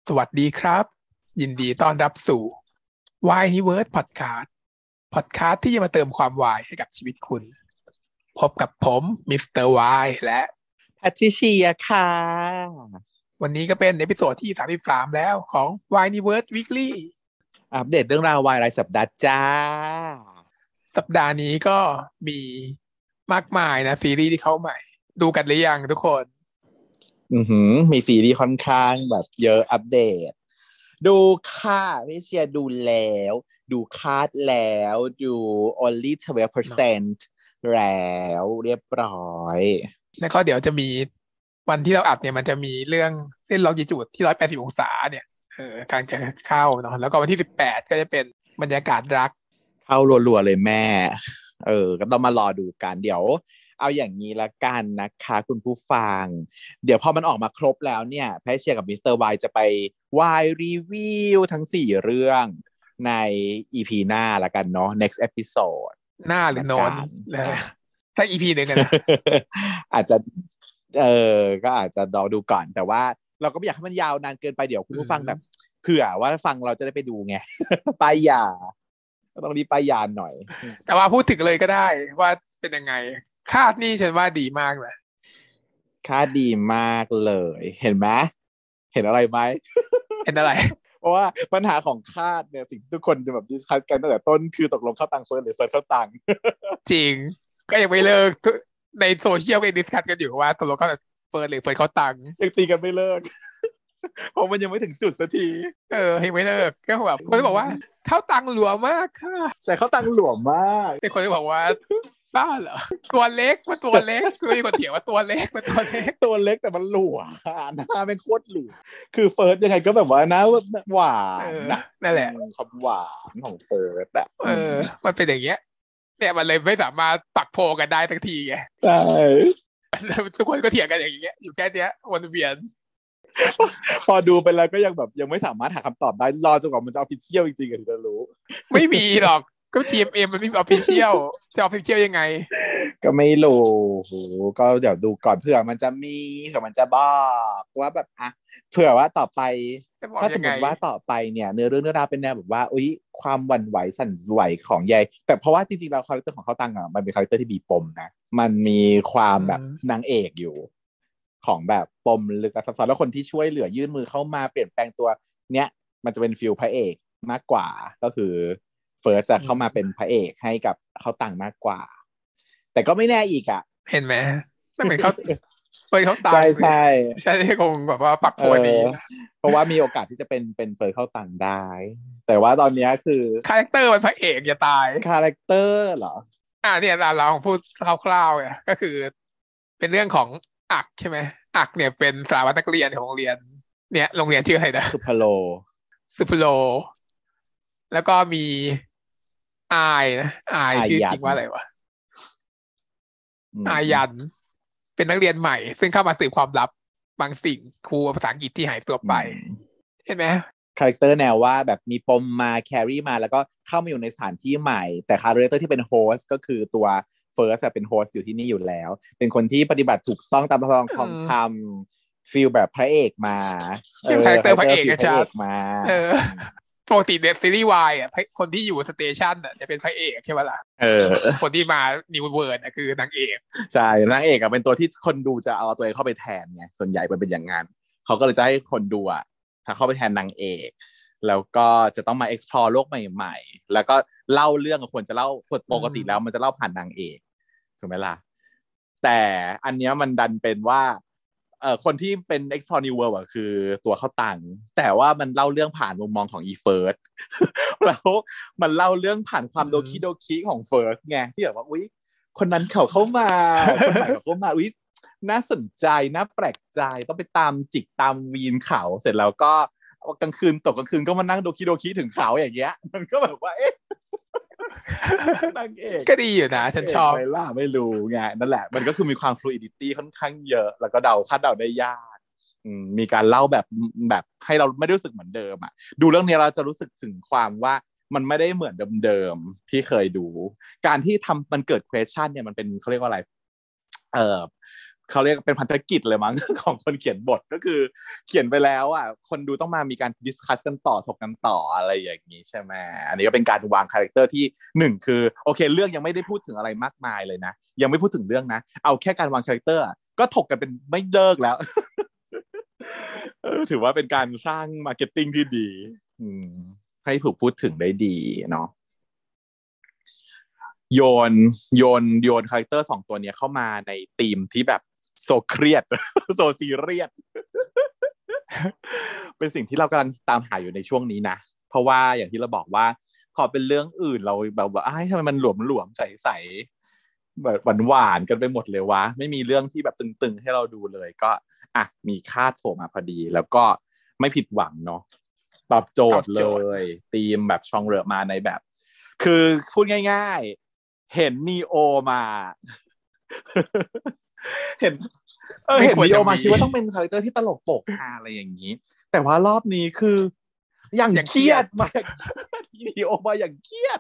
สวัสดีครับยินดีต้อนรับสู่ Why Universe Podcast ที่จะมาเติมความวายให้กับชีวิตคุณพบกับผมมิสเตอร์วายและแพทริเชียค่ะวันนี้ก็เป็นเอพิโซดที่33แล้วของ Why Universe Weekly อัปเดตเรื่องราววายรายสัปดาห์จ้าสัปดาห์นี้ก็มีมากมายนะซีรีส์ที่เข้าใหม่ดูกันหรือยังทุกคนมีซีรีส์ค่อนข้างแบบเยอะอัปเดตดูค่ะพี่เชียร์ดูแล้วดูคาดแล้วดู only 12% แล้วเรียบร้อยแล้วก็เดี๋ยวจะมีวันที่เราอัดเนี่ยมันจะมีเรื่องเส้นลองจีจูดที่180 องศาเนี่ยกำลังจะเข้าเนาะแล้วก็วันที่18ก็จะเป็นบรรยากาศรักเข้ารัวๆเลยแม่ก็ต้องมารอดูกันเดี๋ยวเอาอย่างนี้ละกันนะคะคุณผู้ฟังเดี๋ยวพอมันออกมาครบแล้วเนี่ยแพทเชียร์กับมิสเตอร์วายจะไปวายรีวิวทั้ง4เรื่องใน EP หน้าละกันเนาะ next episode หน้าหรือโนนถ้า EP หนึ่งนะอาจจะก็อาจจะรอดูก่อนแต่ว่าเราก็ไม่อยากให้มันยาวนานเกินไปเดี๋ยวคุณผู้ฟังแบบเผื่อว่าฟังเราจะได้ไปดูไง ป้ายยาก็ต้องรีบป้ายยาหน่อยแต่ว่าพูดถึงเลยก็ได้ว่าเป็นยังไงคาดนี่ฉันว่าดีมากเลยคาดดีมากเลยเห็นไหมเห็นอะไรไหมเห็นอะไรเพราะว่าปัญหาของคาดเนี่ยสิ่งที่ทุกคนจะแบบดิสคัสกันตั้งแต่ต้นคือตกลงเข้าตังค์เฟิร์สหรือเฟิร์สเข้าตังค์จริงก็ยังไม่เลิกในโซเชียลก็ยังดิสคัสกันอยู่ว่าตกลงเขาเฟิร์นหรือเฟิร์นเขาตังค์ยังตีกันไม่เลิก เพราะมันยังไม่ถึงจุดสักทียังไม่เลิกก็แบบคนบอกว่าเข้าตังค์หลวมมากค่ะแต่เข้าตังค์หลวมมากแต่คนบอกว่าบ้าเหรอตัวเล็กมันตัวเล็กคือมีคนเถียงว่าตัวเล็กมันตัวเล็กตัวเล็กแต่มันหลวมหน้าเป็นโคตรหลวมคือเฟิร์สยังไงก็แบบว่านะหวานนะนั่นแหละความหวานของเฟิร์สอะมันเป็นอย่างเงี้ยเนี่ยมันเลยไม่สามารถปักโพกันได้ทั้งทีไงใช่ทุกคนก็เถียงกันอย่างเงี้ยอยู่แค่เนี้ยวนเวียนพอดูไปแล้วก็ยังแบบยังไม่สามารถหาคำตอบได้รอจนกว่ามันจะออฟฟิเชียลจริงๆถึงจะรู้ไม่มีหรอกก็ GMM มันไม่มีออฟฟิเชียลจะออฟฟิเชียลยังไงก็ไม่รู้ก็เดี๋ยวดูก่อนเผื่อมันจะมีเผื่อมันจะบอกว่าแบบอ่ะเผื่อว่าต่อไปถ้าสมมติว่าต่อไปเนี่ยเนื้อเรื่องเนื้อราวเป็นแนวแบบว่าอุ๊ยความหวั่นไหวสั่นไหวของยายแต่เพราะว่าจริงๆแล้วคาแรคเตอร์ของเขาตังอ่ะมันเป็นคาแรคเตอร์ที่มีปมนะมันมีความแบบนางเอกอยู่ของแบบปมลึกซับซ้อนแล้วคนที่ช่วยเหลือยื่นมือเข้ามาเปลี่ยนแปลงตัวเนี้ยมันจะเป็นฟิลพระเอกมากกว่าก็คือเฟิร์สจะเข้ามาเป็นพระเอกให้กับเขาตังมากกว่าแต่ก็ไม่แน่อีกอ่ะเห็นไหมถ้าเหมือนเขาเฟิร์นเขาตังใช่ใช่ใช่คงแบบว่าปักโพดีเพราะว่ามีโอกาสที่จะเป็นเฟิร์นเข้าตังได้แต่ว่าตอนนี้คือคาแรคเตอร์มันพระเอกจะตายคาแรคเตอร์เหรอเนี่ยเราพูดคร่าวๆก็คือเป็นเรื่องของอักใช่ไหมอักเนี่ยเป็นสารวัตรนักเรียนของโรงเรียนเนี่ยโรงเรียนชื่ออะไรนะสุพโลสุพโลแล้วก็มีอายนะอายชื่อจริงว่าอะไรวะอายันเป็นนักเรียนใหม่ซึ่งเข้ามาสืบความลับบางสิ่งครูภาษาอังกฤษที่หายตัวไปเห็นไหมคาแรคเตอร์แนวว่าแบบมีปมมาแครี่มาแล้วก็เข้ามาอยู่ในสถานที่ใหม่แต่คาแรคเตอร์ที่เป็นโฮสต์ก็คือตัวเฟิร์สเป็นโฮสต์อยู่ที่นี่อยู่แล้วเป็นคนที่ปฏิบัติถูกต้องตามของทำฟีลแบบพระเอกมาคาแรคเตอร์พระเอกพระเอกมาปกติเดซีรีส์วายคนที่อยู่สเตชันจะเป็นพระเอกใช่ไหมล่ะคนที่มานิวเวิร์ดคือนางเอกใช่นางเอกเป็นตัวที่คนดูจะเอาตัวเองเข้าไปแทนไงส่วนใหญ่มันเป็นอย่างนั้นเขาก็เลยจะให้คนดูถ้าเข้าไปแทนนางเอกแล้วก็จะต้องมา explore โลกใหม่ๆแล้วก็เล่าเรื่องกับคนจะเล่าปกติแล้วมันจะเล่าผ่านนางเอกถูกไหมล่ะแต่อันเนี้ยมันดันเป็นว่าคนที่เป็น explore new world คือตัวเข้าตังแต่ว่ามันเล่าเรื่องผ่านมุมมองของอีเฟิร์สแล้วมันเล่าเรื่องผ่านความโดคิของเฟิร์สไงที่แบบว่าอุ๊ยคนนั้นเขาเข้ามาคนใหม่เขาเข้ามาอุ๊ยน่าสนใจน่าแปลกใจต้องไปตามจิกตามวีนเขาเสร็จแล้วก็กลางคืนตกกลางคืนก็มานั่งโดคิถึงเขาอย่างเงี้ยมันก็แบบว่าเอ๊ะนางเอกก็ดีอยู่นะฉันชอบไม่ล่ะไม่รู้ไงนั่นแหละมันก็คือมีความ fluidity ค่อนข้างเยอะแล้วก็คาดเดาได้ยากมีการเล่าแบบให้เราไม่รู้สึกเหมือนเดิมอ่ะดูเรื่องนี้เราจะรู้สึกถึงความว่ามันไม่ได้เหมือนเดิมๆที่เคยดูการที่ทำมันเกิด question เนี่ยมันเป็นเขาเรียกว่าอะไรเขาเรียกเป็นพันธกิจเลยมั้ง ของคนเขียนบทก็คือเขียนไปแล้วอ่ะคนดูต้องมามีการดิสคัสกันต่อถกกันต่ออะไรอย่างนี้ใช่ไหมอันนี้ก็เป็นการวางคาแรคเตอร์ที่หนึ่งคือโอเคเรื่องยังไม่ได้พูดถึงอะไรมากมายเลยนะยังไม่พูดถึงเรื่องนะเอาแค่การวางคาแรคเตอร์ก็ถกกันเป็นไม่เลิกแล้ว ถือว่าเป็นการสร้างมาร์เก็ตติ้งที่ดีให้ถูกพูดถึงได้ดีเนาะโยนคาแรคเตอร์สองตัวนี้เข้ามาในธีมที่แบบโซเครียด โซซีเรียส เป็นสิ่งที่เรากำลังตามหาอยู่ในช่วงนี้นะเพราะว่าอย่างที่เราบอกว่าพอเป็นเรื่องอื่นเราแบบว่าทำไมมันหลวมใสๆแบบหวานกันไปหมดเลยวะไม่มีเรื่องที่แบบตึงๆให้เราดูเลยก็มีคาดโผล่มาพอดีแล้วก็ไม่ผิดหวังเนาะตอบโจทย์เลยธีมแบบชองเรอมาในแบบคือพูดง่ายๆเห็นนีโอมา เห็นนีโอมาคิดว่าต้องเป็นคาแรคเตอร์ที่ตลกโปกฮาอะไรอย่างนี้แต่ว่ารอบนี้คืออย่างเครียดมานีโอมาอย่างเครียด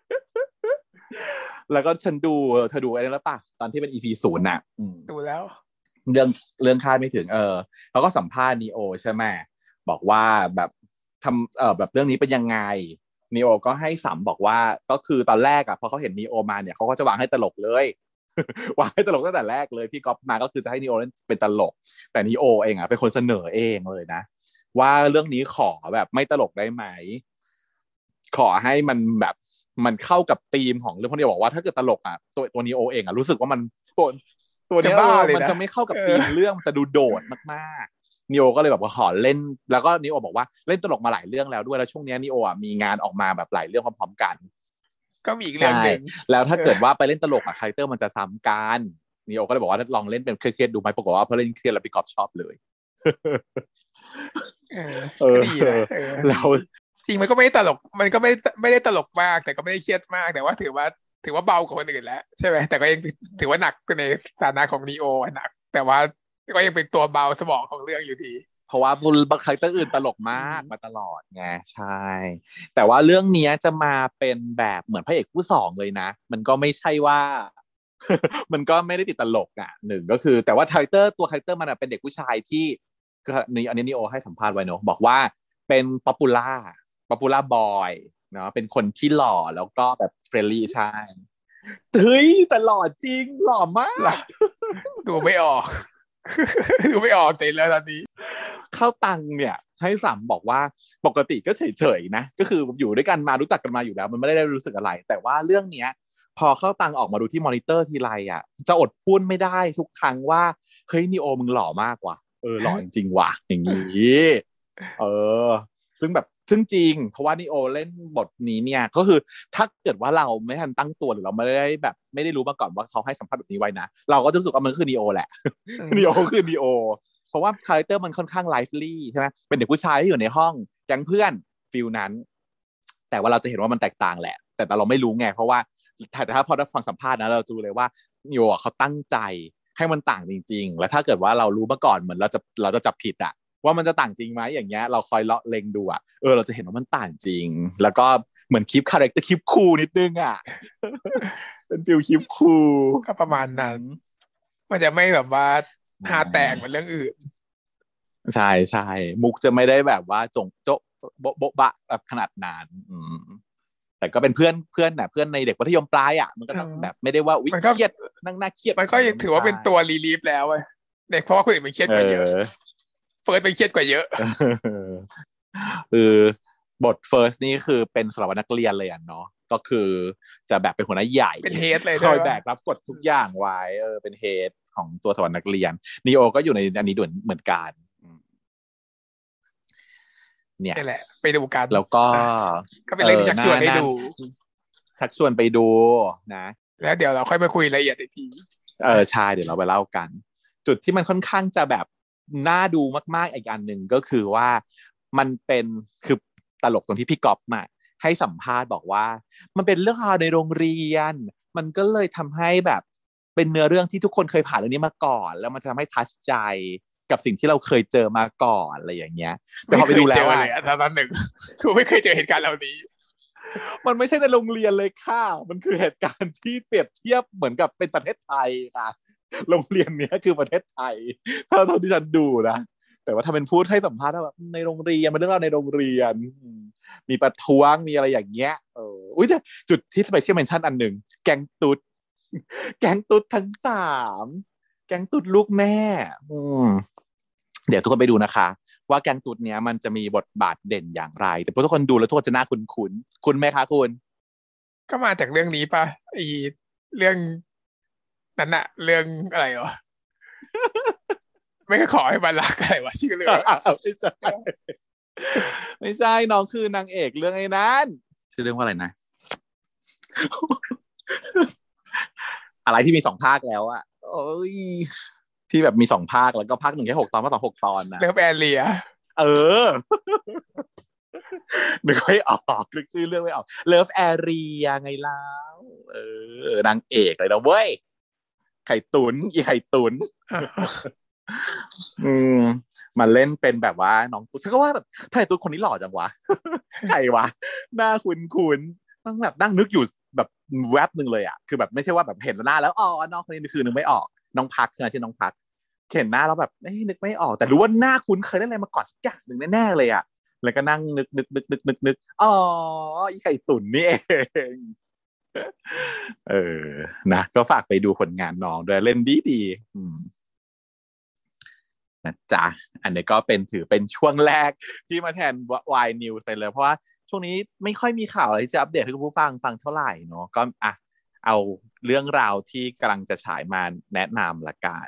แล้วก็ฉันดูเธอดูอะไรแล้วป่ะตอนที่เป็น EP 0น่ะดูแล้วเรื่องคาดไม่ถึงเขาก็สัมภาษณ์นีโอใช่ไหมบอกว่าแบบทำแบบเรื่องนี้เป็นยังไงนีโอก็ให้สัมบอกว่าก็คือตอนแรกพอเขาเห็นนีโอมาเนี่ยเขาก็จะวางให้ตลกเลยวางให้ตลกตั้งแต่แรกเลยพี่ก๊อฟมาก็คือจะให้นีโอเล่นเป็นตลกแต่นีโอเองเป็นคนเสนอเองเลยนะว่าเรื่องนี้ขอแบบไม่ตลกได้ไหมขอให้มันแบบมันเข้ากับธีมของเรื่องพวกนี้บอกว่าถ้าเกิดตลกตัวนีโอเองรู้สึกว่ามันตัวนี้มันจะไม่เข้ากับธีมเรื่องมันจะดูโดดมากๆนีโอก็เลยแบบว่าขอเล่นแล้วก็นีโอบอกว่าเล่นตลกมาหลายเรื่องแล้วด้วยแล้วช่วงนี้นีโอมีงานออกมาแบบหลายเรื่องพร้อมๆกันก็มีอีกเรื่องนึงแล้วถ้าเกิดว่าไปเล่นตลกคาแรคเตอร์มันจะซ้ำกันนีโอก็เลยบอกว่าลองเล่นเป็นเครียดๆดูไหมปรากฏว่าพอเล่นเครียดแล้วพี่กอบชอบเลยดีนะแล้วจริงมันก็ไม่ได้ตลกมันก็ไม่ได้ตลกมากแต่ก็ไม่ได้เครียดมากแต่ว่าถือว่าเบากว่าคนอื่นแล้วใช่ไหมแต่ก็ยังถือว่าหนักในฐานะของนีโอหนักแต่ว่าก็ยังเป็นตัวเบาสมองของเรื่องอยู่ดีเพราะว่าคาแรคเตอร์อื่นตลกมากมาตลอดไงใช่แต่ว่าเรื่องนี้จะมาเป็นแบบเหมือนพระเอกผู้สองเลยนะมันก็ไม่ใช่ว่า มันก็ไม่ได้ติดตลกหนึ่งก็คือแต่ว่าคาแรคเตอร์มันเป็นเด็กผู้ชายที่นี่อันนี้นิโอให้สัมภาษณ์ไว้เนอะบอกว่าเป็นป๊อปปูล่าบอยเนาะเป็นคนที่หล่อแล้วก็แบบเฟรนลี่ใช่เฮ้ยแต่หล่อจริงหล่อมากดูไม่ออก ดูไม่ออกแต่แล้วตอนนี้เข้าตังเนี่ยให้สัมบอกว่าปกติก็เฉยๆนะก็คืออยู่ด้วยกันมารู้จักกันมาอยู่แล้วมันไม่ได้รู้สึกอะไรแต่ว่าเรื่องเนี้ยพอเข้าตังออกมาดูที่มอนิเตอร์ทีไรจะอดพูดไม่ได้ทุกครั้งว่าเฮ้ยนีโอมึงหล่อมากว่ะหล่อจริงว่ะอย่างนี้ซึ่งจริงเพราะว่านีโอเล่นบทนี้เนี่ยก็คือถ้าเกิดว่าเราไม่ทันตั้งตัวหรือเราไม่ได้รู้มาก่อนว่าเขาให้สัมภาษณ์แบบนี้ไว้นะเราก็จะรู้สึกว่ามันคือนีโอแหละนีโอคือนีโอเพราะว่าคาแรคเตอร์มันค่อนข้างไลฟ์ลี่ใช่ไหมเป็นเด็กผู้ชายที่อยู่ในห้องแก๊งเพื่อนฟิลนั้นแต่ว่าเราจะเห็นว่ามันแตกต่างแหละแต่เราไม่รู้ไงเพราะว่าถ้าพอได้ฟังสัมภาษณ์นะเราจะรู้เลยว่านีโอเขาตั้งใจให้มันต่างจริงๆแล้วถ้าเกิดว่าเรารู้มาก่อนเหมือนเราจะจับผิดว่ามันจะต่างจริงไหมอย่างเงี้ยเราคอยเล็งดูเราจะเห็นว่ามันต่างจริงแล้วก็เหมือนคลิปคาแรคเตอร์คลิปคูลนิดนึงเป็นฟิลคลิปคูลก็ประมาณนั้นมันจะไม่แบบว่าหาแตกเหมือนเรื่องอื่นใช่ใช่มุกจะไม่ได้แบบว่าจงโจ๊ะโบ๊ะบะแบบขนาดนั้นแต่ก็เป็นเพื่อนในเด็กมัธยมปลายมันก็ต้องแบบไม่ได้ว่าวิเครียดนั่งน่าเครียดมันก็ถือว่าเป็นตัวรีลีฟแล้วเด็กเพราะว่าคนอื่นมันเครียดกว่าเยอะเฟิร์สเป็นเครียดกว่าเยอะบทเฟิร์สนี่คือเป็นสารวัตรนักเรียนเลยเนาะก็คือจะแบบเป็นหัวหน้าใหญ่เป็นเฮดเลยคอยแบกรับกฎทุกอย่างไว้เป็นเฮดของตัวสารวัตรนักเรียนนีโอก็อยู่ในอันนี้ด้วยเหมือนกันเนี่ยนี่แหละไปดูกันแล้วก็เป็นเรื่องที่ชักชวนให้ดูชักชวนไปดูนะแล้วเดี๋ยวเราค่อยมาคุยรายละเอียดอีกทีใช่เดี๋ยวเราไปเล่ากันจุดที่มันค่อนข้างจะแบบน่าดูมากๆอีกอันหนึ่งก็คือว่ามันเป็นคือตลกตรงที่พี่ก๊อฟมาให้สัมภาษณ์บอกว่ามันเป็นเรื่องราวในโรงเรียนมันก็เลยทำให้แบบเป็นเนื้อเรื่องที่ทุกคนเคยผ่านเรื่องนี้มาก่อนแล้วมันจะทำให้ทัชใจกับสิ่งที่เราเคยเจอมาก่อนอะไรอย่างเงี้ยแต่พอไปดูแล้วตอนหนึ่งคือไม่เคยเจอเหตุการณ์เหล่านี้มันไม่ใช่ในโรงเรียนเลยค่ะมันคือเหตุการณ์ที่เปรียบเทียบเหมือนกับเป็นประเทศไทยค่ะโรงเรียนเนี้ยคือประเทศไทยเท่าที่ฉันดูนะแต่ว่าถ้าเป็นพูดให้สัมภาษณ์ว่าแบบในโรงเรียนมันเรื่องราวในโรงเรียนมีประท้วงมีอะไรอย่างเงี้ยอุ้ยแต่จุดที่สเปเชียลเมนชั่นอันหนึ่งแก๊งตุ๊ดแก๊งตุ๊ดทั้งสามแก๊งตุ๊ดลูกแม่อืมเดี๋ยวทุกคนไปดูนะคะว่าแก๊งตุ๊ดเนี้ยมันจะมีบทบาทเด่นอย่างไรแต่พอทุกคนดูแล้วทุกคนจะน่าคุ้นคุณไหมคะคุณก็มาจากเรื่องนี้ป่ะเรื่องนั้นอะเรื่องอะไรวะไม่ก็ขอให้มันรักอะไรวะชื่อเรื่องไม่ใช่ไม่ใช่น้องคือนางเอกเรื่องไอ้นั้นชื่อเรื่องว่าอะไรนะอะไรที่มีสองภาคแล้วอะโอ้ยที่แบบมีสองภาคแล้วก็ภาคหนึ่งแค่6 ตอนภาคสอง6 ตอนนะเรื่องแอเรียเออนึกไม่ออกนึกชื่อเรื่องไม่ออกเลิฟแอเรียไงแล้วนางเอกเลยนะเว้ยไข่ตุนอีไข่ตุนอืมมาเล่นเป็นแบบว่าน้องตุ๊ดฉันก็ว่าแบบทำไมตุ๊ดคนนี้หล่อจังวะใครวะหน้าคุ้นต้องแบบนั่งนึกอยู่แบบแวบหนึ่งเลยอ่ะคือแบบไม่ใช่ว่าแบบเห็นหน้าแล้วอ๋อน้องคนนี้คือนึกไม่ออกน้องพักใช่ไหมชื่อน้องพักเห็นหน้าแล้วแบบนึกไม่ออกแต่รู้ว่าหน้าคุ้นเคยเล่นอะไรมาก่อนสักอย่างหนึ่งแน่ๆเลยอ่ะแล้วก็นั่งนึกอ๋ออีไข่ตุ๋นนี่เองเออนะก็ฝากไปดูผลงานน้องด้วยเล่นดีนะจ๊ะอันนี้ก็เป็นถือเป็นช่วงแรกที่มาแทนวายนิวไปเลยเพราะว่าช่วงนี้ไม่ค่อยมีข่าวอะไรที่จะอัปเดตให้คุณผู้ฟังฟังเท่าไหร่เนาะก็เอาเรื่องราวที่กำลังจะฉายมาแนะนำละกัน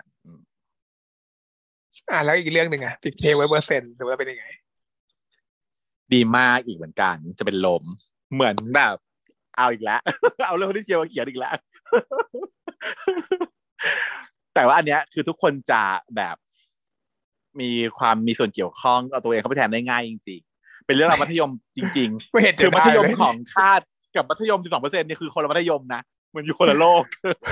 แล้วอีกเรื่องหนึ่งอะติดเทไว้%ดูแล้วเป็นยังไงดีมากอีกเหมือนกันจะเป็นลมเหมือนแบบเอาอีกแล้วเอาเรื่องที่เชียร์มาเขียนอีกแล้วแต่ว่าอันเนี้ยคือทุกคนจะแบบมีส่วนเกี่ยวข้องเอาตัวเองเข้าไปแทนได้ง่ายจริงๆเป็นเรื่องราวมัธยมจริงไม่เห็นๆคือมัจะได้เลยธยมของชาติกับมัธยม12%เนี่ยคือคนละมัธยมนะมันอยู่คนละโลก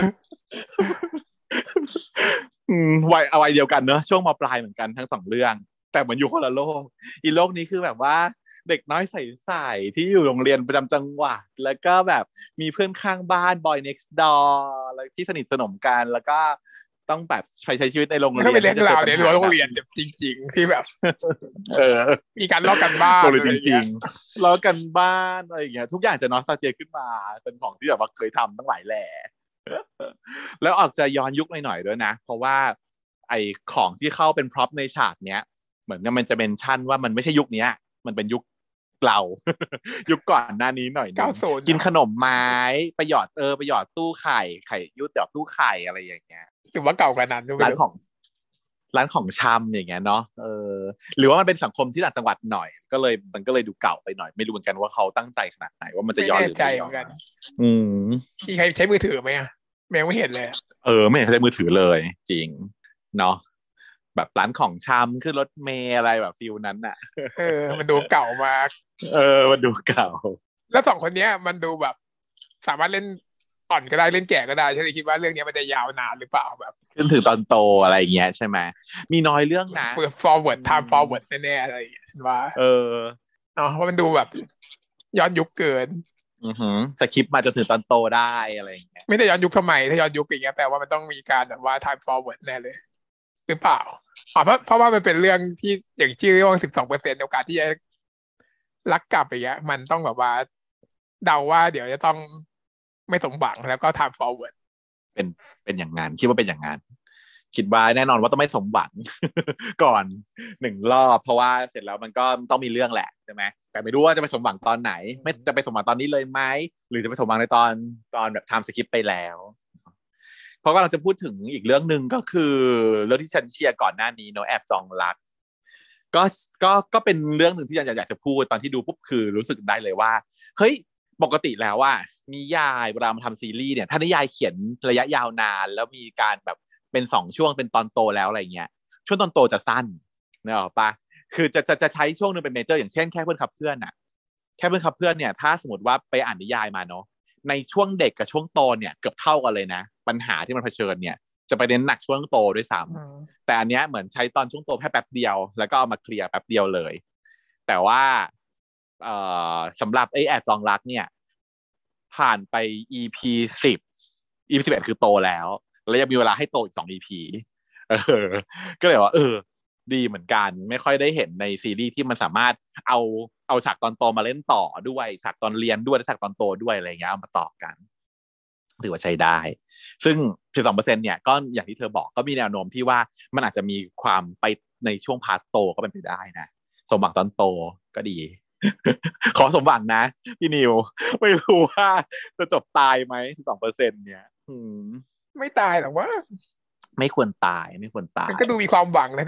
วัยเดียวกันเนอะช่วงมปลายเหมือนกันทั้งสองเรื่องแต่เหมือนอยู่คนละโลกอีโลกนี้คือแบบว่าเด็กน้อยใสๆที่อยู่โรงเรียนประจำจังหวัดแล้วก็แบบมีเพื่อนข้างบ้าน boy next door แล้วที่สนิทสนมกันแล้วก็ต้องแบบใช้ชีวิตในโรงมันก็เรียนที่จะเจเป็นเรื่องราวอปัญหาในรั้วโรงแบบเรียนแบบจริงๆที่แบบเออมีการลอกกันบ้าโรงเรียนจนอะไรอย่างเงี้ยริงๆแล้วกันบ้านอะไรอย่างเงี้ยทุกอย่างจะนอสตาเจียขึ้นมาเป็นของที่แบบว่าเคยทำตั้งหลายแหล่แล้วออกจะย้อนยุคหน่อยๆด้วยนะเพราะว่าไอของที่เข้าเป็นพร็อพในฉากเนี้ยเหมือนกับมันจะเป็นชั่นว่ามันไม่ใช่ยุคเนี้ยมันเป็นยุคเรายุคก่อนหน้านี้หน่อยนึง 90 กินเนาะขนมไม้ไปหยอดตู้ไข่ยุดหยอดตู้ไข่อะไรอย่างเงี้ยหรือว่าเก่ากว่านั้นก็ไม่รู้ร้านของ ร้านของชำอย่างเงี้ยเนาะหรือว่ามันเป็นสังคมที่ต่างจังหวัดหน่อยมันก็เลยดูเก่าไปหน่อยไม่รู้เหมือนกันว่าเขาตั้งใจขนาดไหนว่ามันจะย้อนไม่แน่หรือไม่ย้อนใจเหมือนกันอืมมีใครใช้มือถือไหมอะแมวไม่เห็นเลยไม่เห็นเขาใช้มือถือเลยจริงเนาะแบบร้านของชำขึ้นรถเมล์อะไรแบบฟิลนั้นน่ะมันดูเก่ามากมันดูเก่าแล้ว2 คนเนี้ยมันดูแบบสามารถเล่นอ่อนก็ได้เล่นแก่ก็ได้ฉันเลยคิดว่าเรื่องนี้มันจะยาวนานหรือเปล่าแบบขึ้นถึงตอนโตอะไรอย่างเงี้ยใช่ไหมมีน้อยเรื่องนะ forward อื time ม forward แน่ๆอะไรอย่างเงี้ยฉันว่าเออเนาะเพราะมันดูแบบย้อนยุคเกินสคริปต์มาจนถึงตอนโตได้อะไรอย่างเงี้ยไม่ได้ย้อนยุคสมัยถ้าย้อนยุคอย่างเงี้ยแปลว่ามันต้องมีการแบบว่า time forward แน่เลยหรือเปล่าเพราะว่ามันเป็นเรื่องที่อย่างชื่อเรื่อง12%โอกาสที่จะรักกลับอย่างเงี้ยมันต้องแบบว่าเดาว่าเดี๋ยวจะต้องไม่สมหวังแล้วก็ time forward เป็นเป็นอย่างงั้นคิดว่าเป็นอย่างงั้นคิดว่าแน่นอนว่าต้องไม่สมหวังก่อน1 รอบเพราะว่าเสร็จแล้วมันก็ต้องมีเรื่องแหละใช่ไหมแต่ไม่รู้ว่าจะไปสมหวังตอนไหนไม่จะไปสมหวังตอนนี้เลยไหมหรือจะไปสมหวังในตอนแบบทำสคริปต์ไปแล้วเพราะว่าเราจะพูดถึงอีกเรื่องหนึ่งก็คือเรื่องที่ฉันเชียร์ก่อนหน้านี้เนาะแอบจองรักก็ก็เป็นเรื่องหนึ่งที่อยากจะพูดตอนที่ดูปุ๊บคือรู้สึกได้เลยว่าเฮ้ยปกติแล้วว่านิยายเวลามาทำซีรีส์เนี่ยถ้านิยายเขียนระยะยาวนานแล้วมีการแบบเป็น2 ช่วงเป็นตอนโตแล้วอะไรเงี้ยช่วงตอนโตจะสั้นเนกอะปะคือจะใช้ช่วงหนึ่งเป็นเมเจอร์อย่างเช่นแค่เพื่อนขับเพื่อนอะแค่เพื่อนขับเพื่อนเนี่ยถ้าสมมติว่าไปอ่านนิยายมาเนาะในช่วงเด็กกับช่วงโตเนี่ยเกือบเท่ากันเลยนะปัญหาที่มันเผชิญเนี่ยจะไปเน้นหนักช่วงโตด้วยซ้ำ แต่อันเนี้ยเหมือนใช้ตอนช่วงโตแค่แป๊บเดียวแล้วก็เอามาเคลียร์แป๊บเดียวเลยแต่ว่าสำหรับไอ้แอดจองรักเนี่ยผ่านไป EP 10 EP 11คือโตแล้วแล้วยังมีเวลาให้โตอีก2 EP เออก็เลยว่าดีเหมือนกันไม่ค่อยได้เห็นในซีรีส์ที่มันสามารถเอาฉากตอนโตมาเล่นต่อด้วยฉากตอนเรียนด้วยและฉากตอนโตด้วยอะไรเงี้ยเอามาต่อกันถือว่าใช้ได้ซึ่ง 12% เนี่ยก็อย่างที่เธอบอกก็มีแนวโน้มที่ว่ามันอาจจะมีความไปในช่วงพาร์ทโตก็เป็นไปได้นะสมหวังตอนโตก็ดี ขอสมหวังนะพี่นิวไม่รู้ว่าจะจบตายไหม 12% เนี่ยไม่ตายหรอกว่าไม่ควรตายไม่ควรตามันยก็ดูมีความหวังนะ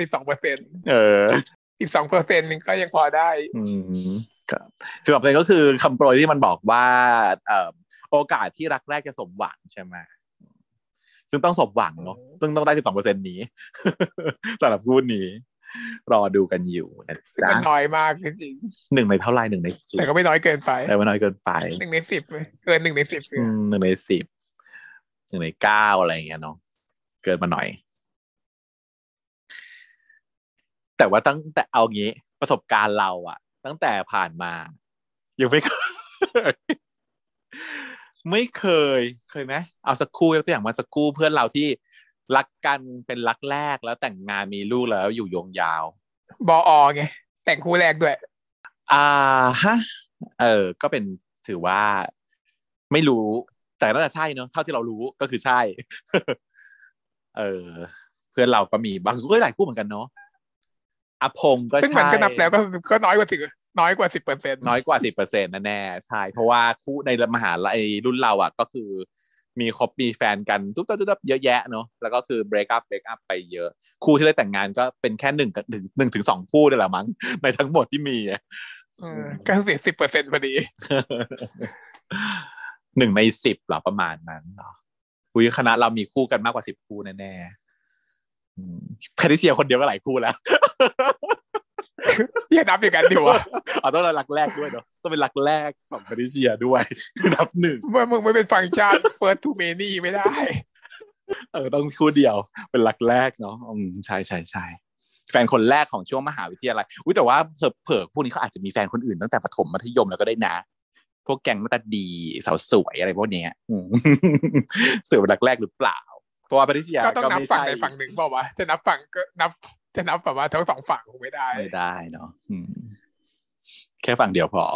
12%12%นึงก็ยังพอได้ครับ12%ก็คือคำโปรยที่มันบอกว่าโอกาสที่รักแรกจะสมหวังใช่ไหมซึ่งต้องสมหวังเนาะซึ่งต้องได้ 12% นี้ สำหรับคู่นี้รอดูกันอยู่นะจ๊ะมันน้อยมากจริง 1 ในเท่าไหร่1 ใน 10 แต่ก็ไม่น้อยเกินไปแต่ไม่น้อยเกินไป 1 ใน 10เกิน1 ใน 10คือ 1 ใน 10 1 ใน 9อะไรอย่างเงี้ยเนาะเกินมาหน่อยแต่ว่าตั้งแต่เอางี้ประสบการณ์เราอะตั้งแต่ผ่านมายังไม่เคย ไม่เคยไหมเอาสักคู่ยกตัวอย่างมาสักคู่เพื่อนเราที่รักกันเป็นรักแรกแล้วแต่งงานมีลูกแล้วอยู่ยงยาวบอไงแต่งคู่แรกด้วยอ่าฮะก็เป็นถือว่าไม่รู้แต่น่าจะใช่เนอะเท่าที่เรารู้ก็คือใช่ เออเพื่อนเราก็มีบางคู่ก็หลายคู่เหมือนกันเนาะอภงก็ซึ่งมันใช่ก็นับแล้วก็น้อยกว่า10% น้อยกว่า10%แน่ๆใช่เพราะว่าคู่ในมหาลัยรุ่นเราอ่ะก็คือมีคบมีแฟนกันตุ๊บตับตุ๊บตับเยอะแยะเนาะแล้วก็คือ break up ไปเยอะคู่ที่ได้แต่งงานก็เป็นแค่1 ถึง 2คู่นี่แหละมั้งในทั้งหมดที่มีก็เสีย10%พอดี 1 ใน 10หรอประมาณนั้นเหรอคุยคณะเรามีคู่กันมากกว่า10 คู่แน่ๆแพทริเซียคนเดียวก็หลายคู่แล้วอย่านับอย่างนั้นดิวะต้องรักแรกด้วยเนาะต้องเป็นรักแรกของแพทริเซียด้วยนับ1 เมื่อมึงไม่เป็นฟังก์ชัน first to many ไม่ได้ต้องคู่เดียวเป็นรักแรกเนาะใช่ใช่ใช่แฟนคนแรกของช่วงมหาวิทยาลัยอุ้ยแต่ว่าเผลอพวกนี้เขาอาจจะมีแฟนคนอื่นตั้งแต่ประถมมัธยมแล้วก็ได้นะพวกแก๊งหน้าตาดีสาวสวยอะไรพวกนี้เสือเป็นรักแรกหรือเปล่าเพราะว่าแพทริเซียก็ต้องนับฝั่งก็ไม่ใช่ใดฝั่งหนึ่งบอกว่าจะนับฝั่งก็นับจะนับแบบว่าทั้งสองฝั่งคงไม่ได้เนาะแค่ฝั่งเดียวพอ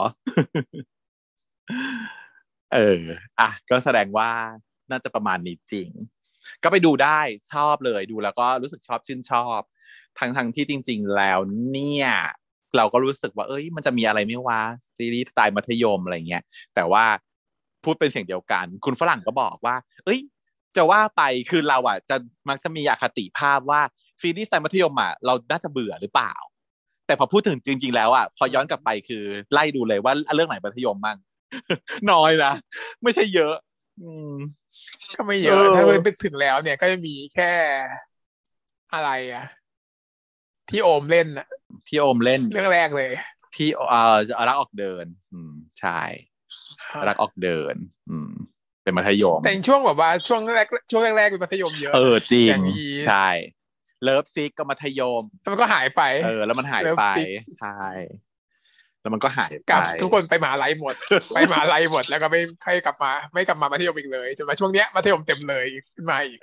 ก็แสดงว่าน่าจะประมาณนี้จริงก็ไปดูได้ชอบเลยดูแล้วก็รู้สึกชอบชื่นชอบทั้งที่จริงๆแล้วเนี่ยเราก็รู้สึกว่ามันจะมีอะไรไม่ว่าซีรีส์สไตล์มัธยมอะไรเงี้ยแต่ว่าพูดเป็นเสียงเดียวกันคุณฝรั่งก็บอกว่าจะว่าไปคือเราอ่ะจะมักจะมีอคติภาพว่าซีรีส์สไตล์มัธยมอ่ะเราน่าจะเบื่อหรือเปล่าแต่พอพูดถึงจริงๆแล้วอ่ะพอย้อนกลับไปคือไล่ดูเลยว่าเรื่องไหนมัธยมมั่ง น้อยนะไม่ใช่เยอะก็ไม่เยอะถ้าไปถึงแล้วเนี่ยก็จะมีแค่อะไรอ่ะที่โอมเล่นอ่ะที่โอมเล่นเรื่องแรกเลยที่รักออกเดินใช่รักออกเดินเป็นมัธยมแต่ช่วงแบบว่าช่วงแรกเป็นมัธยมเยอะจริงอย่างใช่เลิฟซิกก็มัธยมแล้วมันก็หายไปแล้วมันหายไปใช่แล้วมันก็หายไปกับทุกคนไปมหาลัยหมดไปมหาลัยหมดแล้วก็ไม่ค่อยกลับมาไม่กลับมามัธยมอีกเลยจนมาช่วงเนี้ยมัธยมเต็มเลยขึ้นมาอีก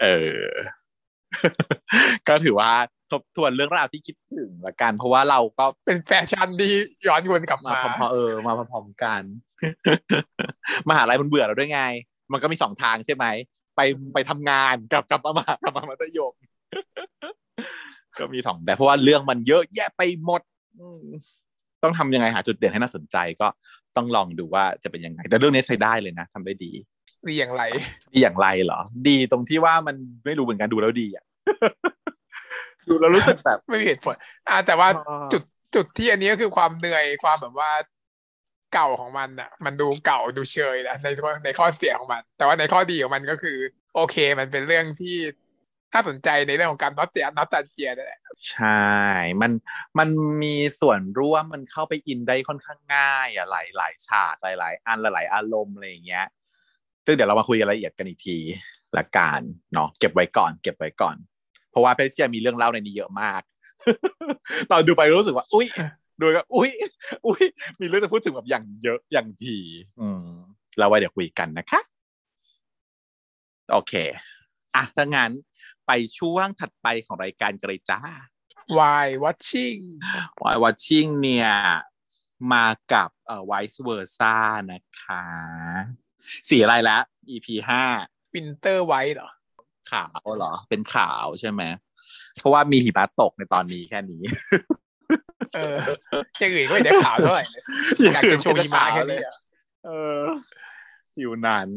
ก็ถือว่าทบทวนเรื่องราวที่คิดถึงละกันเพราะว่าเราก็เป็นแฟชั่นที่ย้อนวนกลับมามาพร้อมๆกันมหาลัยมันเบื่อเราด้วยไงมันก็มี2 ทางใช่ไหมไปทำงานกลับมามัธยมก็มี2แบบเพราะว่าเรื่องมันเยอะแยะไปหมดต้องทำยังไงหาจุดเด่นให้น่าสนใจก็ต้องลองดูว่าจะเป็นยังไงแต่เรื่องนี้ใช้ได้เลยนะทำได้ดีอย่างไรดีอย่างไรเหรอดีตรงที่ว่ามันไม่รู้เหมือนกันดูแล้วดีอ่ะดูแล้วรู้สึกแบบไม่มีเหตุผลแต่ว่าจุดที่อันนี้ก็คือความเหนื่อยความแบบว่าเก่าของมันอ่ะมันดูเก่าดูเชยนะในข้อเสียของมันแต่ว่าในข้อดีของมันก็คือโอเคมันเป็นเรื่องที่น่าสนใจในเรื่องของการนอสตาเจียนั่นแหละใช่มันมีส่วนร่วมมันเข้าไปอินได้ค่อนข้างง่ายอ่ะหลายฉากหลายอันหลายอารมณ์อะไรอย่างเงี้ยซึ่งเดี๋ยวเรามาคุยกันรายละเอียดกันอีกทีละกันเนาะเก็บไว้ก่อนเพราะว่าเพชรจะมีเรื่องเล่าในนี้เยอะมากตอนดูไปรู้สึกว่าอุ้ยดูก็อุ้ยมีเรื่องจะพูดถึงแบบอย่างเยอะอย่างทีเราไว้เดี๋ยวคุยกันนะคะโอเคถ้างั้นไปช่วงถัดไปของรายการกันเลยจ้า Why watching Why Watching เนี่ยมากับVice Versa นะคะสีอะไรละ EP 5 Winter White เหรอขาวเหรอเป็นขาวใช่ไหมเพราะว่ามีหิมะตกในตอนนี้แค่นี้อย่างอื่นก็ไม่ได้ขาวเท่าไหร่เลยอยากจะโชว์หิมะแค่นี้อยู่นั้น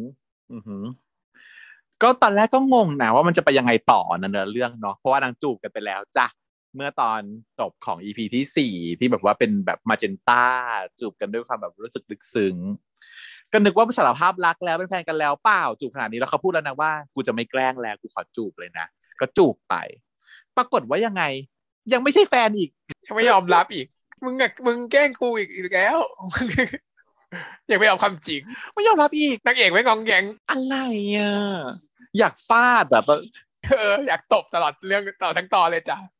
ก็ตอนแรกก็งงนะว่ามันจะไปยังไงต่อนั่นเรื่องเนาะเพราะว่านางจูบกันไปแล้วจ้ะเมื่อตอนจบของ EP ที่4ที่แบบว่าเป็นแบบมาเจนต้าจูบกันด้วยความแบบรู้สึกลึกซึ้งก็นึกว่าสารภาพรักแล้วเป็นแฟนกันแล้วเปล่าจูบขนาดนี้แล้วเขาพูดแล้วนะว่ากูจะไม่แกล้งแล้วกูขอจูบเลยนะก็จูบไปปรากฏว่ายังไงยังไม่ใช่แฟนอีกยังไม่ยอมรับอีกมึงแกล้งกูอีกแล้วยังไม่ยอมคำจริงไม่ยอมรับอีกนางเอกไม่งองแงงอะไรอ่ะอยากฟาดแบบอยากตบตลอดเรื่องตลอดทั้งตอนเลยจ้ะ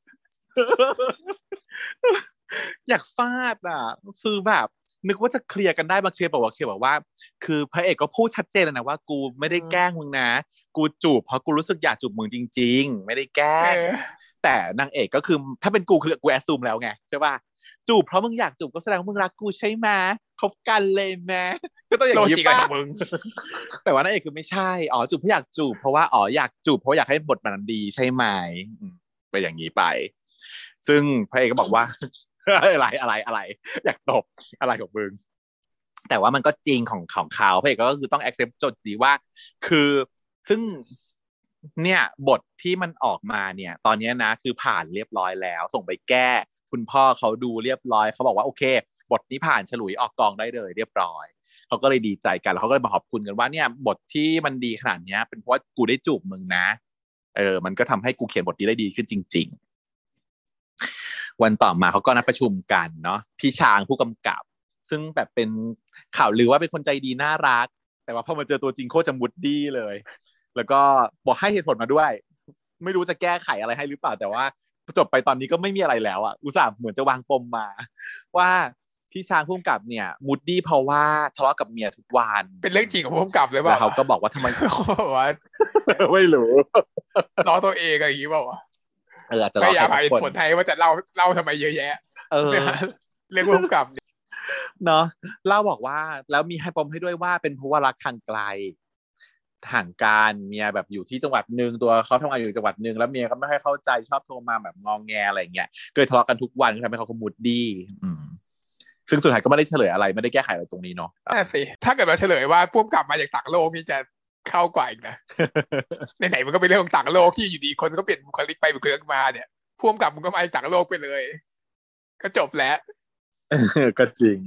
อยากฟาดอ่ะคือแบบนึกว่าจะเคลียร์กันได้มาเคลียร์บอกว่าคือพระเอกก็พูดชัดเจนเลยนะว่ากูไม่ได้แกล้งมึงนะกูจูบเพราะกูรู้สึกอยากจูบมึงจริงๆไม่ได้แกล้งแต่นางเอกก็คือถ้าเป็นกูคือกูแอสซูมแล้วไงใช่ป่ะจูบเพราะมึงอยากจูบก็แสดงว่ามึงรักกูใช่ไหมคบกันเลยแม่ก็ต้องอย่างนี้ป่ะมึงแต่ว่านางเอกคือไม่ใช่จูบเพราะอยากจูบเพราะว่าอยากจูบเพราะอยากให้บทมันดีใช่ไหมไปอย่างนี้ไปซึ่งพระเอกก็บอกว่าอะไรอยากตบอะไรของมึงแต่ว่ามันก็จริงของเขาพระเอกก็คือต้อง accept จดดีว่าคือซึ่งเนี่ยบทที่มันออกมาเนี่ยตอนนี้นะคือผ่านเรียบร้อยแล้วส่งไปแก้คุณพ่อเขาดูเรียบร้อยเขาบอกว่าโอเคบทนี้ผ่านฉลุยออกกองได้เลยเรียบร้อยเขาก็เลยดีใจกันแล้วเขาก็เลยมาขอบคุณกันว่าเนี่ยบทที่มันดีขนาดนี้เป็นเพราะว่ากูได้จูบมึงนะมันก็ทำให้กูเขียนบทนี้ได้ดีขึ้นจริงๆวันต่อมาเขาก็นัดประชุมกันเนาะพี่ช้างผู้กำกับซึ่งแบบเป็นข่าวลือว่าเป็นคนใจดีน่ารักแต่ว่าพอมาเจอตัวจริงโคตรจะมุดดี้เลยแล้วก็บอกให้เหตุผลมาด้วยไม่รู้จะแก้ไขอะไรให้หรือเปล่าแต่ว่าจบไปตอนนี้ก็ไม่มีอะไรแล้วอ่ะอุตส่าห์เหมือนจะวางปมมาว่าพี่ช้างผู้กำกับเนี่ยมุดดี้เพราะว่าทะเลาะกับเมียทุกวันเป็นเรื่องจริงของผู้กำกับเลยเปล่าแล้วเขาก็บอกว่าทำไมว่าไม่รู้ล้อตัวเองอะไรอย่างนี้เปล่าอาจจะล้อใครสักคนผลไทยว่าจะเล่าทำไมเยอะแยะเรื่องผู้กำกับเนาะเล่าบอกว่าแล้วมีให้ปมให้ด้วยว่าเป็นเพราะว่ารักทางไกลห่างกันเมียแบบอยู่ที่จังหวัดหนึ่งตัวเขาทำงานอยู่จังหวัดหนึ่งแล้วเมียก็ไม่ค่อยเข้าใจชอบโทรมาแบบงองแงอะไรเงี้ยเกิดทะเลาะกันทุกวันทำให้เขาขมุดดี้ซึ่งสุดท้ายก็ไม่ได้เฉลยอะไรไม่ได้แก้ไขอะไรตรงนี้เนาะสิถ้าเกิดมาเฉลยว่าพุ่มกลับมาจากต่างโลกนี่จะเข้ากว่าอีกนะไหนๆมันก็เป็นเรื่องของต่างโลกที่อยู่ดีคนก็เปลี่ยนบุคลิกไปบุคลิกมาเนี่ยพุ่มกลับมันก็มาจากต่างโลกไปเลยก็จบแล้วก็จริง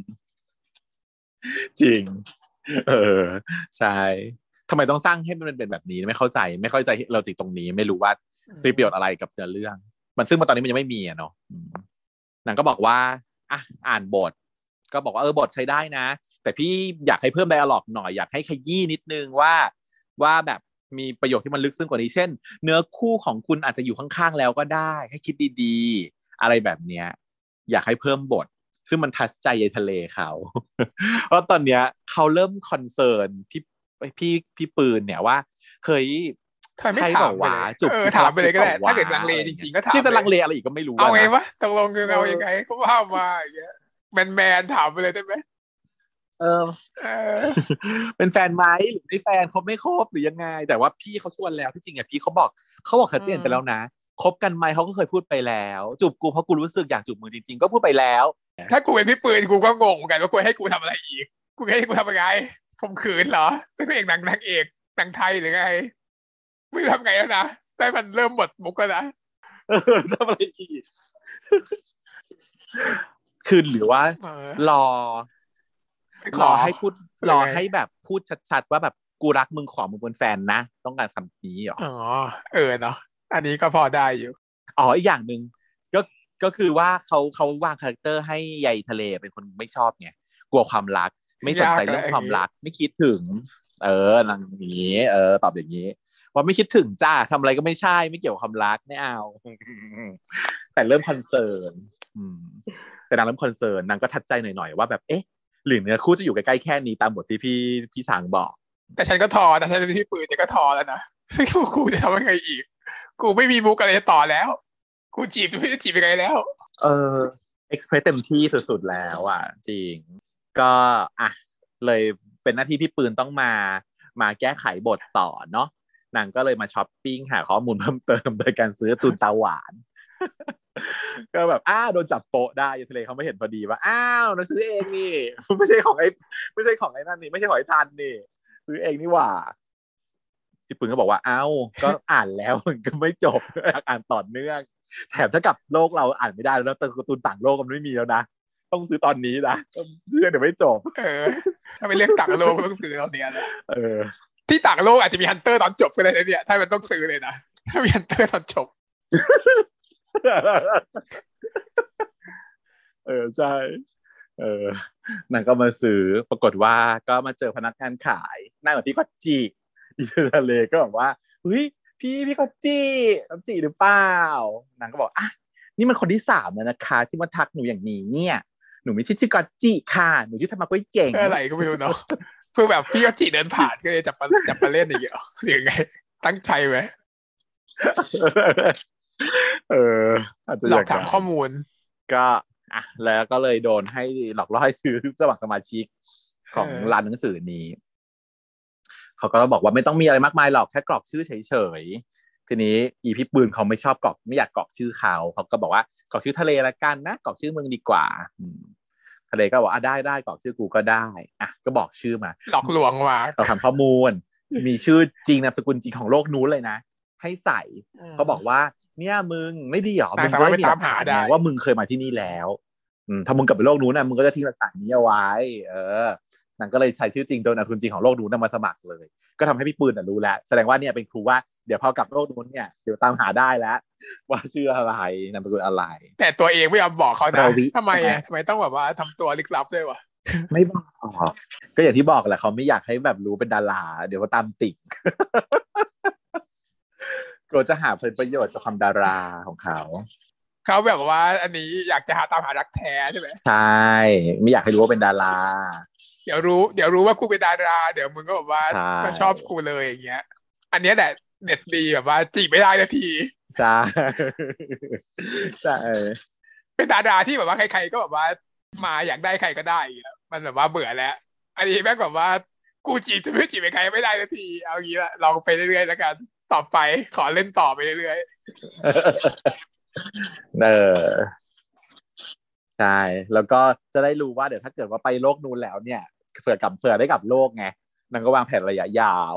ใช่ทำไมต้องสร้างให้มันเป็นแบบนี้ไม่เข้าใจเราจิตตรงนี้ไม่รู้ว่าจะประโยชน์อะไรกับเรื่องมันซึ่งมาตอนนี้มันยังไม่มีเนาะหนังก็บอกว่าอ่านบทก็บอกว่าบทใช้ได้นะแต่พี่อยากให้เพิ่มไดอะล็อกหน่อยอยากให้ขยี้นิดนึงว่าแบบมีประโยคที่มันลึกซึ้งกว่านี้เช่นเนื้อคู่ของคุณอาจจะอยู่ข้างๆแล้วก็ได้ให้คิดดีๆอะไรแบบเนี้ยอยากให้เพิ่มบทซึ่งมันทัชใจยายทะเลเขาเพราะตอนเนี้ยเขาเริ่มคอนเซิร์นพี่ปืนเนี่ยว่าเฮ้ยใครบอกว่าจุบถามไปเลยก็ได้ถ้าเกิดลังเลจริงๆก็ถามที่จะลังเลอะไรอีกก็ไม่รู้เอาไงวะตกลงคือเอายังไงเขาว่ามาอย่างเงี้ยแมนถามไปเลยได้ไหมเป็นแฟนไหมหรือไม่แฟนคบไม่คบหรือยังไงแต่ว่าพี่เขาชวนแล้วที่จริงอ่ะพี่เขาบอกชัดเจนไปแล้วนะคบกันไหมเขาก็เคยพูดไปแล้วจูบกูเพราะกูรู้สึกอยากจูบมึงจริงๆก็พูดไปแล้วถ้ากูเป็นพี่ปืนกูก็งงเหมือนกันว่ากูให้กูทำอะไรอีกกูให้กูทำอะไรข่มขืนเหรอเป็นพระเอกนางเอกหนังไทยหรือไงไม่ทำไงแล้วนะได้มันเริ่มหมดมุกแล้วนะทำอะไรอีกคือหรือว่ารอให้พูดรอให้แบบพูดชัดๆว่าแบบกูรักมึงขอมึงเป็นแฟนนะต้องการคำนี้หรอเนาะอันนี้ก็พอได้อยู่อีกอย่างหนึ่งก็คือว่าเขาวางคาแรคเตอร์ให้ใยทะเลเป็นคนไม่ชอบไงกลัวความรักไม่สนใจเรื่องความรักไม่คิดถึงนางนี้ตอบอย่างนี้ว่าไม่คิดถึงจ้าทำอะไรก็ไม่ใช่ไม่เกี่ยวกับความรักไม่เอาแต่เริ่มคอนเซิร์นแต่นางเริ่มคอนเซิร์นนางก็ทัดใจหน่อยๆว่าแบบหรือเนื้อคู่จะอยู่ใกล้ๆแค่นี้ตามบทที่พี่ช้างบอกแต่ฉันก็ทอแต่ฉันเป็นพี่ปืนฉันก็ทอแล้วนะกูจะทำยังไงอีกกูไม่มีมุกอะไรจะต่อแล้วกูจีบจะไม่ได้จีบยังไงแล้วเออเอ็กซ์เพรสเต็มที่สุดๆแล้วอ่ะจริงก็อ่ะเลยเป็นหน้าที่พี่ปืนต้องมาแก้ไขบทต่อเนาะนางก็เลยมาช้อปปิ้งหาข้อมูลเพิ่มเติมโดยการซื้อตุนตาหวานก็แบบโดนจับโปะได้ยูทะเลเขาไม่เห็นพอดีว่าเราซื้อเองนี่ไม่ใช่ของไอ้ไม่ใช่ของไอ้นั่นนี่ไม่ใช่ของไอ้ทันนี่ซื้อเองนี่หว่าพี่ปืนก็บอกว่าก็อ่านแล้วมันก็ไม่จบอยากอ่านต่อเนื่องแถมถ้ากับโลกเราอ่านไม่ได้แล้วการ์ตูนต่างโลกมันไม่มีแล้วนะต้องซื้อตอนนี้นะเรื่องเดี๋ยวไม่จบถ้าเป็นเรื่องต่างโลกต้องซื้อตอนนี้นะเออที่ต่างโลกอาจจะมีฮันเตอร์ตอนจบก็ได้นะเนี่ยถ้ามันต้องซื้อเลยนะถ้ามีฮันเตอร์ตอนจบใช่นางก็มาซื้อปรากฏว่าก็มาเจอพนักงานขายหน้าเหมือนที่ก็จีอีทะเลก็บอกว่าเฮ้ยพี่ก็จีหรือเปล่านางก็บอกนี่มันคนที่3แล้วนะคะที่มาทักหนูอย่างนี้เนี่ยหนูไม่ใช่ชื่อกอจิค่ะหนูชื่อธรรมะก้อยเจ๋งอะไรก็ไม่รู้เนาะเพื่อแบบพี่ก็จีเดินผ่านก็เลยจับมาเล่นอย่างเงี้ยหรือไงตั้งใจไหมอาจจะหลอกถามข้อมูลก็แล้วก็เลยโดนให้หลอกล่อให้ซื้อสมัครสมาชิกของร้านหนังสือนี้เขาก็บอกว่าไม่ต้องมีอะไรมากมายหรอกแค่กรอกชื่อเฉยๆทีนี้อีพี่ปืนเขาไม่ชอบกรอกไม่อยากกรอกชื่อเขาก็บอกว่ากรอกชื่อทะเลละกันนะกรอกชื่อเมืองดีกว่าทะเลก็บอกได้กรอกชื่อกูก็ได้ก็บอกชื่อมาหลอกลวงมาเราทำข้อมูลมีชื่อจริงนามสกุลจริงของโลกนู้นเลยนะให้ใส่เขาบอกว่าเนี่ยมึงไม่ดีหรอมึงจะไม่มีหลักฐานไงว่ามึงเคยมาที่นี่แล้วถ้ามึงกลับไปโลกนู้นนะมึงก็จะทิ้งหลักฐานนี้เอาไว้นางก็เลยใช้ชื่อจริงโดยนามสกุลจริงของโลกนู้นมาสมัครเลยก็ทำให้พี่ปืนรู้แล้วแสดงว่าเนี่ยเป็นครูว่าเดี๋ยวพอกลับโลกนู้นเนี่ยเดี๋ยวตามหาได้แล้วว่าชื่ออะไรนามสกุลอะไรแต่ตัวเองไม่ยอมบอกเขานะทำไมต้องแบบว่าทำตัวลึกลับด้วยวะไม่บอกก็อย่างที่บอกแหละเขาไม่อยากให้แบบรู้เป็นดาราเดี๋ยวเขาตามติ่งก็จะหาผลประโยชน์จากความดาราของเขาแบบว่าอันนี้อยากจะตามหารักแท้ใช่ไหมใช่ไม่อยากให้รู้ว่าเป็นดาราเดี๋ยวรู้ว่ากูเป็นดาราเดี๋ยวมึงก็แบบว่าก็ชอบกูเลยอย่างเงี้ยอันนี้แหละเด็ดดีแบบว่าจีบไม่ได้นาทีใช่ใช่เป็นดาราที่แบบว่าใครๆก็แบบว่ามาอยากได้ใครก็ได้มันแบบว่าเบื่อแล้วอันนี้แม่งแบบว่ากูจีบจะไม่จีบใครไม่ได้นาทีเอางี้ละลองไปเรื่อยๆแล้วกันต่อไปขอเล่นต่อไปเรื่อยใช่แล้วก็จะได้รู้ว่าเดี๋ยวถ้าเกิดว่าไปโลกนู้นแล้วเนี่ยเผื่ได้กลับโลกไงนางก็วางแผนระยะยาว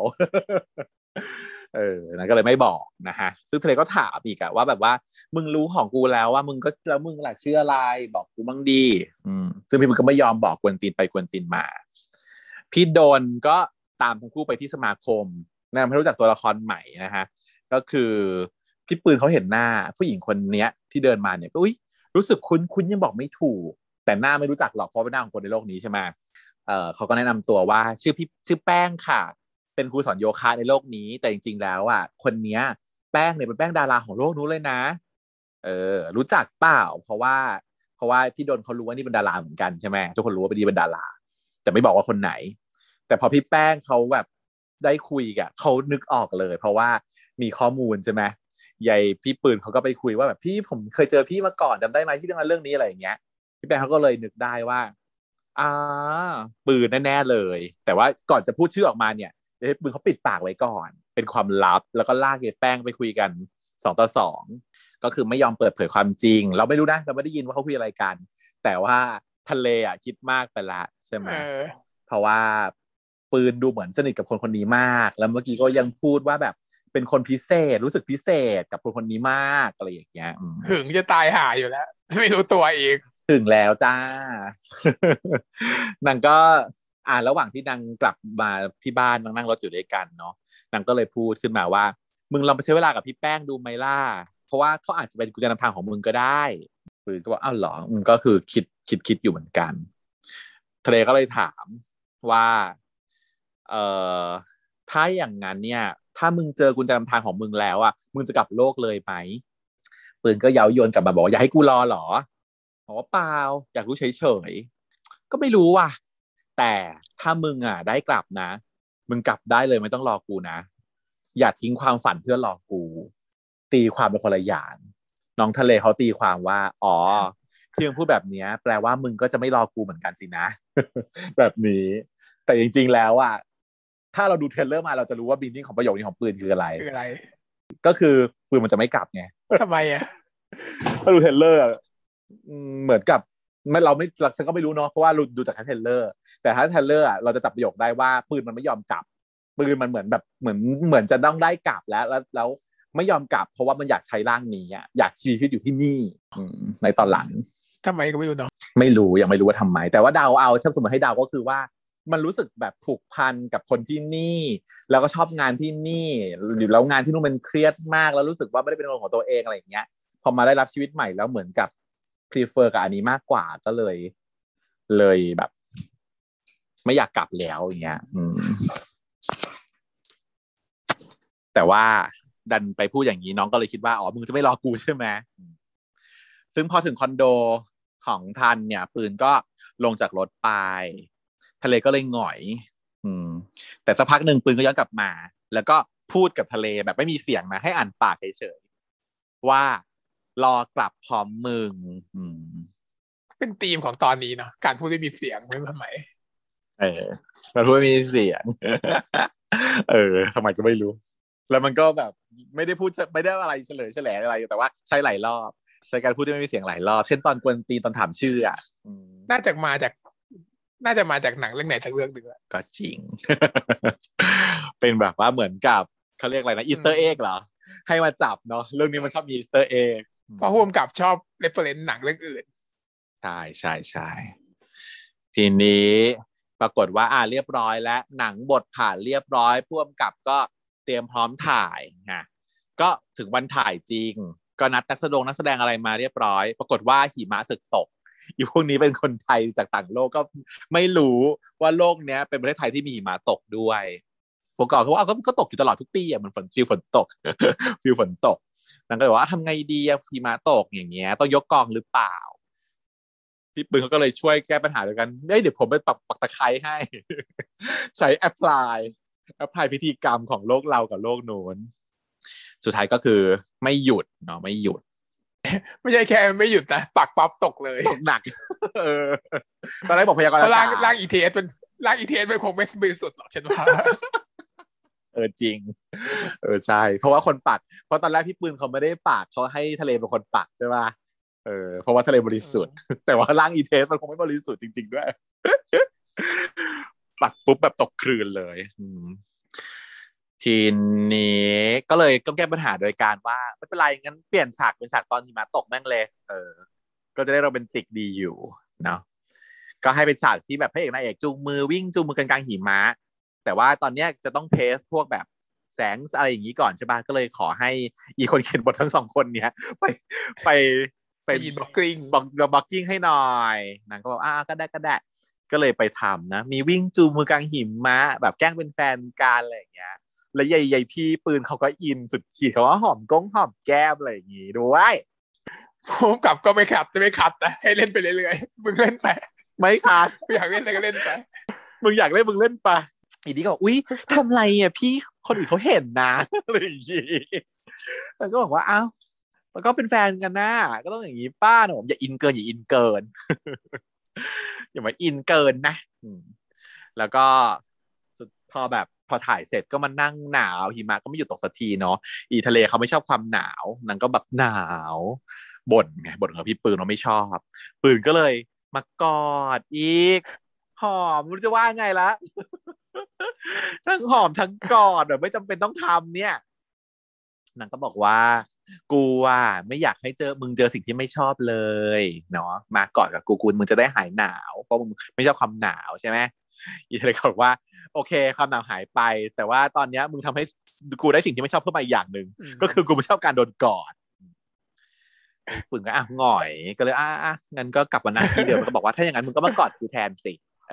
นางก็เลยไม่บอกนะฮะซึ่งทะเลก็ถามอีกอะว่าแบบว่ามึงรู้ของกูแล้วว่ามึงก็แล้วมึงหลักชื่ออะไรบอกกูบ้างดีซึ่งพี่มึงก็ไม่ยอมบอกกวนตีนไปกวนตีนมาพี่โดนก็ตามทั้งคู่ไปที่สมาคมแนะนำให้รู้จักตัวละครใหม่นะฮะก็คือพี่ปืนเขาเห็นหน้าผู้หญิงคนนี้ที่เดินมาเนี่ยก็รู้สึกคุ้นยังบอกไม่ถูกแต่หน้าไม่รู้จักหรอกเพราะเป็นหน้าของคนในโลกนี้ใช่ไหมเขาก็แนะนำตัวว่าชื่อแป้งค่ะเป็นครูสอนโยคะในโลกนี้แต่จริงๆแล้วคนนี้แป้งเนี่ยเป็นแป้งดาราของโลกนู้นเลยนะรู้จักเปล่าเพราะว่าพี่ดนเขารู้ว่านี่เป็นดาราเหมือนกันใช่ไหมทุกคนรู้ว่าเป็นดาราแต่ไม่บอกว่าคนไหนแต่พอพี่แป้งเขาแบบได้คุยกับเขานึกออกเลยเพราะว่ามีข้อมูลใช่ไหมยายพี่ปืนเขาก็ไปคุยว่าแบบพี่ผมเคยเจอพี่มาก่อนจำได้ไหมที่เรื่องนี้อะไรอย่างเงี้ยพี่แป้งเขาก็เลยนึกได้ว่าปืนแน่ๆเลยแต่ว่าก่อนจะพูดชื่อออกมาเนี่ยปืนเขาปิดปากไว้ก่อนเป็นความลับแล้วก็ลากยายแป้งไปคุยกัน2-2ก็คือไม่ยอมเปิดเผยความจริงเราไม่รู้นะเราไม่ได้ยินว่าเขาคุยอะไรกันแต่ว่าทะเลคิดมากไปละใช่ไหมเพราะว่าปืนดูเหมือนสนิทกับคนนี้มากแล้วเมื่อกี้ก็ยังพูดว่าแบบเป็นคนพิเศษรู้สึกพิเศษกับคนนี้มากอะไรอย่างเงี้ยหึงจะตายห่าอยู่แล้วไม่รู้ตัวเองถึงแล้วจ้านางก็ระหว่างที่นางกลับมาที่บ้านนั่งรถอยู่ด้วยกันเนาะนางก็เลยพูดขึ้นมาว่ามึงลองไปใช้เวลากับพี่แป้งดูไหมล่ะเพราะว่าเขาอาจจะเป็นกุญแจนำทางของมึงก็ได้ปืนก็บอกอ้าวเหรอมึงก็คือคิดอยู่เหมือนกันทะเลก็เลยถามว่าถ้าอย่างนั้นเนี่ยถ้ามึงเจอกุญแจนำทางของมึงแล้วมึงจะกลับโลกเลยไหมปืนก็เย้ายวนกลับมาบอกว่าอยากให้กูรอเหรอบอกว่าเปล่าอยากรู้เฉยๆก็ไม่รู้ว่ะแต่ถ้ามึงได้กลับนะมึงกลับได้เลยไม่ต้องรอกูนะอย่าทิ้งความฝันเพื่อรอกูตีความเป็นคนละอย่างน้องทะเลเขาตีความว่าอ๋อที่มึงพูดแบบนี้แปลว่ามึงก็จะไม่รอกูเหมือนกันสินะ แบบนี้แต่จริงๆแล้วอ่ะถ้าเราดูเทรลเลอร์มาเราจะรู้ว่าบีนิ่งของประโยคนี้ของปืนคืออะไรก็คือปืนมันจะไม่กลับไงทำไมอ่ะถ้าดูเทรลเลอร์เหมือนกับเราไม่ฉันก็ไม่รู้เนาะเพราะว่าดูจากเทรลเลอร์แต่ถ้าเทรลเลอร์อ่ะเราจะจับประโยคได้ว่าปืนมันไม่ยอมกลับปืนมันเหมือนแบบเหมือนจะต้องได้กลับแล้วไม่ยอมกลับเพราะว่ามันอยากใช้ร่างนี้อ่ะอยากชีวิตอยู่ที่นี่ในตอนหลังทำไมก็ไม่รู้เนาะไม่รู้ยังไม่รู้ว่าทำไมแต่ว่าเดาเอาถ้าสมมติให้เดาก็คือว่ามันรู้สึกแบบผูกพันกับคนที่นี่แล้วก็ชอบงานที่นี่แล้วงานที่นู่นมันเครียดมากแล้วรู้สึกว่าไม่ได้เป็นตัวของตัวเองอะไรอย่างเงี้ยพอมาได้รับชีวิตใหม่แล้วเหมือนกับ prefer กับอันนี้มากกว่าก็เลยแบบไม่อยากกลับแล้วอย่างเงี้ยแต่ว่าดันไปพูดอย่างนี้น้องก็เลยคิดว่าอ๋อมึงจะไม่รอกูใช่ไหมซึ่งพอถึงคอนโดของทันเนี่ยปืนก็ลงจากรถไปทะเลก็เลยหงอยแต่สักพักหนึ่งปืนก็ย้อนกลับมาแล้วก็พูดกับทะเลแบบไม่มีเสียงนะให้อ่านปากเฉยๆว่ารอกลับพร้อมมึงเป็นธีมของตอนนี้เนาะการพูดไม่มีเสียงไม่ทำไมการพูดไม่มีเสียงทำไมก็ไม่รู้แล้วมันก็แบบไม่ได้พูดไม่ได้อะไรเฉลยอะไรแต่ว่าใช้หลายรอบใช้การพูดที่ไม่มีเสียงหลายรอบเช่นตอนกวนตีนตอนถามชื่ออ่ะน่าจะมาจากหนังเรื่องไหนสักเรื่องหนึ่งก็จริง เป็นแบบว่าเหมือนกับเขาเรียกอะไรนะอีสเตอร์เอ็กเหรอให้มาจับเนาะเรื่องนี้มันชอบมีอีสเตอร์เอ็กเพราะผู้กำกับชอบเรฟเฟอเรนซ์หนังเรื่องอื่นใช่ทีนี้ปรากฏว่าเรียบร้อยแล้วหนังบทผ่านเรียบร้อยผู้กำกับก็เตรียมพร้อมถ่ายนะก็ถึงวันถ่ายจริงก็นัดนักแสดงอะไรมาเรียบร้อยปรากฏว่าหิมะสึกตกอีพวกนี้เป็นคนไทยจากต่างโลกก็ไม่รู้ว่าโลกเนี้ยเป็นประเทศไทยที่มีหิมะตกด้วยพวกก่อนเขาว่าก็ตกอยู่ตลอดทุกปีอ่ะมันฟิลฝนตก ฟิลฝนตกนั่นก็เลยว่าทำไงดีอะหิมะตกอย่างเงี้ยต้องยกกองหรือเปล่าพี่ปืนเขาก็เลยช่วยแก้ปัญหาด้วยกันเดี๋ยวผมไปปักตะไคร้ให้ ใช้แอพพลายพิธีกรรมของโลกเรากับโลกโน้นสุดท้ายก็คือไม่หยุดเนาะไม่หยุดไม่ใช่แค่ไม่หยุดนะปักปั๊บตกเลยตกหนักตอนแรกบอกพยากรณ์อากาศร่างอีเทสมันคงไม่บริสุทธิ์หรอกฉันว่าจริงใช่เพราะว่าคนปักเพราะตอนแรกพี่ปืนเขาไม่ได้ปักเขาให้ทะเลเป็นคนปักใช่ป่ะเพราะว่าทะเลบริสุทธิ์แต่ว่าร่างอีเทสมันคงไม่บริสุทธิ์จริงๆด้วยปักปุ๊บแบบตกคลื่นเลยทีนี้ก็เลยต้องแก้ปัญหาโดยการว่าไม่เป็นไรงั้นเปลี่ยนฉากเป็นฉากตอนหิมะตกแม่งเลยก็จะได้โรแมนติกดีอยู่เนาะก็ให้เป็นฉากที่แบบพระเอกนางเอกจูงมือวิ่งจูงมือกันกลางหิมะแต่ว่าตอนนี้จะต้องเทสพวกแบบแสงอะไรอย่างนี้ก่อนใช่ป่ะก็เลยขอให้อีคนเขียนบททั้งสองคนเนี้ยไปยินบ็อกกิ้งบ็อกกิ้งให้หน่อยนางก็บอกก็ได้ก็เลยไปทำนะมีวิ่งจูงมือกลางหิมะแบบแกล้งเป็นแฟนกันอะไรอย่างเงี้ยแล้วใหญ่พี่ปืนเขาก็อินสุดขีดเขาว่าหอมก้งหอมแก้มอะไรอย่างงี้ด้วยผู้กำกับก็ไม่ขัดนะให้เล่นไปเรื่อยๆมึงเล่นไปไม่คัดอยากเล่นอะไรก็เล่นไปมึงอยากเล่นมึงเล่นไปอีนี้ก็บอกอุ๊ยทำไรอ่ะพี่คนอื่นเขาเห็นนะอะไรอย่างงี้แล้วก็บอกว่าอ้าวมันก็เป็นแฟนกันนะก็ต้องอย่างนี้ป้าหนูอย่าอินเกินอย่ามาอินเกินนะแล้วก็พอถ่ายเสร็จก็มานั่งหนาวหิมะก็ไม่หยุดตกสักทีเนาะอีทะเลเขาไม่ชอบความหนาวนางก็แบบหนาวบ่นกับพี่ปืนว่าไม่ชอบปืนก็เลยมากอดอีกหอมไม่รู้จะว่าไงละทั้งหอมทั้งกอดแบบไม่จำเป็นต้องทำเนี่ยนางก็บอกว่ากูไม่อยากให้มึงเจอสิ่งที่ไม่ชอบเลยเนาะมากอดกับกูมึงจะได้หายหนาวเพราะมึงไม่ชอบความหนาวใช่ไหมอีทะเลบอกว่าโอเคความหนาวหายไปแต่ว่าตอนนี้มึงทำให้กูได้สิ่งที่ไม่ชอบเพิ่มมาอีกอย่างหนึ่งก็คือกูไม่ชอบการโดนกอดปืนก็หง่อยก็เลยงั้นก็กลับมานั่งที่เดิมแล้วก็บอกว่าถ้าอย่างนั้นมึงก็มากอดกูแทนสิ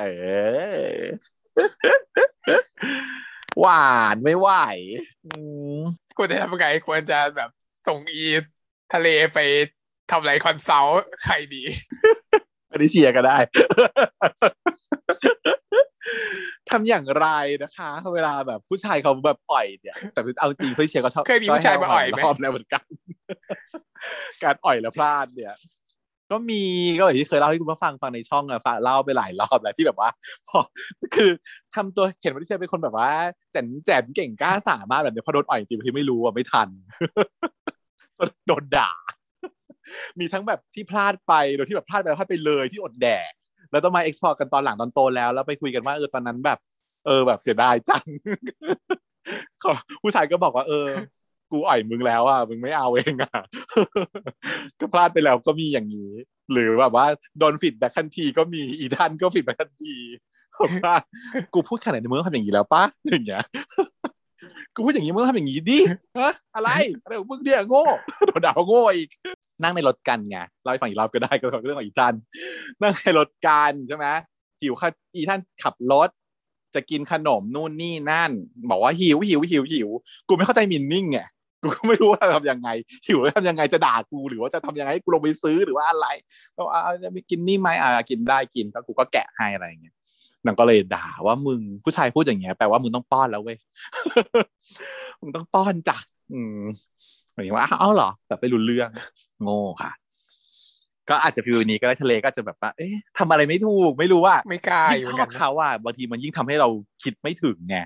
หวานไม่ไหวควรจะทำไงควรจะแบบส่งทะเลไปทำอะไรคอนซัลท์ใครดีไม่ได้เชียร์ก็ได้ทำอย่างไรนะคะเวลาแบบผู้ชายเขาแบบอ่อยเนี่ยแต่เอาจริงพี่เชียร์ก็ชอบเคยมีผู้ชายมาอ่อยไหมรอบแล้วเหมือนกันการอ่อยแล้วพลาดเนี่ยก็มีก็อย่างที่เคยเล่าให้คุณผู้ฟังในช่องอะฟังเล่าไปหลายรอบแล้วที่แบบว่าพอคือทำตัวเห็นว่าพี่เชียร์เป็นคนแบบว่าแจ๋นเก่งกล้าสามารถแบบเนี้ยพอโดนอ่อยจริงบางทีไม่รู้อะไม่ทันโดนด่ามีทั้งแบบที่พลาดไปโดยที่แบบพลาดไปเลยที่อดแดกแล้วต้องมา export กันตอนหลังตอนโตแล้วไปคุยกันว่าตอนนั้นแบบแบบเสียดายจังผู้ชายก็บอกว่ากูอ่อยมึงแล้วอ่ะมึงไม่เอาเองอ่ะก็พลาดไปแล้วก็มีอย่างนี้หรือแบบว่าโดนฟีดแบ็กทันทีก็มีอีท่านก็ฟีดแบ็กทันทีว่ากูพูดขนาดนี้มึงต้องทำอย่างนี้แล้วปะอย่างเงี้ยกูพูดอย่างนี้มึงต้องทำอย่างนี้ดิฮะอะไรของมึงเนี่ยโง่โดนด่าโง่อีกนั่งในรถกันไงเล่าให้ฟังอีกรอบก็ได้ก็เรื่องของอีท่านนั่งในรถกันใช่ไหมหิวอีท่านขับรถจะกินขนมนู่นนี่นั่นบอกว่าหิวกูไม่เข้าใจมินนิ่งไงกูก็ไม่รู้ว่าทำยังไงหิวแล้วทำยังไงจะด่ากูหรือว่าจะทำยังไงให้กูลงไปซื้อหรือว่าอะไรก็จะไปกินนี่ไหมกินได้กินแล้วกูก็แกะให้อะไรอย่างเงี้ยนางก็เลยด่าว่ามึงผู้ชายพูดอย่างเงี้ยแปลว่ามึงต้องป้อนแล้วเว้ย มึงต้องป้อนจ้ะหมายถึงว่าเอ้าเหรอแบบไม่รู้เรื่องโง่ค่ะก็อาจจะฟิวนี้ก็ได้ทะเลก็จะแบบว่าทำอะไรไม่ถูกไม่รู้ว่าไม่กล้ายิ่งชอบเขาบางทีมันยิ่งทำให้เราคิดไม่ถึงไง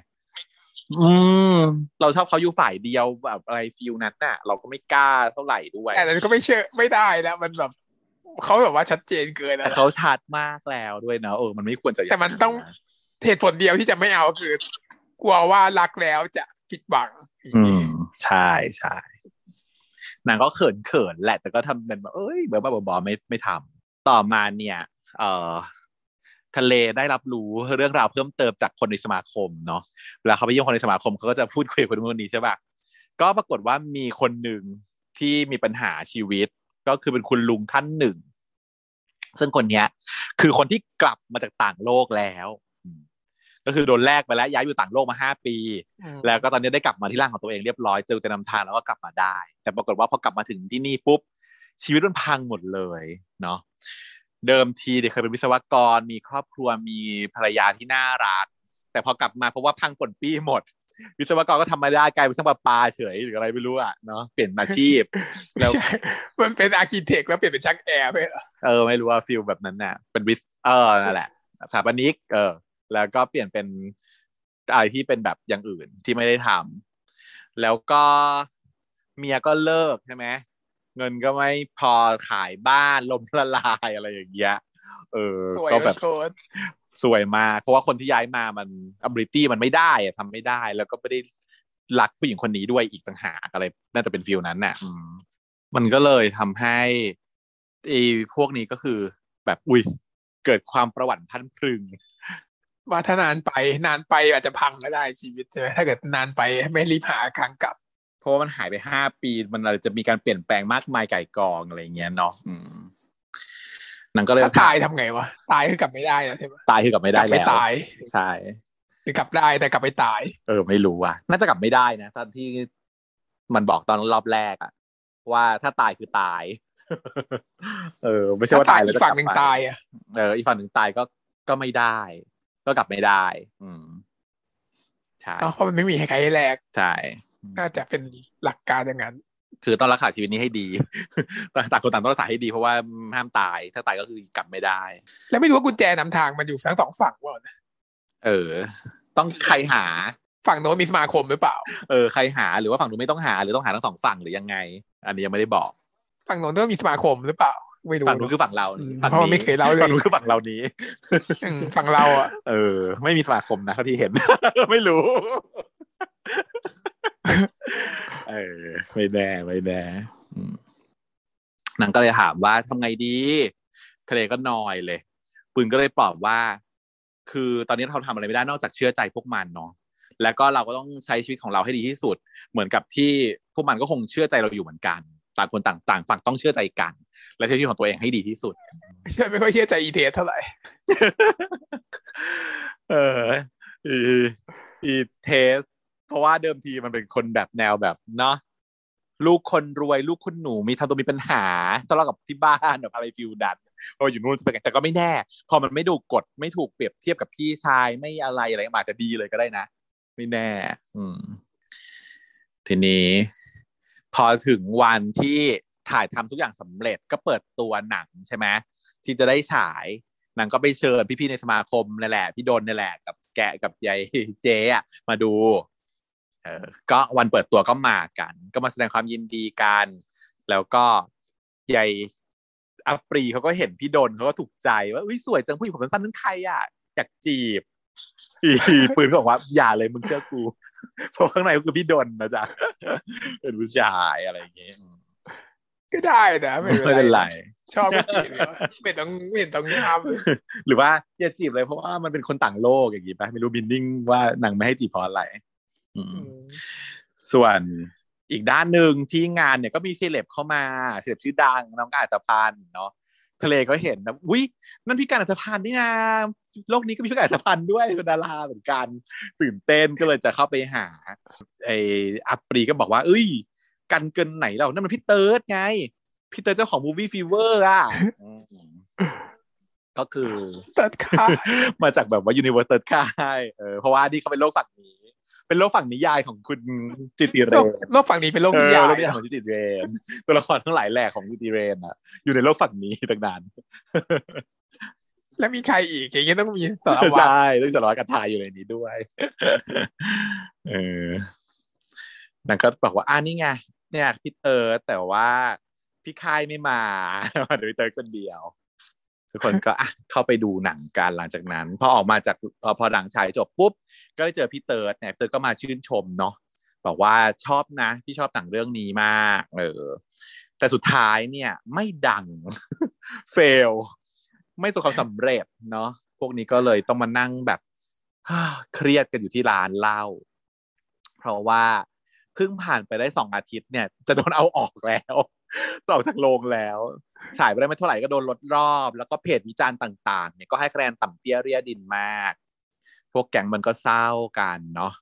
เราชอบเขาอยู่ฝ่ายเดียวแบบอะไรฟิลนั้นน่ะเราก็ไม่กล้าเท่าไหร่ด้วยแต่นั้นก็ไม่เชื่อไม่ได้แล้วมันแบบเขาแบบว่าชัดเจนเกินแต่แล้วเขาชัดมากแล้วด้วยนะมันไม่ควรจะแต่มันต้องเหตุผลเดียวที่จะไม่เอาคือกลัวว่ารักแล้วจะผิดหวังใช่ใช่นางก็เขินแหละแต่ก็ทำเป็นแบบบ้าๆไม่ทำต่อมาเนี่ยทะเลได้รับรู้เรื่องราวเพิ่มเติมจากคนในสมาคมเนาะเวลาเขาไปเยี่ยมคนในสมาคมเขาก็จะพูดคุยกับคนนู้นคนนี้ใช่ป่ะก็ปรากฏว่ามีคนหนึ่งที่มีปัญหาชีวิตก็คือเป็นคุณลุงท่านหนึ่งซึ่งคนนี้คือคนที่กลับมาจากต่างโลกแล้วก็คือโดนแลกไปแล้วย้ายอยู่ต่างโลกมา5 ปีแล้วก็ตอนนี้ได้กลับมาที่ร่างของตัวเองเรียบร้อยเจอจะนำทางแล้วก็กลับมาได้แต่ปรากฏว่าพอกลับมาถึงที่นี่ปุ๊บชีวิตมันพังหมดเลยเนาะเดิมทีเด็กเคยเป็นวิศวกรมีครอบครัวมีภรรยาที่น่ารักแต่พอกลับมาเพราะว่าพังป่นปี้หมดวิศวกรก็ทำไม่ได้กลายเป็นช่างประปาเฉยหรืออะไรไม่รู้อ่ะเนาะเปลี่ยนอาชีพแล้วมันเป็นอาร์คิเทคแล้วเปลี่ยนเป็นช่างแอร์ไปเหรอไม่รู้ว่าฟิลแบบนั้นน่ะเป็นนั่นแหละสถาปนิกแล้วก็เปลี่ยนเป็นอะไรที่เป็นแบบอย่างอื่นที่ไม่ได้ทำแล้วก็เมียก็เลิกใช่ไหมเงินก็ไม่พอขายบ้านล้มละลายอะไรอย่างเงี้ยก็แบบสวยมากเพราะว่าคนที่ย้ายมามัน ability มันไม่ได้ทำไม่ได้แล้วก็ไม่ได้รักผู้หญิงคนนี้ด้วยอีกต่างหากอะไรน่าจะเป็นฟิลนั้นน่ะมันก็เลยทำให้พวกนี้ก็คือแบบเกิดความประวัติพันพรึงว่าถ้านานไปอาจจะพังก็ได้ชีวิตใช่ไหมถ้าเกิดนานไปไม่รีบหาครั้งกลับเพราะว่ามันหายไป5 ปีมันอาจจะมีการเปลี่ยนแปลงมากมายไก่กองอะไรเงี้ยเนาะนังก็เลยถ้าตายทำไงวะตายคือกลับไม่ได้แล้วใช่ไหมตายคือกลับไม่ได้แล้วตายใช่หรือกลับได้แต่กลับไปตายไม่รู้อ่ะน่าจะกลับไม่ได้นะตอนที่มันบอกตอนรอบแรกอ่ะว่าถ้าตายคือตายไม่ใช่ว่าตายแล้วอีกฝั่งหนึ่งตายอ่ะอีกฝั่งหนึ่งตายก็ไม่ได้ก็กลับไม่ได้ใช่เพราะมันไม่มีใครให้แลกใช่น่าจะเป็นหลักการอย่างนั้นคือต้องรักษาชีวิตนี้ให้ดีต่างคนต่างต้องรักษาให้ดีเพราะว่าห้ามตายถ้าตายก็คือกลับไม่ได้แล้วไม่รู้ว่ากุญแจนำทางมันอยู่ทั้ง2 ฝั่งว่าต้องใครหาฝั่งโน้นมีสมาคมหรือเปล่าใครหาหรือว่าฝั่งนู้นไม่ต้องหาหรือต้องหาทั้ง2 ฝั่งหรือยังไงอันนี้ยังไม่ได้บอกฝั่งโน้นต้องมีสมาคมหรือเปล่าไม่รู้ฝั่งนู้นคือฝั่งเราเพราะไม่เคยเล่าเลยฝั่งนู้นคือฝั่งเรานี้ฝั่งเราอ่ะไม่มีสมาคมนะเท่าที่เห็นไม่รู้ไม่แน่นางก็เลยถามว่าทำไงดีทะเลก็นอยเลยปืนก็เลยปลอบว่าคือตอนนี้เราทำอะไรไม่ได้นอกจากเชื่อใจพวกมันเนาะแล้วก็เราก็ต้องใช้ชีวิตของเราให้ดีที่สุดเหมือนกับที่พวกมันก็คงเชื่อใจเราอยู่เหมือนกันต่างคนต่างฝั่งต้องเชื่อใจกันและใช้ชีวิตของตัวเองให้ดีที่สุดไม่ค่อยเชื่อใจอีเทสเท่าไหร่อีเทสเพราะว่าเดิมทีมันเป็นคนแบบแนวแบบเนาะลูกคนรวยลูกคุณหนูมีทำตัวมีปัญหาทะเลาะกับที่บ้านแบบอะไรฟิลดันพออยู่นู่นจะเป็นแต่ก็ไม่แน่พอมันไม่ดูกฎไม่ถูกเปรียบเทียบกับพี่ชายไม่อะไรอาจจะดีเลยก็ได้นะไม่แน่ทีนี้พอถึงวันที่ถ่ายทำทุกอย่างสำเร็จก็เปิดตัวหนังใช่ไหมที่จะได้ฉายหนังก็ไปเชิญพี่ๆในสมาคมนั่นแหละพี่ดนนี่แหละกับแกกับยายเจ๊อะมาดูก็วันเปิดตัวก็มากันก็มาแสดงความยินดีกันแล้วก็ยายอัปรีเขาก็เห็นพี่ดนเขาก็ถูกใจว่าอุ้ยสวยจังผู้หญิงผมสั้นนั้นใครอ่ะอยากจีบปืนบอกว่าอย่าเลยมึงเชื่อกูเพราะข้างในก็คือพี่ดนนะจ๊ะเป็นผู้ชายอะไรอย่างเงี้ยก็ได้นะไม่เป็นไรชอบก็จีบไม่ต้องห้ามหรือว่าอย่าจีบเลยเพราะว่ามันเป็นคนต่างโลกอย่างงี้ป่ะไม่รู้บินนิ่งว่านางไม่ให้จีบเพราะอะไรส่วนอีกด้านหนึ่งที่งานเนี่ยก็มีเซเลบเข้ามาเซเลบชื่อดังน้องการอัตภัณฑ์เนาะทะเลก็เห็นนะอุ้ยนั่นพี่การอัตภัณฑ์นี่นะโลกนี้ก็มีพี่การอัตภัณฑ์ด้วยเป็นดาราเหมือนกันตื่นเต้นก็เลยจะเข้าไปหาไอ้อัปรีก็บอกว่าเอ้ยกันเกินไหนเรานั่นมันพี่เติร์ดไงพี่เติร์ดเจ้าของ Movie Fever อ่ะก็คือเติร์ดค่ายมาจากแบบว่า Universe เติร์ดค่ายเพราะว่านี่เขาเป็นโลกฝั่งนี้เป็นโลกฝั่งนิยายของคุณจิติเรนโลกฝั่งนี้เป็นโลกนิยายของจิติเรนตัวละครทั้งหลายแหล่ของจิติเรนอ่ะอยู่ในโลกฝั่งนี้ตั้งนานแล้วมีใครอีกอย่างเงี้ยต้องมีสารวัตรใช่ต้องสารวัตรกระทายอยู่ในนี้ด้วยนั่นก็บอกว่านี่ไงเนี่ยพี่เตอร์แต่ว่าพี่ค่ายไม่มาเดี๋ยวพี่เตอร์คนเดียวทุกคนก็เข้าไปดูหนังกันหลังจากนั้นพอออกมาจากพอหนังฉายจบปุ๊บก็ได้เจอพี่เติร์ดเนี่ยพี่เติร์ดก็มาชื่นชมเนาะบอกว่าชอบนะพี่ชอบหนังเรื่องนี้มากแต่สุดท้ายเนี่ยไม่ดังเฟลไม่ประสบความสำเร็จเนาะพวกนี้ก็เลยต้องมานั่งแบบเครียดกันอยู่ที่ร้านเหล้าเพราะว่าเพิ่งผ่านไปได้2 อาทิตย์เนี่ยจะโดนเอาออกแล้วจะออกจากโรงแล้วฉายไปได้ไม่เท่าไหร่ก็โดนลดรอบแล้วก็เพจวิจารณ์ต่างๆเนี่ยก็ให้คะแนนต่ำเตี้ยเรียดินมากพวกแก๊งมันก็เศร้ากันเนาะ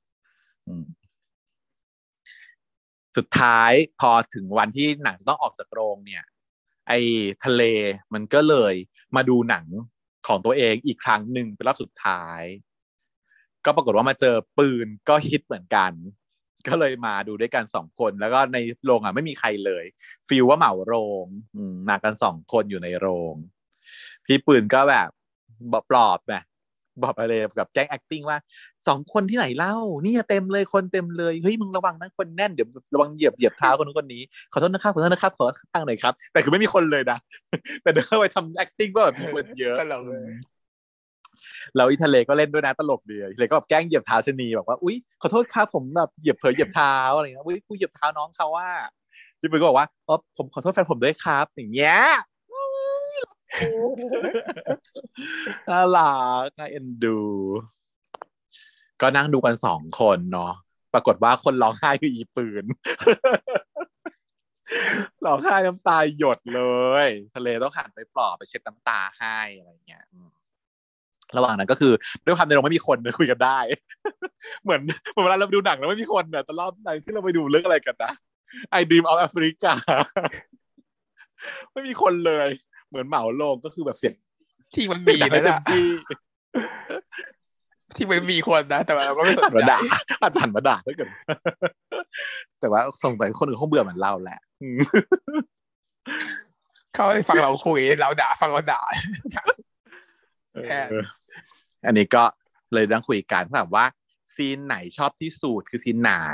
สุดท้ายพอถึงวันที่หนังจะต้องออกจากโรงเนี่ยไอ้ทะเลมันก็เลยมาดูหนังของตัวเองอีกครั้งหนึ่งเป็นรอบสุดท้ายก็ปรากฏว่ามาเจอปืนก็ฮิตเหมือนกันก็เลยมาดูด้วยกัน2 คนแล้วก็ในโรงไม่มีใครเลยฟีลว่าเหมาโรงมากัน2 คนอยู่ในโรงพี่ปืนก็แบบปลอบแบบบอกอะไรกับแก๊ง acting ว่า2 คนที่ไหนเล่านี่เต็มเลยคนเต็มเลยเฮ้ยมึงระวังนะคนแน่นเดี๋ยวระวังเหยียบเท้าคนนู้นคนนี้ขอโทษนะครับขอโทษนะครับขอข้างหน่อยครับแต่คือไม่มีคนเลยนะแต่เดินเข้าไปทำ acting ว่าแบบคนเยอะเราอีทะเลก็เล่นด้วยนะตลกดีทะเลก็แบบแกล้งเหยียบเท้าชนีบอกว่าอุ๊ยขอโทษครับผมแบบเหยียบเหยียบเท้าอะไรเงี้ยอุ๊ยกูเหยียบเท้าน้องเขาว่าพี่ปืนก็บอกว่าผมขอโทษแฟนผมด้วยครับอย่างเงี้ยน่ารักน่าเอ็นดูก็นั่งดูกัน2 คนเนาะปรากฏว่าคนร้องไห้คืออีปืนร้องไห้น้ำตาหยดเลยทะเลต้องหันไปปลอบไปเช็ดน้ำตาให้อะไรเงี้ยระหว่างนั้นก็คือด้วยความในโรงไม่มีคนคุยกันได้เหมือนเวลาเราดูหนังแล้วไม่มีคนเนี่ยตลอดไหนที่เราไปดูเรื่องอะไรกันนะไอดีมเอาแอฟริกาไม่มีคนเลยเหมือนเหมาโลงก็คือแบบเสียงที่มันมีนะที่มันมีคนนะแต่ว่าเราก็ไม่สนใจอาจารย์มาด่าถ้าเกิดแต่ว่าส่งไปคนอื่นคงเบื่อเหมือนเราแหละเขาฟังเราคุยเราด่าฟังเราด่าอันนี้ก็เลยต้องคุยกันถามว่าซีนไหนชอบที่สุดคือซีนไหน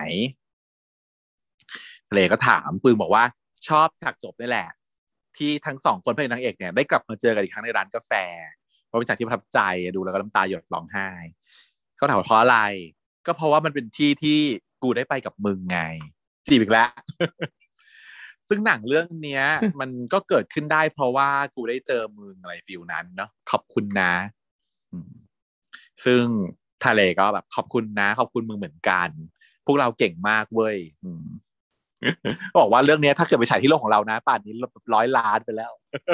เลยก็ถามปืนบอกว่าชอบฉากจบนี่แหละที่ทั้ง2 คนพระเอกนางเอกเนี่ยได้กลับมาเจอกันอีกครั้งในร้านกาแฟเพราะเป็นฉากที่ประทับใจดูแล้วก็น้ำตาหยดร้องไห้เขาถามว่าเพราะอะไรก็เพราะว่ามันเป็นที่ที่กูได้ไปกับมึงไงจีบอีกแล้ว ซึ่งหนังเรื่องนี้มันก็เกิดขึ้นได้เพราะว่ากูได้เจอมึงอะไรฟิลนั้นเนาะขอบคุณนะซึ่งทะเลก็แบบขอบคุณนะขอบคุณมึงเหมือนกันพวกเราเก่งมากเว้ยบอกว่าเรื่องนี้ถ้าเกิดไปฉายที่โลกของเรานะป่านนี้100 ล้านไปแล้ว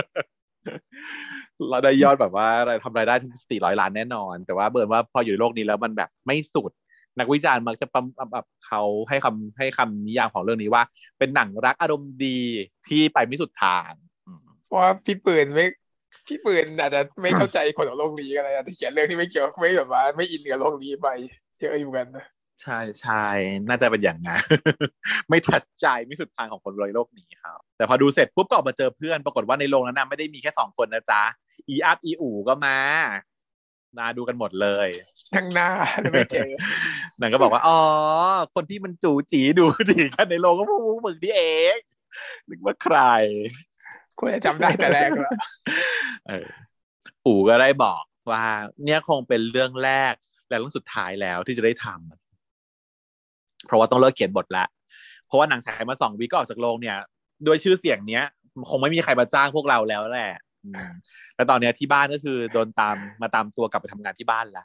เราได้ยอดแบบว่าทำรายได้ถึง400 ล้านแน่นอนแต่ว่าเบิร์นว่าพออยู่ในโลกนี้แล้วมันแบบไม่สุดนักวิจารณ์มักจะแบบเขาให้คำนิยามของเรื่องนี้ว่าเป็นหนังรักอารมณ์ดีที่ไปไม่สุดทางเพราะว่าพี่ปืนอาจจะไม่เข้าใจคนของโลกนี้อะไรอาจจะเขียนเรื่องที่ไม่เกี่ยวไม่แบบว่าไม่อินกับโลกนี้ไปเยอะอยู่กันนะใช่ใช่น่าจะเป็นอย่างนั้น ไม่ทัดใจไม่สุดทางของคนในโลกนี้ครับแต่พอดูเสร็จปุ๊บก็ออกมาเจอเพื่อนปรากฏว่าในโรงนั้นนะไม่ได้มีแค่2 คนนะจ๊ะอีอัพอีอู๋ก็มาดูกันหมดเลยทั้งหน้าไม่เจอนางก็บอกว่าอ๋อคนที่มันจู๋จีดูดีกันในโรงก็พวกมึงนี่เองนึกว่าใครควรจะจำได้แต่แรกแล้วเอออู๋ก็ได้บอกว่าเนี่ยคงเป็นเรื่องแรกและเรื่องสุดท้ายแล้วที่จะได้ทำเพราะว่าต้องเลิกเขียนบทละเพราะว่าหนังฉายมา2 วีคก็ออกจากโรงเนี่ยด้วยชื่อเสียงเนี้ยคงไม่มีใครมาจ้างพวกเราแล้วแหละแล้วตอนเนี้ยที่บ้านก็คือโดนตามตัวกลับไปทำงานที่บ้านละ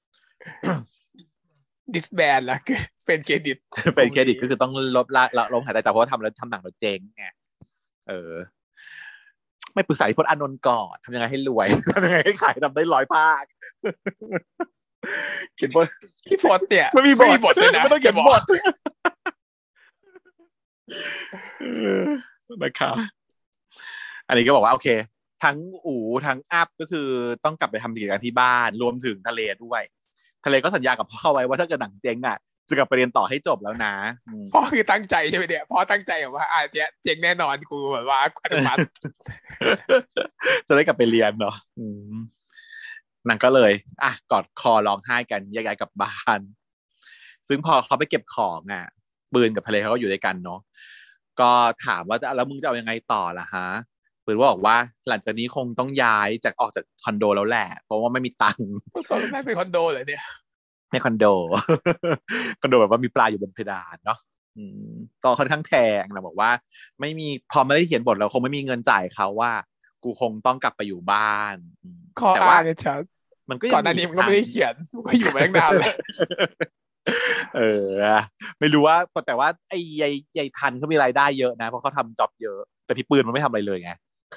ดิสแบนละเป็นเครดิตเป็นเครดิตก็คือต้องลบหายใจจากเพราะว่าทำแล้วทำหนังแล้วเจ๊งไงไม่ปรึกษาพี่พจน์อานนท์ก่อนทำยังไงให้รวยทำยังไงให้ขายทำได้100 ภาคเขียนบทพี่พจน์เนี่ยไม่มีบทเลยนะไม่ต้องเขียนบทนะครับอันนี้ก็บอกว่าโอเคทั้งอู๋ทั้งอัพก็คือต้องกลับไปทำกิจการที่บ้านรวมถึงทะเลด้วยทะเลก็สัญญากับพ่อไว้ว่าถ้าเกิดหนังเจ๊งอ่ะจะกลับไปเรียนต่อให้จบแล้วนะพ่อคือตั้งใจใช่ไหมเนี่ยพ่อตั้งใจแบบว่าอันเนี้ยเจ๊งแน่นอนกูแบบว่าอนุมัติจะได้กลับไปเรียนเนาะนางก็เลยกอดคอร้องไห้กันแยกย้ายกลับบ้านซึ่งพอเขาไปเก็บของปืนกับทะเลเขาก็อยู่ด้วยกันเนาะก็ถามว่าแล้วมึงจะเอายังไงต่อล่ะฮะปืนบอกว่าหลังจากนี้คงต้องย้ายออกจากคอนโดแล้วแหละเพราะว่าไม่มีตังค์ไม่เป็นคอนโดเลยเนี่ยในคอนโด คอนโดแบบว่ามีปลาอยู่บนเพดานเนาะก็ค่อนข้างแพงนะบอกว่าไม่มีพอไม่ได้เขียนบทแล้วคงไม่มีเงินจ่ายเขาว่ากูคงต้องกลับไปอยู่บ้านแต่ว่าเนี่ยชัดมันก็ก่อนหน้านี้มันก็ไม่ได้เขียนมันก็อยู่มาตั้งนานแล้วไม่รู้ว่าแต่ว่าไอ้ยายทันเขามีรายได้เยอะนะเพราะเขาทำจ็อบเยอะแต่พี่ปืนมันไม่ทำอะไรเลยไง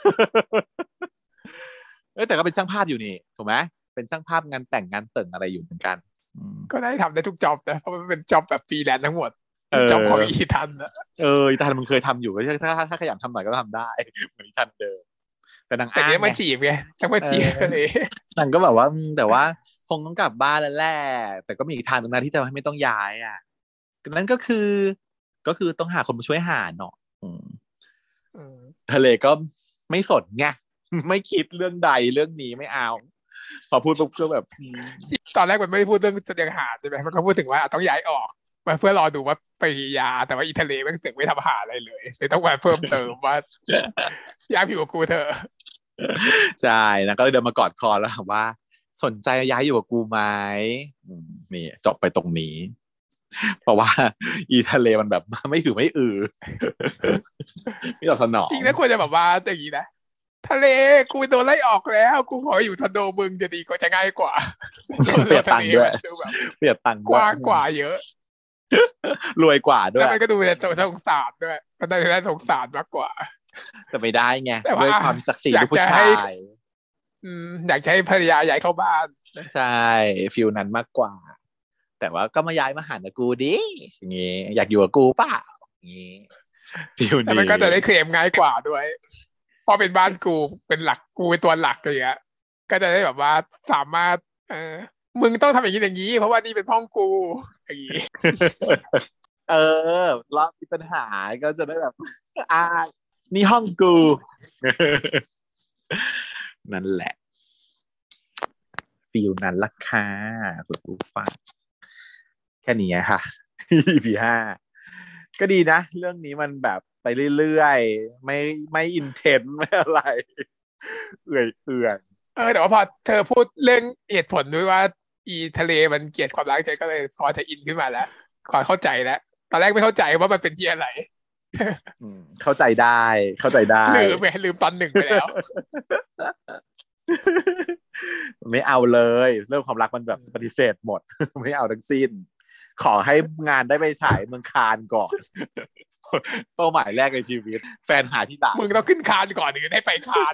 แต่ก็เป็นช่างภาพอยู่นี่ถูกไหมเป็นช่างภาพงานแต่งงานเติ่งอะไรอยู่เหมือนกันก็ได้ทำได้ทุกจ็อบนะเพราะมันเป็นจ็อบแบบฟรีแลนซ์ทั้งหมดจ็อบของอีทันนะอีทันมันเคยทำอยู่ก็ถ้าขยันทำหน่อยก็ทำได้เหมือนอีทันเดิมแต่นางอ้างมาจีบไงจะมาจีบเลยนางก็แบบว่าแต่ว่าคงต้องกลับบ้านแล้วแหละแต่ก็มีอีกทางนึงนะที่จะไม่ต้องย้ายนั่นก็คือต้องหาคนมาช่วยหาเนาะทะเลก็ไม่สนไงไม่คิดเรื่องใดเรื่องนี้ไม่เอาพอพูดปุ๊บก็แบบตอนแรกมันไม่ได้พูดเรื่องแสดงหาใช่ไหมมันก็พูดถึงว่าต้องย้ายออกมาเพื่อรอดูว่าปริยาแต่ว่าอีทะเลแม่งเสือกไม่ทำหาอะไรเลยเลยต้องมาเพิ่มเติมว่าย้ายผิวกับกูเถอะใช่นะก็เลยเดินมากอดคอแล้วถามว่าสนใจย้ายอยู่กับกูไหมนี่จบไปตรงนี้ เพราะว่าอีทะเลมันแบบไม่ถือไม่ไม่ตอบสนองจริงนะควรจะแบบว่าอย่างนี้นะทะเลกูโดนไล่ออกแล้วกูขออยู่คอนโดมึงจะดีกว่าจะง่ายกว่าเปรียบตังค์ด้วยเปรียบตังค์กว้างกว่าเยอะรวยกว่าด้วยแล้วมันก็ดูในสงสารด้วยมันได้สงสารมากกว่าแต่ไม่ได้ไงด้วยความศักดิ์ศรีลูกผู้ชายอยากให้ภรรยาย้ายเข้าบ้านใช่ฟิลนั้นมากกว่าแต่ว่าก็มาย้ายมาหากูดิอย่างงี้อยากอยู่กับกูเปล่าอย่างงี้ฟิลนี้แต่มันก็จะได้เคลมง่ายกว่าด้วยพอเป็นบ้านกูเป็นหลักกูเป็นตัวหลักเลยอะก็จะได้แบบว่าสามารถมึงต้องทำอย่างนี้อย่างนี้เพราะว่านี่เป็นห้องกูอย่างนี้แล้วมีปัญหาก็จะได้แบบนี่ห้องกูนั่นแหละฟีลนั้นล่ะค่ะคุณผู้ฟังแค่นี้ค่ะ EP 5ก็ดีนะเรื่องนี้มันแบบไปเรื่อยๆไม่อินเทนส์ไม่อะไรเอื่อยแต่ว่าพอเธอพูดเรื่องเหตุผลด้วยว่าอีทะเลมันเกลียดความรักใจก็เลยพอจะอินขึ้นมาแล้วขอเข้าใจแล้วตอนแรกไม่เข้าใจว่ามันเป็นที่อะไรเข้าใจได้ลืมตอน1ไปแล้วไม่เอาเลยเรื่องความรักมันแบบปฏิเสธหมดไม่เอาทั้งสิ้นขอให้งานได้ไปฉายเมืองคานก่อนเป้าหมายแรกในชีวิตแฟนหาที่ไหนมึงต้องขึ้นคานก่อนถึงได้ไปคาน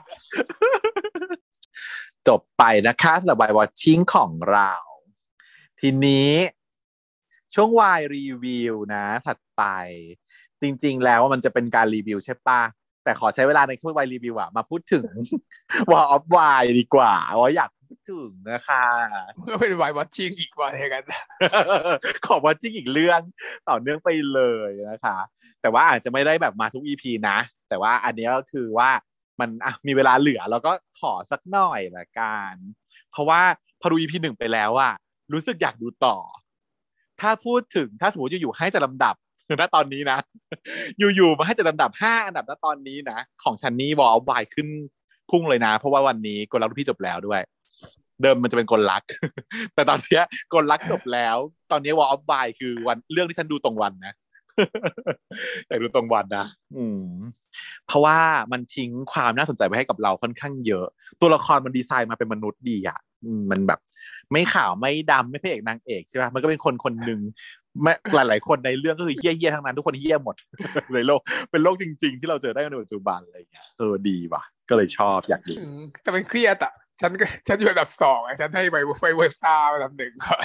จบไปนะคะสำหรับ Why Watching ของเราทีนี้ช่วงวายรีวิวนะถัดไปจริงๆแล้วมันจะเป็นการรีวิวใช่ปะแต่ขอใช้เวลาในช่วงวายรีวิวอะมาพูดถึง Wall of Wine ดีกว่าว่าอยากพูดถึงนะคะก็เป็นวายวอชชิ่งอีกวันอย่างนั้นขอว่าจริงอีกเรื่องต่อเนื่องไปเลยนะคะแต่ว่าอาจจะไม่ได้แบบมาทุก EP นะแต่ว่าอันนี้ก็คือว่ามันมีเวลาเหลือเราก็ขอสักหน่อยละกันเพราะว่าพอดู EP 1ไปแล้วอะรู้สึกอยากดูต่อถ้าพูดถึงถ้าสมมติอยู่ๆให้จัดลำดับณตอนนี้นะอยู่ๆมาให้จัดลำดับ5 อันดับณตอนนี้นะของฉันนี่วอลวายขึ้นพุ่งเลยนะเพราะว่าวันนี้กลรักพี่จบแล้วด้วยเดิมมันจะเป็นกลรัก แต่ตอนนี้กลรักจบแล้วตอนนี้วอลออฟบายคือวันเรื่องที่ฉันดูตรงวันนะ แต่ดูตรงวันนะเพราะว่ามันทิ้งความน่าสนใจไว้ให้กับเราค่อนข้างเยอะตัวละครมันดีไซน์มาเป็นมนุษย์ดีอ่ะมันแบบไม่ขาวไม่ดำไม่พระเอกนางเอกใช่ป่ะมันก็เป็นคนคนหนึ่งหลายๆคนในเรื่องก็คือเฮี้ยๆทั้งนั้นทุกคนเฮี้ยหมด เลยโลกเป็นโลกจริงๆที่เราเจอได้ในปัจจุบันอะไรอย่างเงี้ยดีว่ะก็เลยชอบอยากดูแต่เป็นเครียดอ่ะฉันอยู่อันดับ2อ่ะฉันให้ไวเวอร์ซ่าอันดับ1ก่อน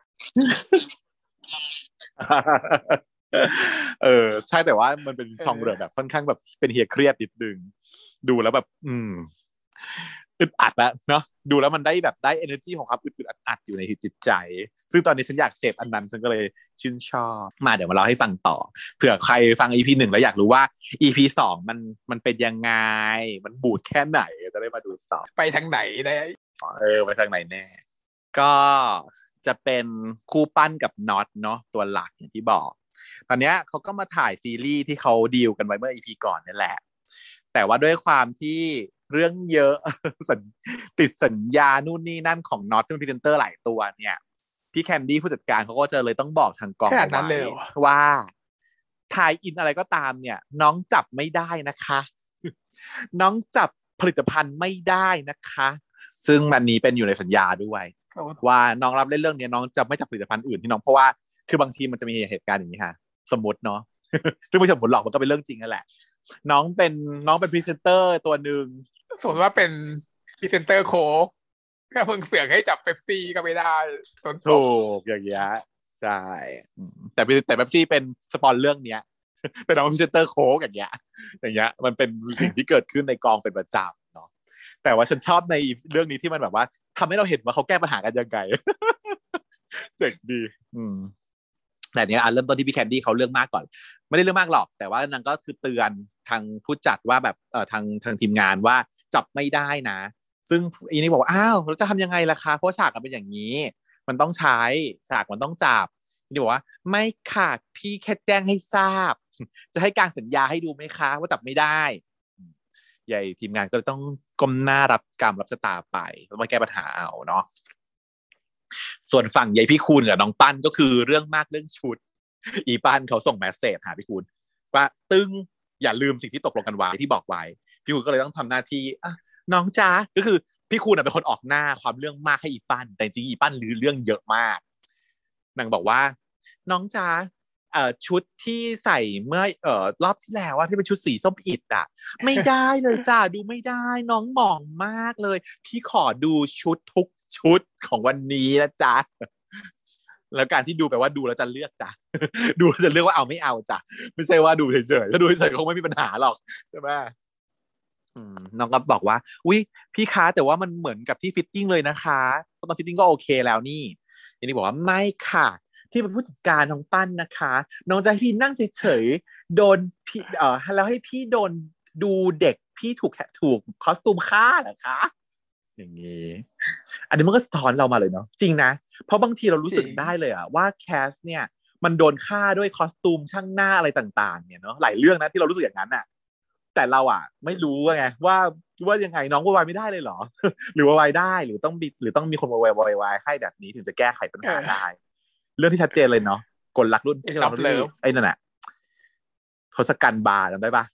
ใช่แต่ว่ามันเป็นซองเรือแบบค่อนข้างแบบเป็นเฮียเครียดนิดนึงดูแล้วแบบอึดอัดแล้วเนาะดูแล้วมันได้แบบได้ energy ของความอึดอัดอยู่ในจิตใจซึ่งตอนนี้ฉันอยากเสพอันนั้นฉันก็เลยชื่นชอบมาเดี๋ยวมาเล่าให้ฟังต่อเผื่อใครฟัง EP 1แล้วอยากรู้ว่า EP 2มันเป็นยังไงมันบูดแค่ไหนจะได้มาดูต่อไปทางไหนได้ไปทางไหนแน่ก็จะเป็นคู่ปั้นกับน็อตเนาะตัวหลักอย่างที่บอกตอนนี้เขาก็มาถ่ายซีรีส์ที่เขาดีลกันไว้เมื่อ EP ก่อนนี่แหละแต่ว่าด้วยความที่เรื่องเยอะ ติดสัญญานู่นนี่นั่นของน็อตที่เป็นพรีเซนเตอร์หลายตัวเนี่ยพี่แคนดี้ผู้จัดการเขาก็จะเลยต้องบอกทางกองเอาไว้ว่าถ่ายอินอะไรก็ตามเนี่ยน้องจับไม่ได้นะคะ น้องจับผลิตภัณฑ์ไม่ได้นะคะซึ่งมันนี้เป็นอยู่ในสัญญาด้วยว่าน้องรับเล่นเรื่องนี้น้องจะไม่จับผลิตภัณฑ์อื่นที่น้องเพราะว่าคือบางทีมันจะมีเหตุการณ์อย่างนี้ค่ะสมมติเนาะ ซึ่งไม่ใช่ผลหลอกมันก็เป็นเรื่องจริงนั่นแหละน้องเป็นพรีเซนเตอร์ตัวหนึ่งสมมติว่าเป็นพรีเซนเตอร์โค้กถ้าเพิ่งเสือกให้จับเป๊ปซี่ก็ไม่ได้ถูกอย่างเงี้ยใช่แต่เป๊ปซี่เป็นสปอนเรื่องเนี้ยเป็นน้องพรีเซนเตอร์โค้กอย่างเงี้ยมันเป็นสิ่งที่เกิดขึ้นในกองเป็นประจำเนาะแต่ว่าฉันชอบในเรื่องนี้ที่มันแบบว่าทำให้เราเห็นว่าเขาแก้ปัญหากันยังไง เจ๋งดีแต่เนี้ยเริ่มต้นที่พี่แคนดี้เขาเรื่องมากก่อนไม่ได้เรื่องมากหรอกแต่ว่านางก็คือเตือนทางผู้จัดว่าแบบทางทีมงานว่าจับไม่ได้นะซึ่งอีนี่บอกว่าอ้าวเราจะทำยังไงล่ะคะเพราะฉากมันเป็นอย่างนี้มันต้องใช้ฉากมันต้องจับอีนี่บอกว่าไม่ค่ะพี่แค่แจ้งให้ทราบจะให้การสัญญาให้ดูไหมคะว่าจับไม่ได้ใหญ่ทีมงานก็ต้องก้มหน้ารับกรรมรับชะตาไปแล้วมาแก้ปัญหาเอาเนาะส่วนฝั่งยายพี่คูณกับน้องปั้นก็คือเรื่องมากเรื่องชุดอีปั้นเขาส่งแมสเสจหาพี่คูณว่าตึงอย่าลืมสิ่งที่ตกลงกันไว้ที่บอกไว้พี่คูณก็เลยต้องทำหน้าที่น้องจ้าก็คือพี่คูณเป็นคนออกหน้าความเรื่องมากให้อีปั้นแต่จริงอีปั้นลือเรื่องเยอะมากนางบอกว่าน้องจ้าชุดที่ใส่เมื่อรอบที่แล้วว่าที่เป็นชุดสีส้มอิฐไม่ได้เลยจ้าดูไม่ได้น้องหมองมากเลยพี่ขอดูชุดทุกชุดของวันนี้นะจ๊ะแล้วการที่ดูแปลว่าดูแล้วจะเลือกจ้ะดูจะเลือกว่าเอาไม่เอาจ้ะไม่ใช่ว่าดูเฉยๆถ้าดูเฉยๆคงไม่มีปัญหาหรอกใช่ไหมน้องก็บอกว่าอุ๊ยพี่คะแต่ว่ามันเหมือนกับที่ฟิตติ้งเลยนะคะตอนฟิตติ้งก็โอเคแล้วนี่อันนี้บอกว่าไม่ค่ะที่เป็นผู้จัดการน้องปั้นนะคะน้องจะให้พี่นั่งเฉยๆโดนพี่แล้วให้พี่โดนดูเด็กพี่ถูกคอสตูมฆ่าเหรอคะอย่างนี้อันนี้มันก็สะท้อนเรามาเลยเนาะจริงนะเพราะบางทีเรารู้สึกได้เลยอะว่าแคสเนี่ยมันโดนฆ่าด้วยคอสตูมช่างหน้าอะไรต่างๆเนี่ยเนาะหลายเรื่องนะที่เรารู้สึกอย่างนั้นอะแต่เราอะไม่รู้ไงว่ายังไงน้องวายไม่ได้เลยเหรอ หรือวายได้หรือต้องมีคนวายให้แบบนี้ถึงจะแก้ไขปัญหาได้เรื่องที่ชัดเจนเลยเนาะกลรักรุ่นที่เราเลิฟไอ้นั่นแหละทศกัณฐ์บาร์จำได้ปะ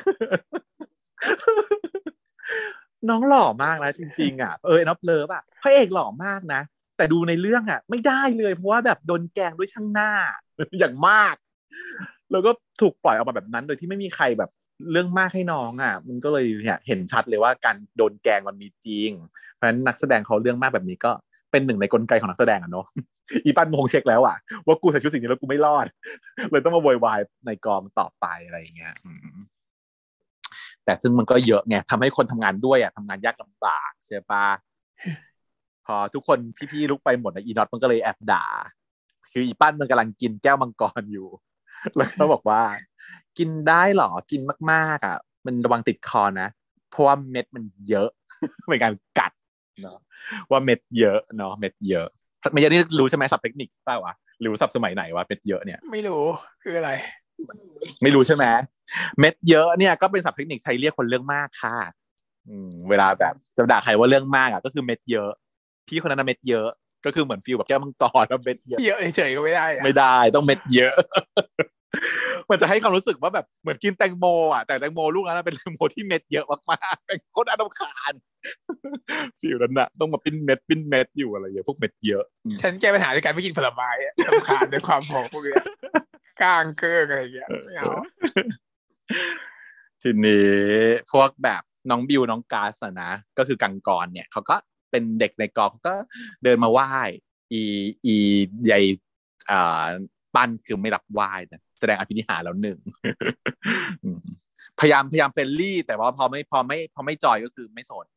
น้องหล่อมากนะจริงๆน็อปเลิฟพระเอกหล่อมากนะแต่ดูในเรื่องไม่ได้เลยเพราะว่าแบบโดนแกล้งด้วยช่างหน้า อย่างมากแล้วก็ถูกปล่อยออกมาแบบนั้นโดยที่ไม่มีใครแบบเรื่องมากให้น้องมันก็เลยเนี่ยเห็นชัดเลยว่าการโดนแกล้งมันมีจริงเพราะฉะนั้นนักแสดงเขาเรื่องมากแบบนี้ก็เป็นหนึ่งในกลไกของนักแสดงอ่ะเนาะ อีปั้นคงเช็คแล้วอ่ะว่ากูใส่ชุดสิ่งนี้แล้วกูไม่รอด เลยต้องมาโวยวายในกองต่อไปอะไรอย่างเงี้ยแต่ซึ่งมันก็เยอะไงทำให้คนทำงานด้วยอ่ะทำงานยากลำบากใช่ปะพอทุกคนพี่ๆลุกไปหมดนะอีน็อตมันก็เลยแอบด่าคืออีปั้นมันกำลังกินแก้วมังกรอยู่ แล้วก็บอกว่ากินได้หรอกินมากๆอ่ะมันระวังติดคอนะเพราะว่าเม็ดมันเยอะ เป็นการกัดเนาะว่าเม็ดเยอะเนาะเม็ดเยอะไม่ใช่นี่รู้ใช่ไหมศัพท์เทคนิคเปล่าวะหรือศัพท์สมัยไหนวะเม็ดเยอะเนี่ยไม่รู้คืออะไรไม่รู้ใช่ไหมเม็ดเยอะเนี่ยก็เป็นศัพท์เทคนิคใช้เรียกคนเรื่องมากค่ะเวลาแบบจะด่าใครว่าเรื่องมากอ่ะก็คือเม็ดเยอะพี่คนนั้นนะเม็ดเยอะก็คือเหมือนฟีลแบบแก้วมังกรแล้วเม็ดเยอะเยอะเฉยๆก็ไม่ได้อะไม่ได้ต้องเม็ดเยอะ มันจะให้ความรู้สึกว่าแบบเหมือนกินแตงโมอ่ะแต่แตงโมลูกนั้นเป็นแตงโมที่เม็ดเยอะมากๆเป็นโคตรน่ารำคาญฟีลนั้นน่ะต้องมาปิ้นเม็ดอยู่อะไรอย่างเงี้ยพวกเม็ดเยอะฉันแก้ปัญหาด้วยการไม่กินผลไม้อะรำคาญด้วยความผอมพวกเนี้ยก้างเกิ้งอะไรอย่างเงี้ยไม่เอาทีนี้พวกแบบน้องบิวน้องกาสนะก็คือกังกรเนี่ยเขาก็เป็นเด็กในกองเขาก็เดินมาไหว้อีใหญ่อ่าปั้นคือไม่รับไหว้นะแสดงอภินิหารแล้วหนึ่งพยายามเฟรนลี่แต่ว่าพอไม่จอยก็คือไม่สน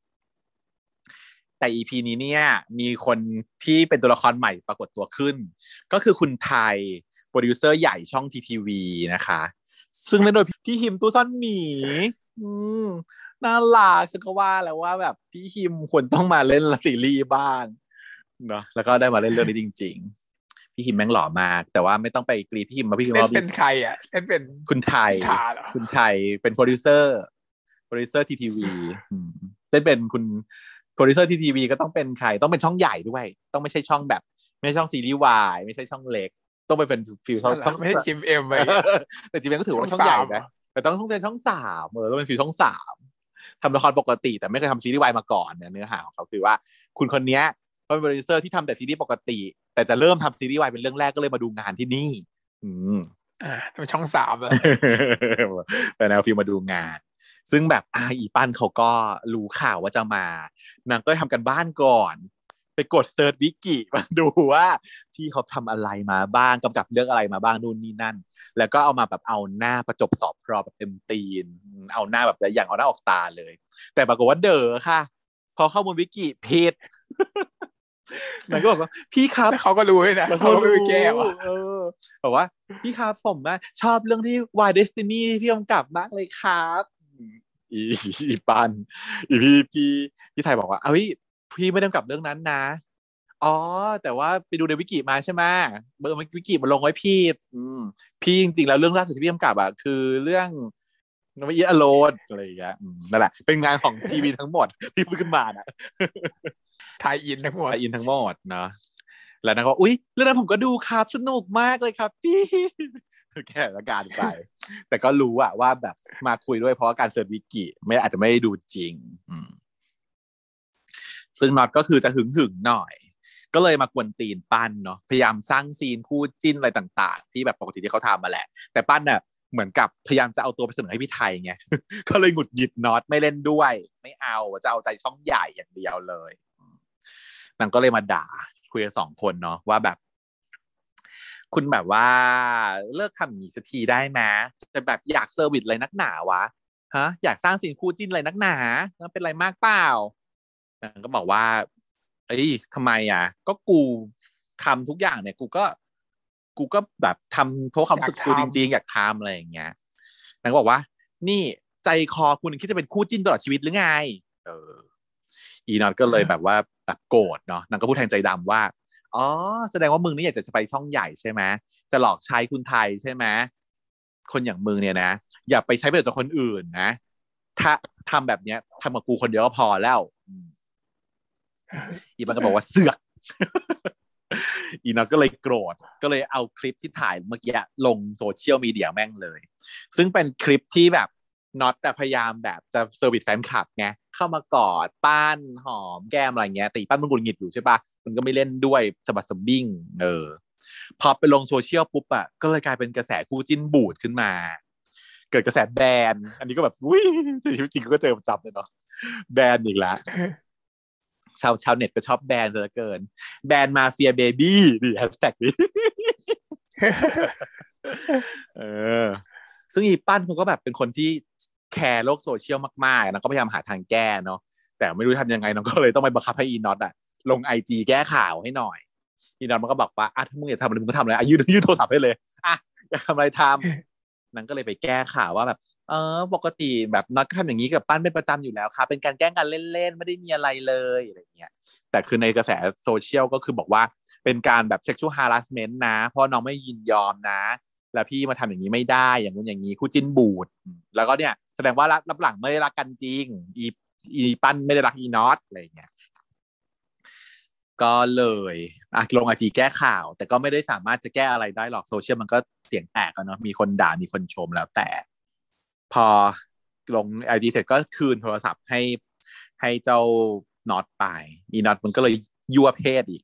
แต่ EP นี้เนี่ยมีคนที่เป็นตัวละครใหม่ปรากฏตัวขึ้นก็คือคุณไทยโปรดิวเซอร์ใหญ่ช่องทีทีวีนะคะซึ่งเล่นโดยพี่ฮิมตู้ซ่อนหมีอืมน่ารักฉันก็ว่าแล้วว่าแบบพี่ฮิมควรต้องมาเล่นซีรีส์บ้างเนาะแล้วก็ได้มาเล่นเรื่องนี้จริงๆพี่ฮิมแม่งหล่อมากแต่ว่าไม่ต้องไปกรีดพี่ฮิมมาพี่ฮิมเล่นว่าเป็นใครอ่ะเล่นเป็นคุณไทยพิธาเหรอคุณไทยเป็นโปรดิวเซอร์ทีทีวีเล่นเป็นคุณโปรดิวเซอร์ทีทีวีก็ต้องเป็นใครต้องเป็นช่องใหญ่ด้วยต้องไม่ใช่ช่องแบบไม่ใช่ช่องซีรีส์วายไม่ใช่ช่องเล็กต้องไปเป็นฟิลช่องนั่นแหละไม่ใช่จิมเอ็มอะไรอย่างเงี้ยแต่จริงๆก็ถือช่องว่าช่องใหญ่นะสามเหรอแต่ต้องเป็นช่องสามต้องเป็นฟิลช่องสามทำละครปกติแต่ไม่เคยทำซีรีส์วายมาก่อนเนี่ยเนื้อหาของเขาคือว่าคุณคนนี้เขาเป็นโปรดิวเซอร์ที่ทำแต่ซีรีส์ปกติแต่จะเริ่มทำซีรีส์วายเป็นเรื่องแรกก็เลยมาดูงานที่นี่อืมเป็นช่องสามเหรอแต่แนวฟิลมาดูงานซึ่งแบบอีปั้นเขาก็รู้ข่าวว่าจะมานางก็ทำกันบ้านก่อนไปกดเซิร์ชวิกิมาดูว่าที่เขาทำอะไรมาบ้างกำกับเรื่องอะไรมาบ้างนู่นนี่นั่นแล้วก็เอามาแบบเอาหน้าประจบสอบพรอแบบเต็มตีนเอาหน้าแบบอย่างเอาหน้าออกตาเลยแต่ปรากฏว่าเด๋อค่ะพอข้อมูลวิกิผิดนางก็บอกว่าพี่ครับแล้วเขาก็รู้ด้วยนะแล้วเขารู้เขาก็ไม่ไปแก้วะเออบอกว่าพี่ครับผมชอบเรื่องที่ Why Destiny ที่กำกับมากเลยครับอีอีปันพี่ไทยบอกว่าเอ้ยพี่ไม่ได้กำกับเรื่องนั้นนะอ๋อแต่ว่าไปดูในวิกิมาใช่ไหมเบอร์วิกิมันลงไว้พี่พี่จริงๆแล้วเรื่องล่าสุดที่พี่กำกับอ่ะคือเรื่องนวอีอโลนอะไรอย่างเงี้ยนั่นแหละเป็นงานของทีวีทั้งหมดที่พูดขึ้นมานะไทยอินทั้งหมดไทยอินทั้งหมดเนาะแล้วนางก็อุ๊ยเรื่องนั้นผมก็ดูครับสนุกมากเลยครับพี่แค่ละการไปแต่ก็รู้อะว่าแบบมาคุยด้วยเพราะว่าการเสิร์ชวิกิไม่อาจจะไม่ได้ดูจริงซึ่งน็อตก็คือจะหึงหน่อยก็เลยมากวนตีนปั้นเนาะพยายามสร้างซีนคู่จิ้นอะไรต่างๆที่แบบปกติที่เขาทำมาแหละแต่ปั้นน่ะเหมือนกับพยายามจะเอาตัวไปเสนอให้พี่ไทยไง ก็เลยหงุดหงิดน็อตไม่เล่นด้วยไม่เอาจะเอาใจช่องใหญ่อย่างเดียวเลยนางก็เลยมาด่าคุยกัน2 คนเนาะว่าแบบคุณแบบว่าเลิกทำอย่างนี้สักทีได้ไหมจะแบบอยากเซอร์วิสอะไรนักหนาวะฮะอยากสร้างซีนคู่จิ้นอะไรนักหนาเป็นอะไรมากเปล่านางก็บอกว่าเอ้ยทำไมอ่ะก็กูทำทุกอย่างเนี่ยกูก็แบบทำเพราะความอยากทรู้สึกกูจริงๆอยากทำอะไรอย่างเงี้ยนางก็บอกว่านี่ใจคอคุณคิดจะเป็นคู่จิ้นตลอดชีวิตหรือไงเอออีนอตก็เลยแบบว่าแบบโกรธเนาะนางก็พูดแทนใจดำว่าอ๋อแสดงว่ามึงนี่อยากจะไปช่องใหญ่ใช่ไหมจะหลอกใช้คุณไทยใช่ไหมคนอย่างมึงเนี่ยนะอย่าไปใช้ประโยชน์จากคนอื่นนะถ้าทำแบบเนี้ยทำกับกูคนเดียวก็พอแล้วอีมันก็บอกว่าเสือกอีน็อตก็เลยโกรธก็เลยเอาคลิปที่ถ่ายเมื่อกี้ลงโซเชียลมีเดียแม่งเลยซึ่งเป็นคลิปที่แบบน็อตแต่พยายามแบบจะเซอร์วิสแฟนคลับไงเข้ามากอดป้านหอมแก้มอะไรเงี้ยแต่ป้านมันกุนหงิดอยู่ใช่ปะมันก็ไม่เล่นด้วยสะบัดสะบิ้งพอไปลงโซเชียลปุ๊บอะก็เลยกลายเป็นกระแสคู่จิ้นบูดขึ้นมาเกิดกระแสแบนอันนี้ก็แบบอุ้ยชีวิตจริงก็เจอประจำเลยเนาะแบนอีกแล้วชาวเน็ตก็ชอบแบนเหลือเกินแบนมาเฟียเบบี้ดิแฮชแท็กนี้ เออซึ่งอีปั้นเขาก็แบบเป็นคนที่แคร์โลกโซเชียลมากๆนะก็พยายามหาทางแก้เนาะแต่ไม่รู้ทำยังไงน้องก็เลยต้องไปบังคับให้อีน็อตอะลงIGแก้ข่าวให้หน่อยอีน็อตมันก็บอกว่าถ้ามึงอยากทำอะไรมึงก็ทำเลยยื่นโทรศัพท์ให้เลยอยากทำอะไรทำนางก็เลยไปแก้ข่าวว่าแบบปกติแบบน็อตก็ทำอย่างนี้กับปั้นเป็นประจำอยู่แล้วครับเป็นการแกล้งกันเล่นๆไม่ได้มีอะไรเลยอะไรเงี้ยแต่คือในกระแสโซเชียลก็คือบอกว่าเป็นการแบบ sexual harassment นะเพราะน้องไม่ยินยอมนะแล้วพี่มาทำอย่างนี้ไม่ได้อย่างนู้นอย่างนี้คู่จิ้นบูดแล้วก็เนี่ยแสดงว่ารับหลังไม่ได้รักกันจริงอีปั้นไม่ได้รักอีน็อตอะไรเงี้ยก็เลยลงIGแก้ข่าวแต่ก็ไม่ได้สามารถจะแก้อะไรได้หรอกโซเชียลมันก็เสียงแตกกันเนาะมีคนด่ามีคนชมแล้วแต่พอลงIGเสร็จก็คืนโทรศัพท์ให้เจ้าน็อตไปอีน็อตมันก็เลยยั่วเพศอีก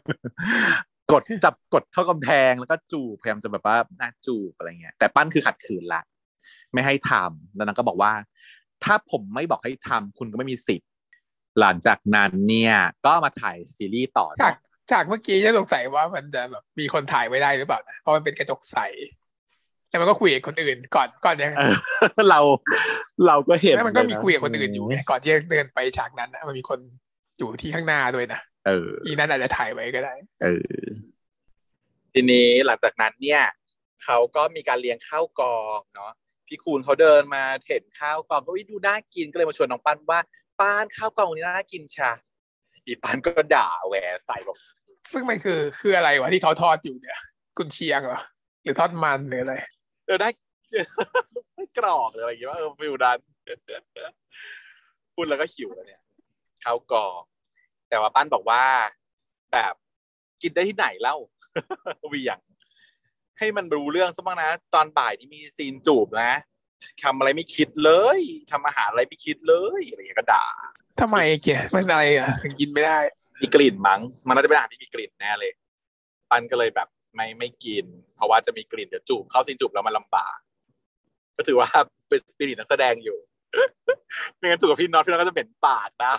กดเข้ากำแพงแล้วก็จูบพยายามจะแบบว่าน่าจูบอะไรเงี้ยแต่ปั้นคือขัดขืนละไม่ให้ทำแล้วนางก็บอกว่าถ้าผมไม่บอกให้ทำคุณก็ไม่มีสิทธิ์หลังจากนั้นเนี่ยก็มาถ่ายซีรีส์ต่อจากเมื่อกี้จะสงสัยว่ามันจะแบบมีคนถ่ายไว้ได้หรือเปล่านะเพราะมันเป็นกระจกใสแล้วมันก็คุยกับคนอื่นก่อนยังเราก็เห็นแล้วมันก็มีคุยกับคนอื่นอยู่ก่อนที่จะเดินไปฉากนั้นนะมันมีคนอยู่ที่ข้างหน้าด้วยนะอีนั้นอาจจะถ่ายไว้ก็ได้ทีนี้หลังจากนั้นเนี่ยเขาก็มีการเลี้ยงข้าวกองเนาะพี่คูณเขาเดินมาเห็นข้าวกองก็ดูน่ากินก็เลยมาชวนน้องปั้นว่าป้านข้าวกองนี้น่ากินชาอีปั้นก็ด่าแหวใส่บอกซึ่งมันคืออะไรวะที่เขาทอดอยู่เนี่ยกุนเชียงเหรอหรือทอดมันหรืออะไรได้ไส้กรอกหรืออะไรอย่างเงี้ยฟิลนั้นพูดแล้วก็หิวแล้วเนี่ยข้าวกองแต่ว่าปั้นบอกว่าแบบกินได้ที่ไหนเล่าวีอย่างให้มันรู้เรื่องซะบ้างนะตอนบ่ายนี่มีซีนจูบนะทำอะไรไม่คิดเลยทำอาหารอะไรไม่คิดเลยอะไรอย่างเงี้ยก็ด่าทำไมเกียมันอะไรอ่ะถึงกินไม่ได้มีกลิ่นมั้งมันน่าจะเป็นอาหารที่มีกลิ่นแน่เลยปั้นก็เลยแบบไม่กินเพราะว่าจะมีกลิ่นเดี๋ยวจูบเข้าซีนจูบแล้วมันลำบากก็ถือว่าเป็นสปิริตนักแสดงอยู่ไม่งั้นจูบกับพี่น็อตก็จะเหม็นปากนะ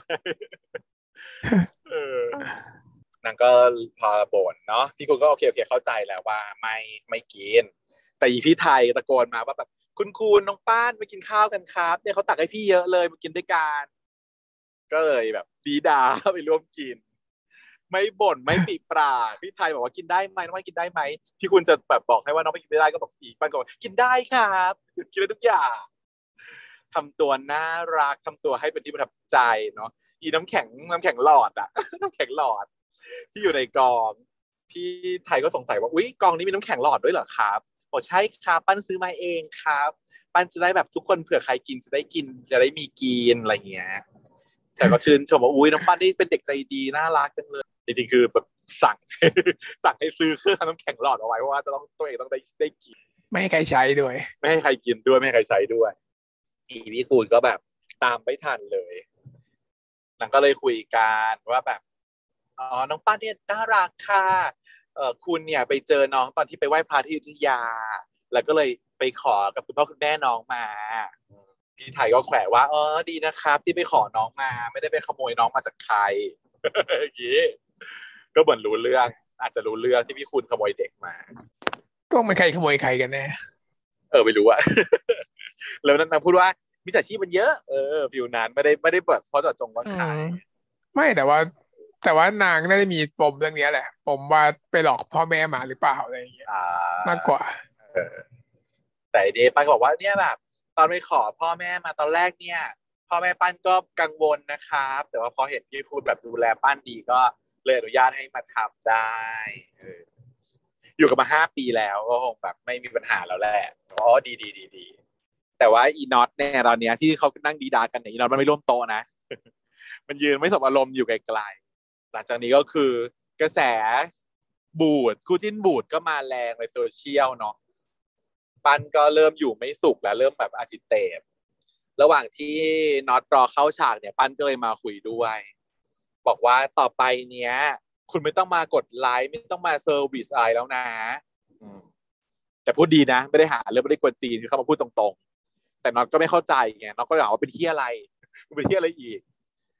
นางก็พอบ่นเนาะพี่คุณก็โอเคเข้าใจแล้วว่าไม่กินแต่อีพี่ไทยตะโกนมาว่าแบบคุณน้องป้านมากินข้าวกันครับเนี่ยเขาตักให้พี่เยอะเลยมากินด้วยกันก็เลยแบบดีดาไปร่วมกินไม่บ่นไม่ปีปากพี่ไทยบอกว่ากินได้ไหมน้องป้านกินได้ไหมพี่คุณจะแบบบอกให้ว่าน้องไม่กินไม่ได้ก็บอกอีกป้านก็กินได้ครับกินได้ทุกอย่างทำตัวน่ารักทำตัวให้เป็นที่ประทับใจเนาะอีน้ำแข็งหลอดอะน้ำแข็งหลอดที่อยู่ในกองพี่ไทยก็สงสัยว่าอุ๊ยกองนี้มีน้ำแข็งหลอดด้วยเหรอครับบอกใช่ครับปั้นซื้อมาเองครับปั้นจะได้แบบทุกคนเผื่อใครกินจะได้กินจะได้มีกินอะไรเงี้ยแต่ก็ชื่นชมว่าอุ๊ยน้องปั้นนี่เป็นเด็กใจดีน่ารักจังเลยจริงๆคือแบบสั่งให้ซื้อเครื่องน้ำแข็งหลอดเอาไว้เพราะว่าจะต้องตัวเองต้องได้กินไม่ให้ใครใช้ด้วยไม่ให้ใครกินด้วยไม่ให้ใครใช้ด้วยพี่คูณก็แบบตามไม่ทันเลยหลังก็เลยคุยกันว่าแบบน้องป้าเนี่ยน่ารักค่ะคุณเนี่ยไปเจอน้องตอนที่ไปไหว้พระที่อยุธยาแล้วก็เลยไปขอกับคุณพ่อคุณแม่น้องมาพี่ไทยก็แขวะว่าดีนะครับที่ไปขอน้องมาไม่ได้ไปขโมยน้องมาจากใครอย่างนี้ก็เหมือนรู้เรื่องอาจจะรู้เรื่องที่พี่คุณขโมยเด็กมาก็ไม่ใครขโมยใครกันแน่ไม่รู้อะแล้วนางพูดว่ามิจฉาชีพมันเยอะฟิวนั้นไม่ได้เปิดเพราะเจาะจงว่าใครไม่แต่ว่านางน่าจะมีปมเรื่องนี้แหละปมว่าไปหลอกพ่อแม่มาหรือเปล่าอะไรอย่างเงี้ยมากกว่าแต่เดย์ปั้นบอกว่าเนี่ยแบบตอนไปขอพ่อแม่มาตอนแรกเนี่ยพ่อแม่ปั้นก็กังวลนะครับแต่ว่าพอเห็นพี่พูดแบบดูแลปั้นดีก็เลยอนุญาตให้มาทำได้อยู่กันมา5 ปีแล้วก็คงแบบไม่มีปัญหาแล้วแหละดีแต่ว่าอีน็อตเนี่ยตอนเนี้ยที่เขานั่งดีดากันเนี่ยอีน็อตมันไม่ร่วมโต๊ะนะมันยืนไม่สบอารมณ์อยู่ไกลๆหลังจากนี้ก็คือกระแสบูดคู่จิ้นบูดก็มาแรงในโซเชียลเนาะปันก็เริ่มอยู่ไม่สุขแล้วเริ่มแบบอาจิเตตระหว่างที่น็อตรอเข้าฉากเนี่ยปันก็เลยมาคุยด้วยบอกว่าต่อไปเนี้ยคุณไม่ต้องมากดไลค์ไม่ต้องมาเซอร์วิสอะไรแล้วนะแต่พูดดีนะไม่ได้หาเรื่องไม่ได้กวนตีนคือเข้ามาพูดตรงๆแต่น็อตก็ไม่เข้าใจไงน็อตก็ถามว่าเป็นที่อะไรมันเป็นที่อะไรอีก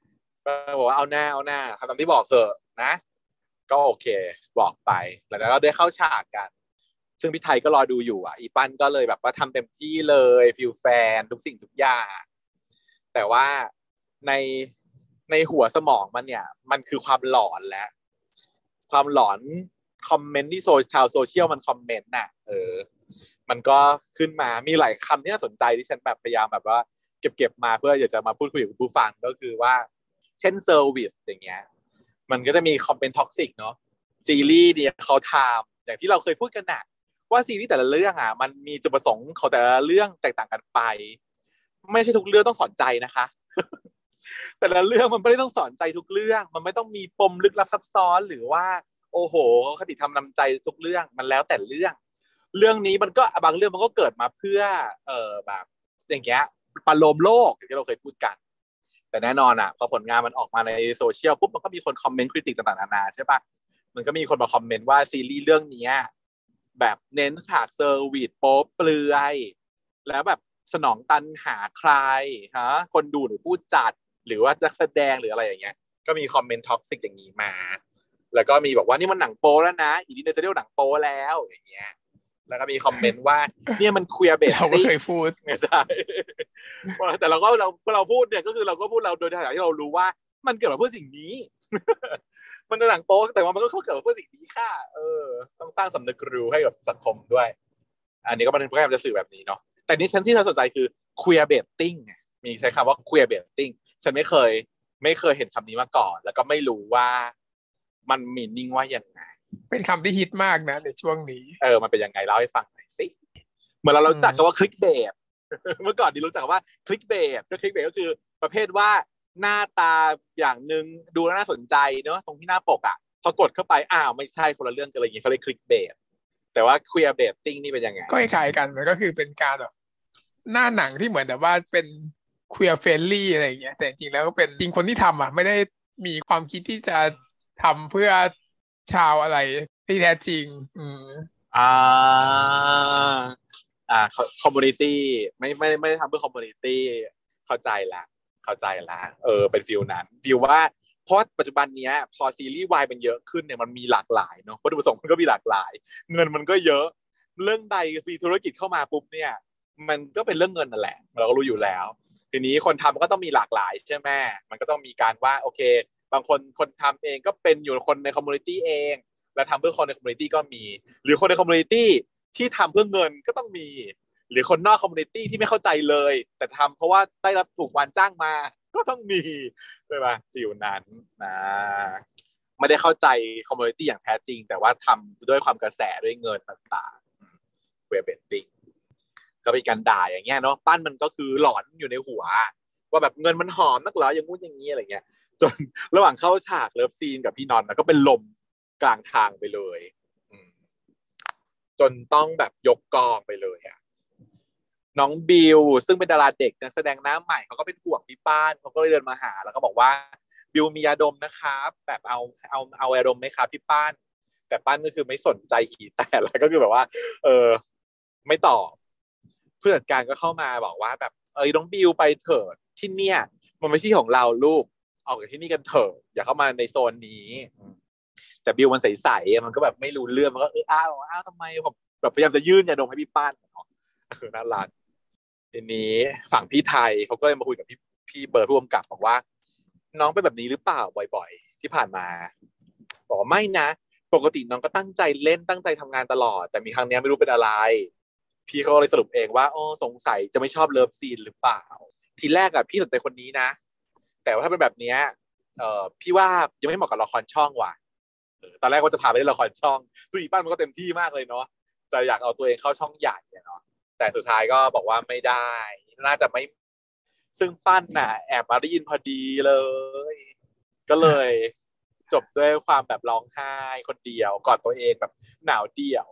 ก็บอกว่าเอาหน้าทำตามที่บอกเถอะนะก็โอเคบอกไปแล้วก็ได้เข้าฉากกันซึ่งพี่ไทยก็รอดูอยู่อีปั้นก็เลยแบบว่าทำเต็มที่เลยฟิลแฟนทุกสิ่งทุกอย่างแต่ว่าในหัวสมองมันเนี่ยมันคือความหลอนและความหลอนคอมเมนต์ที่ชาวโซเชียลมันคอมเมนต์น่ะมันก็ขึ้นมามีหลายคำที่น่าสนใจที่ฉันแบบพยายามแบบว่าเก็บมาเพื่ออยากจะมาพูดคุยกับผู้ฟังก็คือว่าเช่นเซอร์วิสอย่างเงี้ยมันก็จะมีคอมเมนต์ท็อกซิกเนาะซีรีส์เนี่ยเขาทำอย่างที่เราเคยพูดกันน่ะว่าซีรีส์แต่ละเรื่องมันมีจุดประสงค์ของแต่ละเรื่องแตกต่างกันไปไม่ใช่ทุกเรื่องต้องสอนใจนะคะแต่ละเรื่องมันไม่ได้ต้องสอนใจทุกเรื่องมันไม่ต้องมีปมลึกลับซับซ้อนหรือว่าโอ้โหคติธรรมนำใจทุกเรื่องมันแล้วแต่เรื่องนี้มันก็บางเรื่องมันก็เกิดมาเพื่อแบบอย่างเงี้ยปโลมโลกที่เราเคยพูดกันแต่แน่นอนพอผลงานมันออกมาในโซเชียลปุ๊บมันก็มีคนคอมเมนต์คริติกต่างๆนานาใช่ปะมันก็มีคนมาคอมเมนต์ว่าซีรีส์เรื่องนี้แบบเน้นฉากเซอร์วิสโป๊เปลือยแล้วแบบสนองตันหาใครฮะคนดูหรือผู้จัดหรือว่าจะแสดงหรืออะไรอย่างเงี้ยก็มีคอมเมนต์ท็อกซิกอย่างนี้มาแล้วก็มีบอกว่านี่มันหนังโป๊แล้วนะอีกนิดเดียวจะเรียกหนังโป๊แล้วอย่างเงี้ยแล้วก็มีคอมเมนต์ว่าเนี่ยมันเคลียร์เบสเราก็เคยพูดใช่แต่เราพูดเนี่ยก็คือเราก็พูดเราโดยฐานะที่เรารู้ว่ามันเกิดมาเพื่อสิ่งนี้ มันเป็นหนังโป๊แต่ว่ามันก็เกิดมาเพื่อสิ่งนี้ค่ะต้องสร้างสำนึกรู้ให้กับสังคมด้วยอันนี้ก็มันพยายามจะสื่อแบบนี้เนาะแต่นี่ฉันที่ฉันสนใจคือ queer baiting มีใช้คำว่า queer baiting ฉันไม่เคยเห็นคำนี้มาก่อนแล้วก็ไม่รู้ว่ามันมีนิ่งว่ายังไงเป็นคำที่ฮิตมากนะในช่วงนี้มันเป็นยังไงเล่าให้ฟังหน่อยสิเมื่อเรารู้จักคำว่าคลิกเบสเมื่อก่อนดีรู้จักว่าคลิกเบสก็คือประเภทว่าหน้าตาอย่างนึงดูแล้วน่าสนใจเนอะตรงที่หน้าปกพอกดเข้าไปไม่ใช่คนละเรื่องกันเลยอย่างนี้เขาเรียกคลิกเบสแต่ว่า queer baiting นี่เป็นยังไงก็คล้ายๆกันมันก็คือเป็นการแบบหน้าหนังที่เหมือนแบบว่าเป็นเคลียร์เฟรนลี่อะไรอย่างเงี้ยแต่จริงๆแล้วก็เป็นจริงคนที่ทำไม่ได้มีความคิดที่จะทำเพื่อชาวอะไรที่แท้จริงอ่าคอมมูนิตี้ไม่ได้ทำเพื่อคอมมูนิตี้เข้าใจละเป็นฟิลนั้นฟิลว่าเพราะปัจจุบันนี้พอซีรีส์วายมันเยอะขึ้นเนี่ยมันมีหลากหลายเนาะวัตถุประสงค์มันก็มีหลากหลายเงินมันก็เยอะเรื่องใดมีธุรกิจเข้ามาปุ๊บเนี่ยมันก็เป็นเรื่องเงินนั่นแหละเราก็รู้อยู่แล้วทีนี้คนทำมันก็ต้องมีหลากหลายใช่ไหมมันก็ต้องมีการว่าโอเคบางคนทำเองก็เป็นอยู่คนในคอมมูนิตี้เองและทำเพื่อคนในคอมมูนิตี้ก็มีหรือคนในคอมมูนิตี้ที่ทำเพื่อเงินก็ต้องมีหรือคนนอกคอมมูนิตี้ที่ไม่เข้าใจเลยแต่ทำเพราะว่าได้รับถูกวานจ้างมาก็ต้องมีใช่ไหมฟิวนั้นนะไม่ได้เข้าใจคอมมูนิตี้อย่างแท้จริงแต่ว่าทำด้วยความกระแสด้วยเงินต่างๆเวเบตติ้งก็เป็นการด่าอย่างเงี้ยเนาะปั้นมันก็คือหลอนอยู่ในหัวว่าแบบเงินมันหอมนักเหรออย่างงู้นอย่างนี้อะไรเงี้ยจนระหว่างเข้าฉากเลิฟซีนกับพี่นอนก็เป็นลมกลางทางไปเลยจนต้องแบบยกกองไปเลยน้องบิวซึ่งเป็นดาราเด็กนักแสดงหน้าใหม่เขาก็เป็นห่วงพี่ป้านเขาก็เลยเดินมาหาแล้วก็บอกว่าบิวมียาดมนะครับแบบเอายาดมไหมครับพี่ป้านแต่ป้านก็คือไม่สนใจหีแต่แล้วก็คือแบบว่าไม่ตอบเพื่อนการก็เข้ามาบอกว่าแบบน้องบิวไปเถิดที่เนี่ยมันไม่ใช่ที่ของเราลูกออกจากที่นี่กันเถอะอย่าเข้ามาในโซนนี้แต่บิวมันใสๆมันก็แบบไม่รู้เรื่องมันก็อ้าวทำไมผมแบบพยายามจะยื่นยาดมให้พี่ป้านน่ารักทีนี้ฝั่งพี่ไทยเขาก็เลยมาคุยกับพี่เบิร์ดร่วมกับบอกว่าน้องเป็นแบบนี้หรือเปล่าบ่อยๆที่ผ่านมาบอกว่าไม่นะปกติน้องก็ตั้งใจเล่นตั้งใจทำงานตลอดแต่มีครั้งนี้ไม่รู้เป็นอะไรพี่เขาเลยสรุปเองว่าสงสัยจะไม่ชอบเลิฟซีนหรือเปล่าทีแรกพี่สนใจคนนี้นะแต่ว่าถ้าเป็นแบบนี้พี่ว่ายังไม่เหมาะกับละครช่องว่ะตอนแรกว่าจะพาไปเล่นละครช่องซึ่งอีป้านมันก็เต็มที่มากเลยเนาะจะอยากเอาตัวเองเข้าช่องใหญ่เนาะแต่สุดท้ายก็บอกว่าไม่ได้น่าจะไม่ซึ่งปั้นแอบมาได้ยินพอดีเลยก็เลยจบด้วยความแบบร้องไห้คนเดียวกอดตัวเองแบบหนาวเดี่ยว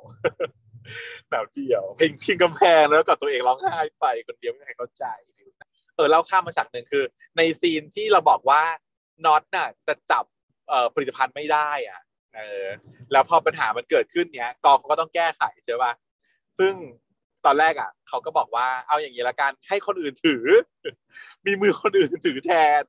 พิงกำแพงแล้วกอดตัวเองร้องไห้ไปคนเดียวไม่มีใครเข้าใจเล่าข้ามมาฉากหนึ่งคือในซีนที่เราบอกว่าน็อตจะจับผลิตภัณฑ์ไม่ได้แล้วพอปัญหามันเกิดขึ้นเนี้ยกองเขาก็ต้องแก้ไขใช่ป่ะซึ่งตอนแรกเขาก็บอกว่าเอาอย่างนี้ละกันให้คนอื่นถือมีมือคนอื่นถือแทน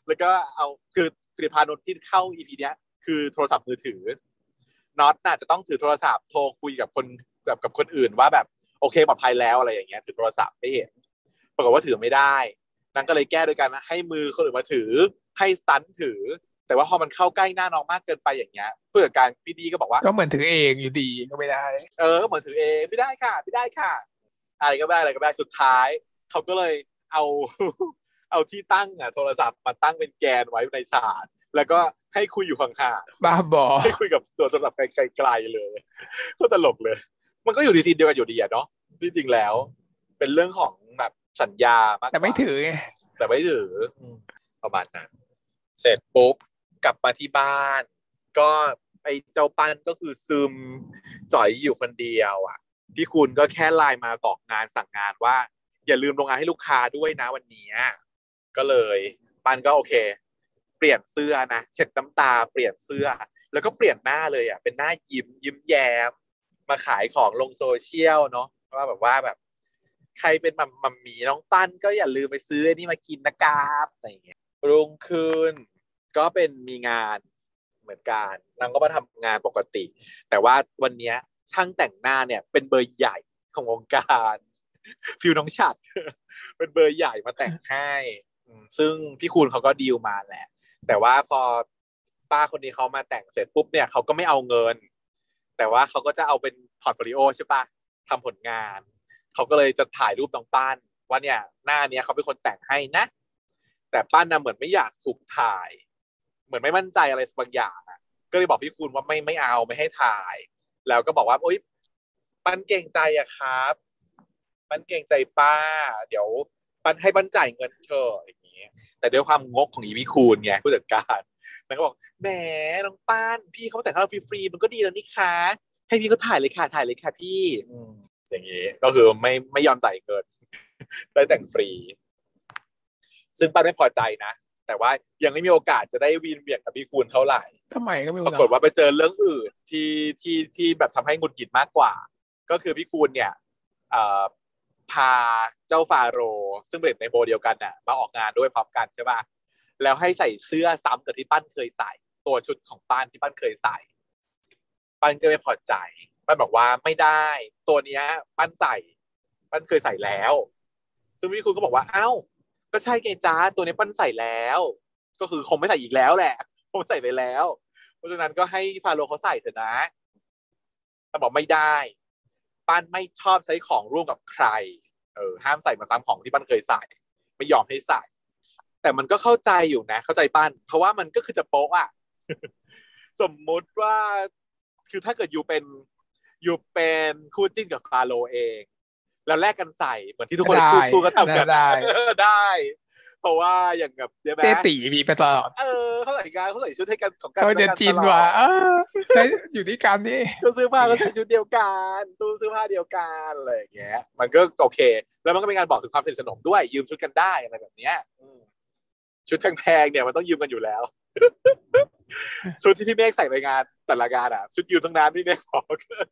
แล้วก็เอาคือผลิตภัณฑ์ที่เข้า EP เนี้ยคือโทรศัพท์มือถือน็อตน่ะจะต้องถือโทรศัพท์โทรคุยกับคนกับคนอื่นว่าแบบโอเคปลอดภัยแล้วอะไรอย่างเงี้ยถือโทรศัพท์ให้เห็นปรากฏว่าถือไม่ได้นางก็เลยแก้โดยการให้มือคนอื่นมาถือให้สตันถือแต่ว่าพอมันเข้าใกล้หน้าน้องมากเกินไปอย่างเงี้ยผู้จัดการพี่ดีก็บอกว่าก็เหมือนถือเองอยู่ดีก็ไม่ได้ก็เหมือนถือเองไม่ได้ค่ะไม่ได้ค่ะอะไรก็ได้สุดท้ายเขาก็เลยเอาเอาที่ตั้งโทรศัพท์มาตั้งเป็นแกนไว้ในฉากแล้วก็ให้คุยอยู่ห่างบ้าบอๆให้คุยกับตัวโทรศัพท์ไกลๆเลยก็ตลกเลยมันก็อยู่ในซีนเดียวกันอยู่ดีอะเนาะจริงๆแล้วเป็นเรื่องของแบบสัญญามากกว่าแต่ไม่ถือไงแต่ไม่ถือประมาณนั้นเสร็จปุ๊บกลับมาที่บ้านก็ไอ้เจ้าปั้นก็คือซึมจ่อยอยู่คนเดียวอ่ะพี่คุณก็แค่ไลน์มาบอกงานสั่งงานว่าอย่าลืมลงงานให้ลูกค้าด้วยนะวันนี้ก็เลยปั้นก็โอเคเปลี่ยนเสื้อนะเช็ดน้ำตาเปลี่ยนเสื้อแล้วก็เปลี่ยนหน้าเลยอ่ะเป็นหน้ายิ้มแย้มมาขายของลงโซเชียลเนาะว่าแบบใครเป็นมัมมี่น้องปั้นก็อย่าลืมไปซื้อนี่มากินนะครับอะไรอย่างเงี้ยรุ่งขึ้นก็เป็นมีงานเหมือนกันนางก็มาทำงานปกติแต่ว่าวันนี้ช่างแต่งหน้าเนี่ยเป็นเบอร์ใหญ่ของวงการฟิวน้องฉัดเป็นเบอร์ใหญ่มาแต่งให้ซึ่งพี่คูณเขาก็ดีลมาแหละแต่ว่าพอป้าคนนี้เขามาแต่งเสร็จปุ๊บเนี่ยเขาก็ไม่เอาเงินแต่ว่าเขาก็จะเอาเป็นพอร์ตโฟลิโอใช่ปะทำผลงานเขาก็เลยจะถ่ายรูปน้องปั้นว่าเนี่ยหน้าเนี้ยเขาเป็นคนแต่งให้นะแต่ปั้นนะเหมือนไม่อยากถูกถ่ายเหมือนไม่มั่นใจอะไรบางอย่างก็เลยบอกพี่คูณว่าไม่เอาไม่ให้ถ่ายแล้วก็บอกว่าโอ๊ยปั้นเกรงใจอะครับปั้นเกรงใจป้าเดี๋ยวปั้นให้ปั้นจ่ายเงินเธออย่างนี้แต่ด้วยความงกของอีพี่คูณไงผู้จัดการแล้วก็บอกแหมน้องปั้นพี่เขาแต่งให้เราฟรีๆมันก็ดีแล้วนี่คะให้พี่เขาถ่ายเลยค่ะพี่อย่างนี้ก็คือไม่ยอมจ่ายเกินได้แต่งฟรีซึ่งป้าไม่พอใจนะแต่ว่ายังไม่มีโอกาสจะได้วีนเวียงกับพี่คูณเท่าไหร่ทำไมก็ไม่รู้ปรากฏว่าไปเจอเรื่องอื่นที่แบบทำให้หงุดหงิดมากกว่าก็คือพี่คูณเนี่ยพาเจ้าฟาโรซึ่งเป็นในโบเดียวกันน่ะมาออกงานด้วยพร้อมกันใช่ป่ะแล้วให้ใส่เสื้อซ้ำกับที่ปั้นเคยใส่ตัวชุดของปั้นที่ปั้นเคยใส่ปั้นก็ไม่พอใจปั้นบอกว่าไม่ได้ตัวเนี้ยปั้นเคยใส่แล้วซึ่งพี่คูณก็บอกว่าเอ้าก็ใช่ไงจ้าตัวนี้ปั้นใส่แล้วก็คือคงไม่ใส่อีกแล้วแหละคงใส่ไปแล้วเพราะฉะนั้นก็ให้ฟาโรเขาใส่เถอะนะปั้นบอกไม่ได้ปั้นไม่ชอบใช้ของร่วมกับใครห้ามใส่มาซ้ำของที่ปั้นเคยใส่ไม่ยอมให้ใส่แต่มันก็เข้าใจอยู่นะเข้าใจปั้นเพราะว่ามันก็คือจะโป๊ะอ่ะ สมมุติว่าคือถ้าเกิดอยู่เป็นคู่จิ้นกับฟาโรเองแล้วแลกกันใส่เหมือนที่ทุกคนคู่ก็ทำกันได้เพราะว่าอย่างแบบใช่ไหมเต้ตีมีไปตลอดเขาใส่ชุดให้กันของกันเขาจะจินว่าใช่อยู่ที่กันนี่ตู้เสื้อผ้าก็ใส่ชุดเดียวกันตู้เสื้อผ้าเดียวกันอะไรอย่างเงี้ยมันก็โอเคแล้วมันก็เป็นการบอกถึงความสนิทสนมด้วยยืมชุดกันได้อะไรแบบเนี้ยชุดแพงๆเนี่ยมันต้องยืมกันอยู่แล้วชุดที่พี่เมฆใส่ไปงานแต่ละงานชุดยืมทั้งนั้นพี่เมฆบอก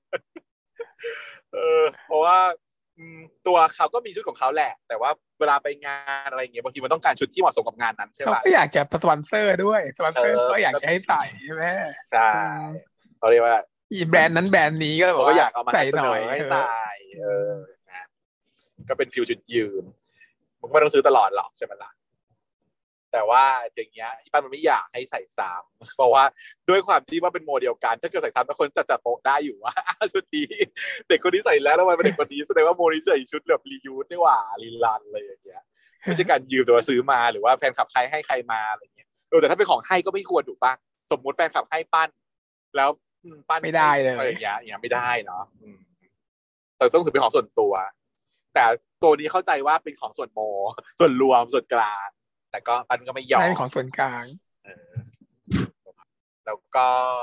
เพราะว่าตัวเขาก็มีชุดของเขาแหละแต่ว่าเวลาไปงานอะไรอย่างเงี้ยบางทีมันต้องการชุดที่เหมาะสมกับงานนั้นใช่ป่ะเขาก็อยากจะสปอนเซอร์ด้วยสปอนเซอร์เขาอยากจะให้ใส่ใช่ไหมใช่เขาเรียกว่าอีแบรนด์นั้นแบรนด์นี้ก็เขาก็อยากเอามาใส่หน่อยให้ใส่ก็เป็นฟิวชุดยืมมึงไม่ต้องซื้อตลอดหรอกใช่ไหมล่ะแต่ว่าอย่างเงี้ยอีป้ามันไม่อยากให้ใส่ซ้ำเพราะว่าด้วยความที่ว่าเป็นโมเดลกันถ้าเกิดใส่ซ้ำทุกคนจะโปะได้อยู่ว่าชุดนี้เด็กคนนี้ใส่แล้วมันเป็นเด็กคนนี้แสดงว่าโมนี้ใส่ชุดแบบรียูสนี่หว่ารีลันอะไรอย่างเงี้ยไม่ใช่การยืมแต่ว่าซื้อมาหรือว่าแฟนคลับใครให้ใครมาอะไรเงี้ยแต่ถ้าเป็นของให้ก็ไม่ควรถูกป่ะสมมุติแฟนคลับให้ปั้นแล้วปั้นไม่ได้เลยอะไรอย่างเงี้ยไม่ได้เนาะแต่ต้องถือเป็นของส่วนตัวแต่ตัวนี้เข้าใจว่าเป็นของส่วนรวมส่วนกลางแต่ก็ปั้นก็ไม่ยอมเป็นของส่วนกลางแล้วก็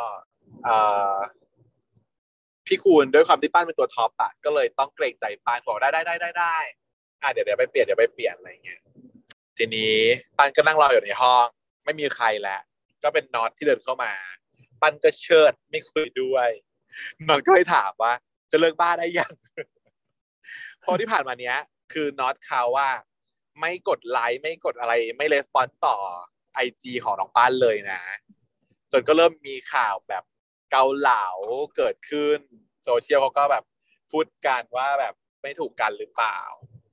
พี่คูณด้วยความที่ปั้นเป็นตัวท็อปก็เลยต้องเกรงใจปั้นบอกได้เดี๋ยวไปเปลี่ยนอะไรเงี้ยทีนี้ปั้นก็นั่งรออยู่ในห้องไม่มีใครแล้วก็เป็นน็อตที่เดินเข้ามาปั้นก็เชิดไม่คุยด้วยน็อตก็เลยถามว่าจะเลิกบ้าได้ยังเพราะที่ผ่านมาเนี้ยคือน็อตเขาว่าไม่กดไลค์ไม่กดอะไรไม่レスปอนส์ต่อ IG ของน้องป้านเลยนะจนก็เริ่มมีข่าวแบบเกาเหลาเกิดขึ้นโซเชียลเขาก็แบบพูดกันว่าแบบไม่ถูกกันหรือเปล่า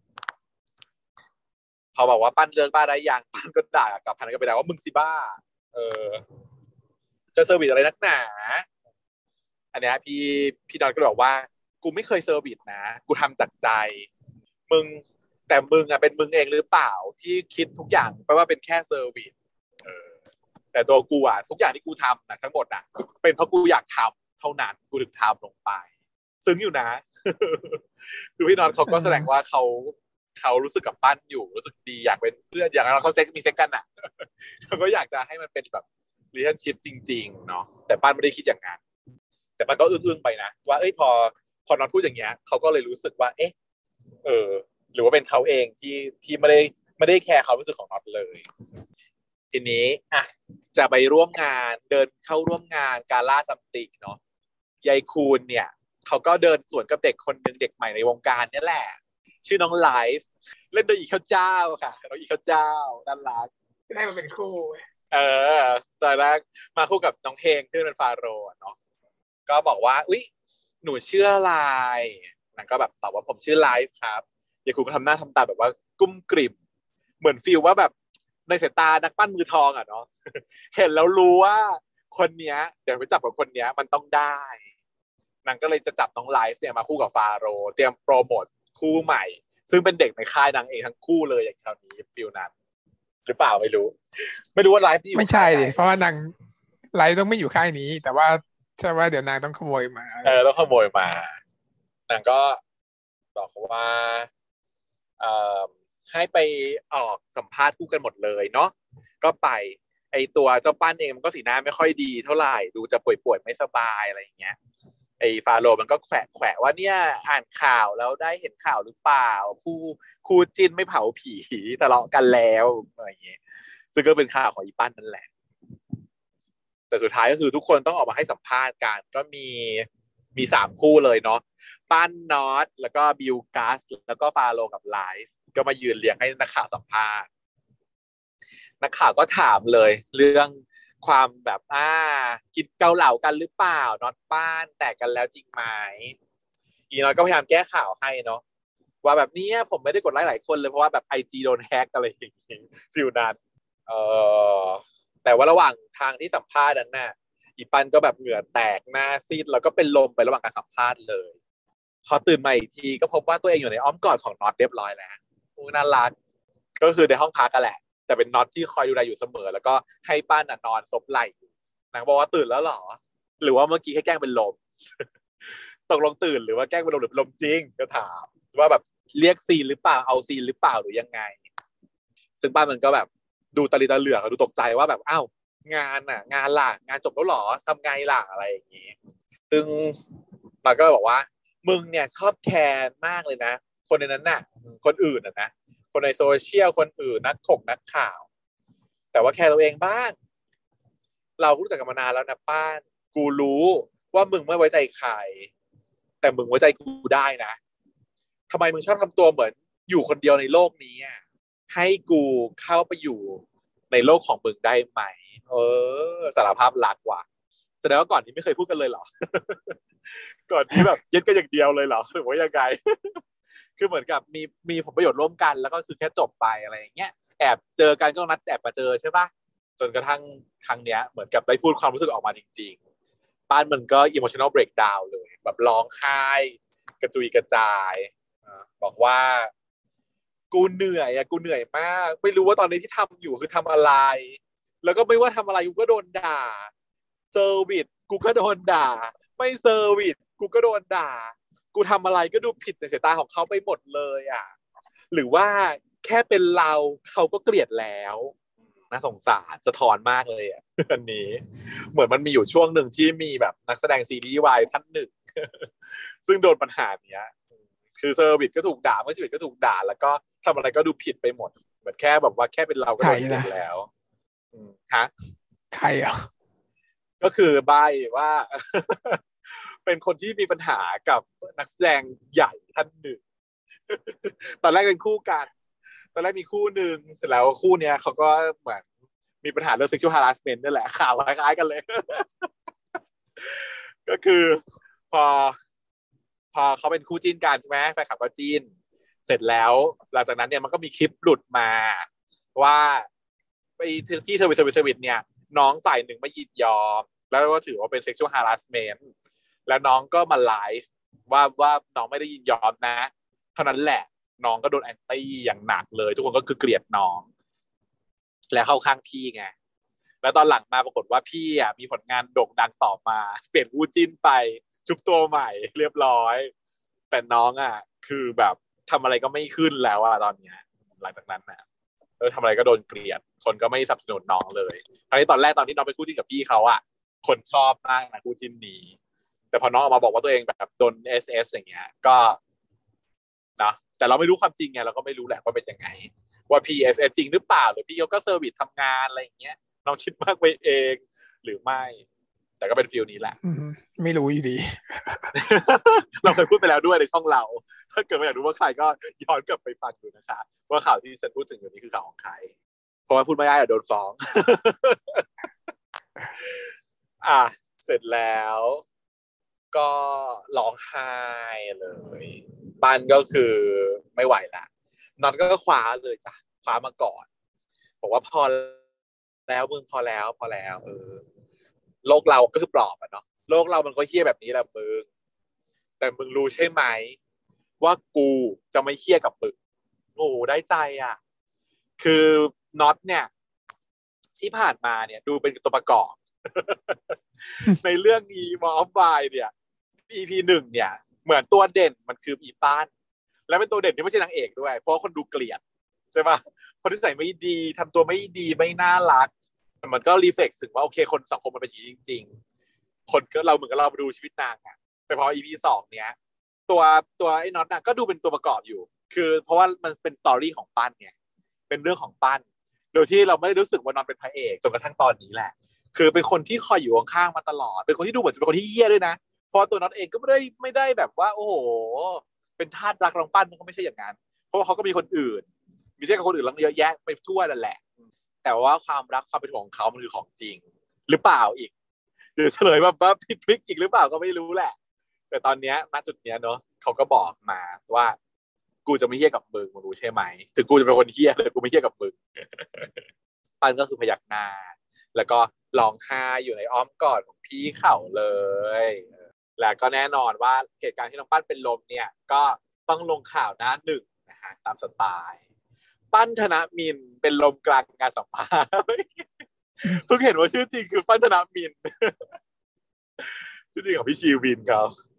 พอบอกว่าปั้นเลิกบ้าได้ยังปั้นก็ด่ากลับพันก็ไปด่าว่ามึงสิบ้าเออจะเซอร์วิสอะไรนักหนาอันนี้พี่ดอนก็บอกว่ากูไม่เคยเซอร์วิสนะกูทำจากใจมึงแต่มึงอ่ะเป็นมึงเองหรือเปล่าที่คิดทุกอย่างแปลว่าเป็นแค่เซอร์วิสเออแต่ตัวกูอ่ะทุกอย่างที่กูทำนะทั้งหมดอ่ะเป็นเพราะกูอยากทำเท่านั้นกูถึงทำลงไปซึ้งอยู่นะ คือพี่นอนเขาก็แสดงว่าเขารู้สึกกับปั้นอยู่รู้สึกดีอยากเป็นเพื่อนอย่างนั้นเขามีเซ็กกันอ่ะ เขาก็อยากจะให้มันเป็นแบบ relationship จริงๆเนาะแต่ปั้นไม่ได้คิดอย่างนั้นแต่มันก็อึ้งๆไปนะว่าเอ้ยพอนอนพูดอย่างเงี้ยเขาก็เลยรู้สึกว่าเอ๊ะเออหรือว่าเป็นเขาเองที่ไม่ได้แคร์ความรู้สึกของน็อตเลยทีนี้อ่ะจะไปร่วมงานเดินเข้าร่วมงานกาล่าซัมติงเนาะยายคูนเนี่ยเขาก็เดินสวนกับเด็กคนหนึ่งเด็กใหม่ในวงการนี่แหละชื่อน้องไลฟ์เล่นโดยอีข้าวเจ้าค่ะน้องอีข้าวเจ้าน่ารักได้มาเป็นคู่เออตอนแรกมาคู่กับน้องเฮงที่เป็นฟาโรห์เนาะก็บอกว่าอุ๊ยหนูชื่ออะไรนางก็แบบตอบว่าผมชื่อไลฟ์ครับยายคูนก็ทำหน้าทำตาแบบว่ากุ้มกริ่มเหมือนฟีลว่าแบบในสายตานักปั้นมือทองอ่ะเนาะ เห็นแล้วรู้ว่าคนเนี้ยเดี๋ยวไปจับกับคนเนี้ยมันต้องได้นางก็เลยจะจับน้องไลฟ์เนี่ยมาคู่กับฟาโรห์เตรียมโปรโมทคู่ใหม่ซึ่งเป็นเด็กในค่ายนางเองทั้งคู่เลยอย่างคราวนี้ฟีลนั้นหรือเปล่าไม่รู้ว่าไลฟ์ที่อยู่ไม่ใช่ดิเพราะว่านางไลฟ์ต้องไม่อยู่ค่ายนี้แต่ว่าใช่ว่าเดี๋ยวนางต้องขโมยมาต้องขโมยมานางก็บอกว่าเอ่อให้ไปออกสัมภาษณ์คู่กันหมดเลยเนาะก็ไปไอตัวเจ้าปั้นเองมันก็สีหน้าไม่ค่อยดีเท่าไหร่ดูจะป่วยๆไม่สบายอะไรอย่างเงี้ยไอฟาโรห์มันก็แขวะว่าเนี่ยอ่านข่าวแล้วได้เห็นข่าวหรือเปล่าคู่จิ้นไม่เผาผีทะเลาะกันแล้วอะไรอย่างเงี้ยซึ่งก็เป็นข่าวของอีปั้นนั่นแหละแต่สุดท้ายก็คือทุกคนต้องออกมาให้สัมภาษณ์กันก็มี3 คู่เลยเนาะปั้นน็อตแล้วก็บิลกัสแล้วก็ฟาโรห์กับไลฟ์ก็มายืนเรียงให้นักข่าวสัมภาษณ์นักข่าวก็ถามเลยเรื่องความแบบกินเกาเหลากันหรือเปล่าน็อตป้านแตกกันแล้วจริงไหมอีน็อตก็พยายามแก้ข่าวให้เนาะว่าแบบนี้ผมไม่ได้กดไลค์หลายคนเลยเพราะว่าแบบIGโดนแฮกอะไรอย่างงี้ฟิลนั้นเออแต่ว่าระหว่างทางที่สัมภาษณ์นั้นน่ะอีปันก็แบบเหงื่อแตกหน้าซีดแล้วก็เป็นลมไประหว่างการสัมภาษณ์เลยพอตื่นมาอีกทีก็พบว่าตัวเองอยู่ในอ้อมกอดของน็อตเรียบร้อยแล้วน่ารักก็คือในห้องพักกันแหละแต่เป็นน็อตที่คอยดูแลอยู่เสมอแล้วก็ให้ป้านนอนซบไหล่นางบอกว่าตื่นแล้วหรอหรือว่าเมื่อกี้แค่แกล้งเป็นลม ตกลงตื่นหรือว่าแกล้งเป็นลมหรือเป็นลมจริงก็ถามว่าแบบเรียกซีนหรือเปล่าเอาซีนหรือเปล่าหรือยังไงซึ่งป้ามันก็แบบดูตาลีตาเหลือกดูตกใจว่าแบบอ้าวงานล่ะงานจบแล้วหรอทำไงล่ะอะไรอย่างงี้ซึ่งมันก็บอกว่ามึงเนี่ยชอบแคร์มากเลยนะคนในนั้นน่ะคนอื่นนะคนในโซเชียลคนอื่นนักข่าวแต่ว่าแคร์ตัวเองบ้างเรารู้จักกันมานานแล้วนะป้านกูรู้ว่ามึงไม่ไว้ใจใครแต่มึงไว้ใจกูได้นะทำไมมึงชอบทำตัวเหมือนอยู่คนเดียวในโลกนี้ให้กูเข้าไปอยู่ในโลกของมึงได้ไหมสารภาพรักว่ะแสดงว่าก่อนนี้ไม่เคยพูดกันเลยเหรอ ก่อนนี้แบบเย็ดกันอย่างเดียวเลยเหรอหรือว่ายังไง คือเหมือนกับมีผลประโยชน์ร่วมกันแล้วก็คือแค่จบไปอะไรอย่างเงี้ยแอบเจอกันก็นัดแอบมาเจอใช่ปะจนกระทั่งครั้งเนี้ยเหมือนกับได้พูดความรู้สึกออกมาจริงๆป้านมันก็ emotional breakdown เลยแบบร้องไห้กระจุยกระจายบอกว่ากูเหนื่อยกูเหนื่อยมากไม่รู้ว่าตอนนี้ที่ทำอยู่คือทำอะไรแล้วก็ไม่ว่าทำอะไรกูก็โดนด่าเซอร์วิสกูก็โดนด่าไม่เซอร์วิสกูก็โดนด่ากูทำอะไรก็ดูผิดในสายตาของเขาไปหมดเลยหรือว่าแค่เป็นเราเขาก็เกลียดแล้วน่าสงสารสะท้อนมากเลยอันนี้เหมือนมันมีอยู่ช่วงหนึ่งที่มีแบบนักแสดงซีรีส์วายท่านหนึ่ง ซึ่งโดนปัญหาเนี้ยคือเซอร์วิสก็ถูกด่าเมื่อชีวิตก็ถูกด่าแล้วก็ทำอะไรก็ดูผิดไปหมดเหมือนแค่แบบว่าแค่เป็นเราก็โดนเกลียดแล้วฮะใครอ่ะก็คือใบ้ว่า เป็นคนที่มีปัญหากับนักแสดงใหญ่ท่านหนึ่ง ตอนแรกเป็นคู่กันตอนแรกมีคู่หนึ่งเสร็จแล้วคู่เนี้ยเขาก็เหมือนมีปัญหาเรื่อง sexual harassment นี่แหละข่าวคล้ายๆกันเลย ก็คือพอเขาเป็นคู่จิ้นกันใช่ไหมแฟนคลับก็จิ้นเสร็จแล้วหลังจากนั้นเนี่ยมันก็มีคลิปหลุดมาว่าไปที่เซอร์วิสเนี่ยน้องฝ่ายหนึ่งไม่ยินยอมแล้วก็ถือว่าเป็น sexual harassment แล้วน้องก็มาไลฟ์ว่าน้องไม่ได้ยินยอมนะเท่านั้นแหละน้องก็โดนแอนตี้อย่างหนักเลยทุกคนก็คือเกลียดน้องแล้วเข้าข้างพี่ไงแล้วตอนหลังมาปรากฏว่าพี่อ่ะมีผลงานโด่งดังต่อมาเปลี่ยนคู่จิ้นไปชุบตัวใหม่เรียบร้อยแต่น้องอ่ะคือแบบทำอะไรก็ไม่ขึ้นแล้วอ่ะตอนเนี้ยหลังจากนั้นน่ะทำอะไรก็โดนเกลียดคนก็ไม่สนับสนุนน้องเลยทั้งที่ตอนแรกตอนที่น้องเป็นคู่จิ้นกับพี่เขาอ่ะคนชอบมากนะคู่จิ้นนี้แต่พอน้องออกมาบอกว่าตัวเองแบบโดน SS อย่างเงี้ยก็นะแต่เราไม่รู้ความจริงไงเราก็ไม่รู้แหละว่าเป็นยังไงว่า PSS จริงหรือเปล่าหรือพี่เขาก็เซอร์วิสทำงานอะไรอย่างเงี้ยน้องคิดมากไปเองหรือไม่แต่ก็เป็นฟีลนี้แหละไม่รู้อยู่ดีเราเคยพูดไปแล้วด้วยในช่องเราถ้าเกิดไม่อยากรู้ว่าใครก็ย้อนกลับไปฟังดูนะคะว่าข่าวที่ฉันพูดถึงอยู่นี้คือข่าวของใครเพราะว่าพูดไม่ได้เดี๋ยวโดนฟ้อง เสร็จแล้วก็ร้องไห้เลยปันก็คือไม่ไหวละน็อตก็คว้าเลยจ้ะคว้ามาก่อนบอกว่าพอแล้วมึงพอแล้วโลกเราก็คือปลอบอะเนาะโลกเรามันก็เหี้ยแบบนี้แหละมึงแต่มึงรู้ใช่ไหมว่ากูจะไม่เหี้ยกับมึงโอ้ได้ใจอ่ะคือน็อตเนี่ยที่ผ่านมาเนี่ยดูเป็นตัวประกอบ ในเรื่องนี้มอฟบายเนี่ย EP 1เนี่ยเหมือนตัวเด่นมันคืออีป้านและเป็นตัวเด่นที่ไม่ใช่นางเอกด้วยเพราะคนดูเกลียดใช่ปะคนที่ใส่ไม่ดีทำตัวไม่ดีไม่น่ารักมันก็รีเฟล็กซ์ถึงว่าโอเคคนสังคมมันเป็นอย่างนี้จริงๆคนก็เราเหมือนกับเราไปดูชีวิตนางอะแต่พอ EP 2เนี้ยตัวไอ้น็อตน่ะก็ดูเป็นตัวประกอบอยู่คือเพราะว่ามันเป็นสตอรี่ของปั้นไงเป็นเรื่องของปั้นโดยที่เราไม่ได้รู้สึกว่าน็อตเป็นพระเอกจนกระทั่งตอนนี้แหละคือเป็นคนที่คอยอยู่ข้างๆมาตลอดเป็นคนที่ดูเหมือนจะเป็นคนที่เหี้ยด้วยนะเพราะตัวน็อตเองก็ไม่ได้แบบว่าโอ้โหเป็นทาสรักน้องปั้นมันก็ไม่ใช่อย่างนั้นเพราะว่าเขาก็มีคนอื่นมีเรื่องกับคนอื่นเยอะแยะไปทั่วนั่นแหละแต่ว่าความรักความเป็นห่วงของเขามันคือของจริงหรือเปล่าอีกเดี๋ยวเฉลยว่าผิดพลิกอีกหรือเปล่าก็ไม่รู้แหละแต่ตอนนี้ณจุดนี้เนาะเขาก็บอกมาว่ากูจะไม่เหี้ยกับมึงรู้ใช่ไหมถึงกูจะเป็นคนเหี้ยเลยกูไม่เหี้ยกับมึงปั้นก็คือพยักหน้าแล้วก็ร้องไห้อยู่ในอ้อมกอดของพี่เขาเลยแล้วก็แน่นอนว่าเหตุการณ์ที่น้องปั้นเป็นลมเนี่ยก็ต้องลงข่าวหน้าหนึ่งนะฮะตามสไตล์ปั้นธนมินเป็นลมกลางการสัมภาษณ์เพิ่งเห็นว่าชื่อจริงคือปั้นธนมินชื่อจริงของพี่ชีวินเขา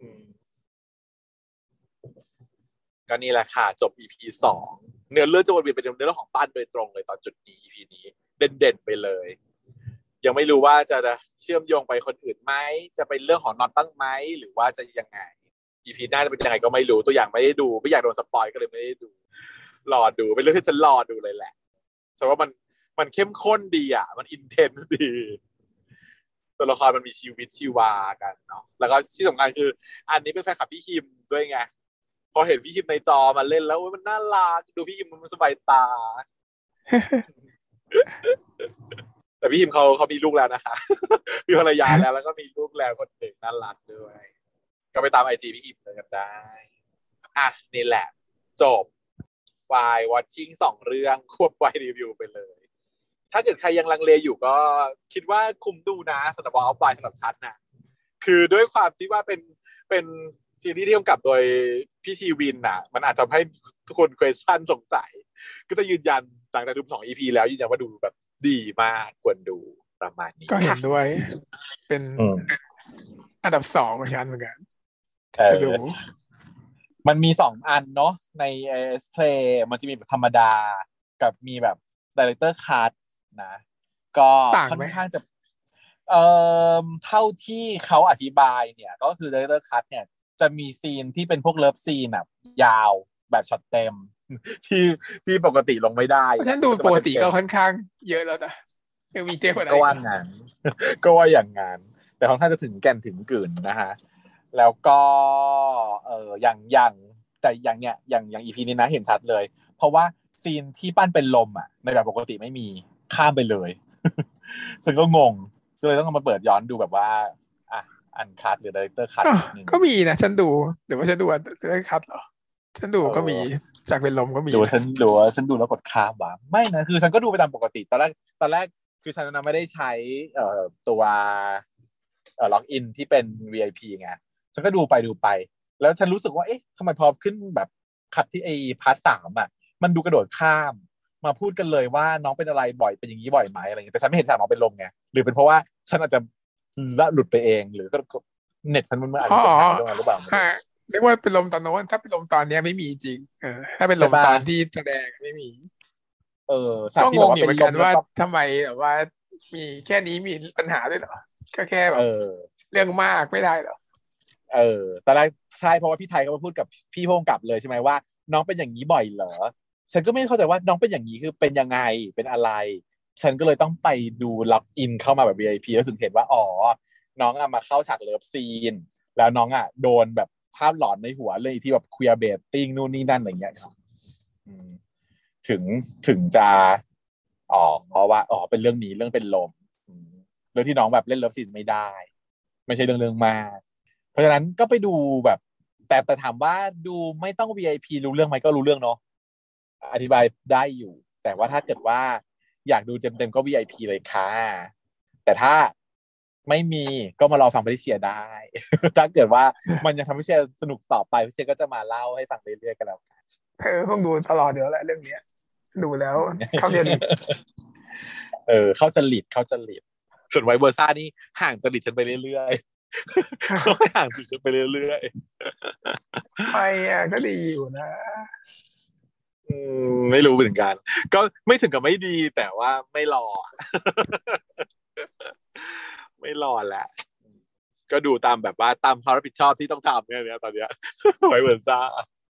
ก็นี่แหละค่ะจบ EP 2เนื้อเรื่องจะวนเวียนเป็นเนื้อเรื่องของปั้นโดยตรงเลยตอนจุดนี้ EP นี้เด่นๆไปเลยยังไม่รู้ว่าจะเชื่อมโยงไปคนอื่นไหมจะเป็นเรื่องของน็อตบ้างไหมหรือว่าจะยังไง EP หน้าจะเป็นยังไงก็ไม่รู้ตัวอย่างไม่ได้ดูไม่อยากโดนสปอยก็เลยไม่ได้ดูรอดูเป็นเรื่องที่ฉันรอดูเลยแหละเพราะว่ามันเข้มข้นดีอ่ะมันอินเทนส์ดีตัวละครมันมีชีวิตชีวากันเนาะแล้วก็ที่สำคัญคืออันนี้เป็นแฟนคลับพี่คิมด้วยไงพอเห็นพี่คิมในจอมาเล่นแล้วมันน่ารักดูพี่คิมมันสบายตา แต่พี่คิมเขามีลูกแล้วนะคะมีภรรยาแล้วก็มีลูกแล้วคนหนึ่งน่ารักด้วยก็ไปตาม IG พี่คิมกันได้นี่แหละจบWhy Watching 2 เรื่องควบไวรีวิวไปเลยถ้าเกิดใครยังลังเลอยู่ก็คิดว่าคุ้มดูนะสำหรับWhy Watch สำหรับฉันนะคือด้วยความที่ว่าเป็นซีรีส์ที่กำกับโดยพี่ชีวินน่ะมันอาจจะทำให้ทุกคน question สงสัยก็จะยืนยันหลังจากดู2 EP แล้วยืนยันว่าดูแบบดีมากควรดูประมาณนี้ก็เห็นด้วยเป็นอันดับ2ของฉันเหมือนกันจะดูมันมี2 อันเนาะใน AS Play มันจะมีแบบธรรมดากับมีแบบ Director Cut นะก็ค่อนข้างจะเท่าที่เขาอธิบายเนี่ยก็คือ Director Cut เนี่ยจะมีซีนที่เป็นพวกเลิฟซีนแบบยาวแบบช็อตเต็มที่ปกติลงไม่ได้ฉันดูปกติก็ค่อนข้างเยอะแล้วนะยังมีเจ๊คนไหนก็ว่างั้นก็ว่าอย่างงั้นแต่ค่อนข้างจะถึงแก่นถึงกลืนนะฮะแล้วก็อย่างแต่อย่างเนี้ยอย่าง EP นี้นะเห็นชัดเลยเพราะว่าซีนที่ปั้นเป็นลมอ่ะในแบบปกติไม่มีข้ามไปเลยฉันก็งงก็เลยต้องมาเปิดย้อนดูแบบว่าอ่ะอันคัทหรือไดเรคเตอร์คัทอ๋อนิดนึงก็มีนะฉันดูหรือว่าฉันดูได้คัดเหรอฉันดูเอก็มีอจากเป็นลมก็มีนะหรือว่าฉันดูแล้วกดข้ามวะไม่นะคือฉันก็ดูไปตามปกติตอนแรกคือฉันนะไม่ได้ใช้ตัวล็อกอินที่เป็น VIP ไงฉันก็ดูไปแล้วฉันรู้สึกว่าเอ๊ะทำไมพอขึ้นแบบคัดที่ไอพาร์ท3อ่ะมันดูกระโดดข้ามมาพูดกันเลยว่าน้องเป็นอะไรบ่อยเป็นอย่างนี้บ่อยไหมอะไรเงี้ยแต่ฉันไม่เห็นฉากน้องเป็นลมไงหรือเป็นเพราะว่าฉันอาจจะละหลุดไปเองหรือก็เน็ตฉันมันอาจอ๋อมีปัญหาตรงนั้นหรือเปล่าไม่ฮะรู้เรียกว่าเป็นลมตอนโน้นถ้าเป็นลมตอนเนี้ยไม่มีจริงถ้าเป็นลใช่ปะมตอนที่แสดงไม่มีเออฉาก็กที่แบบว่าเป็นงงอยู่เหมือนกันว่าลมแล้วก็ทำไมแบบว่ามีแค่นี้มีปัญหาด้วยเหรอก็แค่เอแบบอเรื่องมากไม่ได้เหรอเออตอนแรกใช่เพราะว่าพี่ไทยก็มาพูดกับพี่ผู้กำกับเลยใช่ไหมว่าน้องเป็นอย่างนี้บ่อยเหรอฉันก็ไม่เข้าใจว่าน้องเป็นอย่างนี้คือเป็นยังไงเป็นอะไรฉันก็เลยต้องไปดูล็อกอินเข้ามาแบบ VIP แล้วถึงเห็นว่าอ๋อน้องอะมาเข้าฉากเลิฟซีนแล้วน้องอะโดนแบบภาพหลอนในหัวเลยที่แบบเคลียร์เบตติ้งนู่นนี่นั่นอะไรเงี้ยครับอืมถึงถึงจะอ๋อว่าอ๋อเป็นเรื่องนี้เรื่องเป็นลมอืมเรื่องที่น้องแบบเล่นเลิฟซีนไม่ได้ไม่ใช่เรื่องมาก เพราะฉะนั้นก็ไปดูแบบแต่ถามว่าดูไม่ต้อง VIP รู้เรื่องไหมก็รู้เรื่องเนาะอธิบายได้อยู่แต่ว่าถ้าเกิดว่าอยากดูเต็มก็ VIP เลยค่ะแต่ถ้าไม่มีก็มารอฟังพทิเชียได้ถ้าเกิดว่ามันยังทำให้เชียร์สนุกต่อไปพทิเชียก็จะมาเล่าให้ฟังเรื่อยๆกันแล้วกันต้องดูตลอดเดี๋ยวแหละเรื่องเนี้ยดูแล้วอืมเข้าจริตเข้าจริตส่วนไวเวอร์ซ่านี่ห่างจริตฉันไปเรื่อยๆเขาให้ห่างจริตฉันไปเรื่อยไม่อ่ะก็ดีอยู่นะๆไม่รู้เหมือนกันก็ไม่ถึงกับไม่ดีแต่ว่าไม่รอไม่รอแหละก็ดูตามแบบว่าตามความรับผิดชอบที่ต้องทำเนี่ยตอนเนี้ยไวเวอร์ซ่า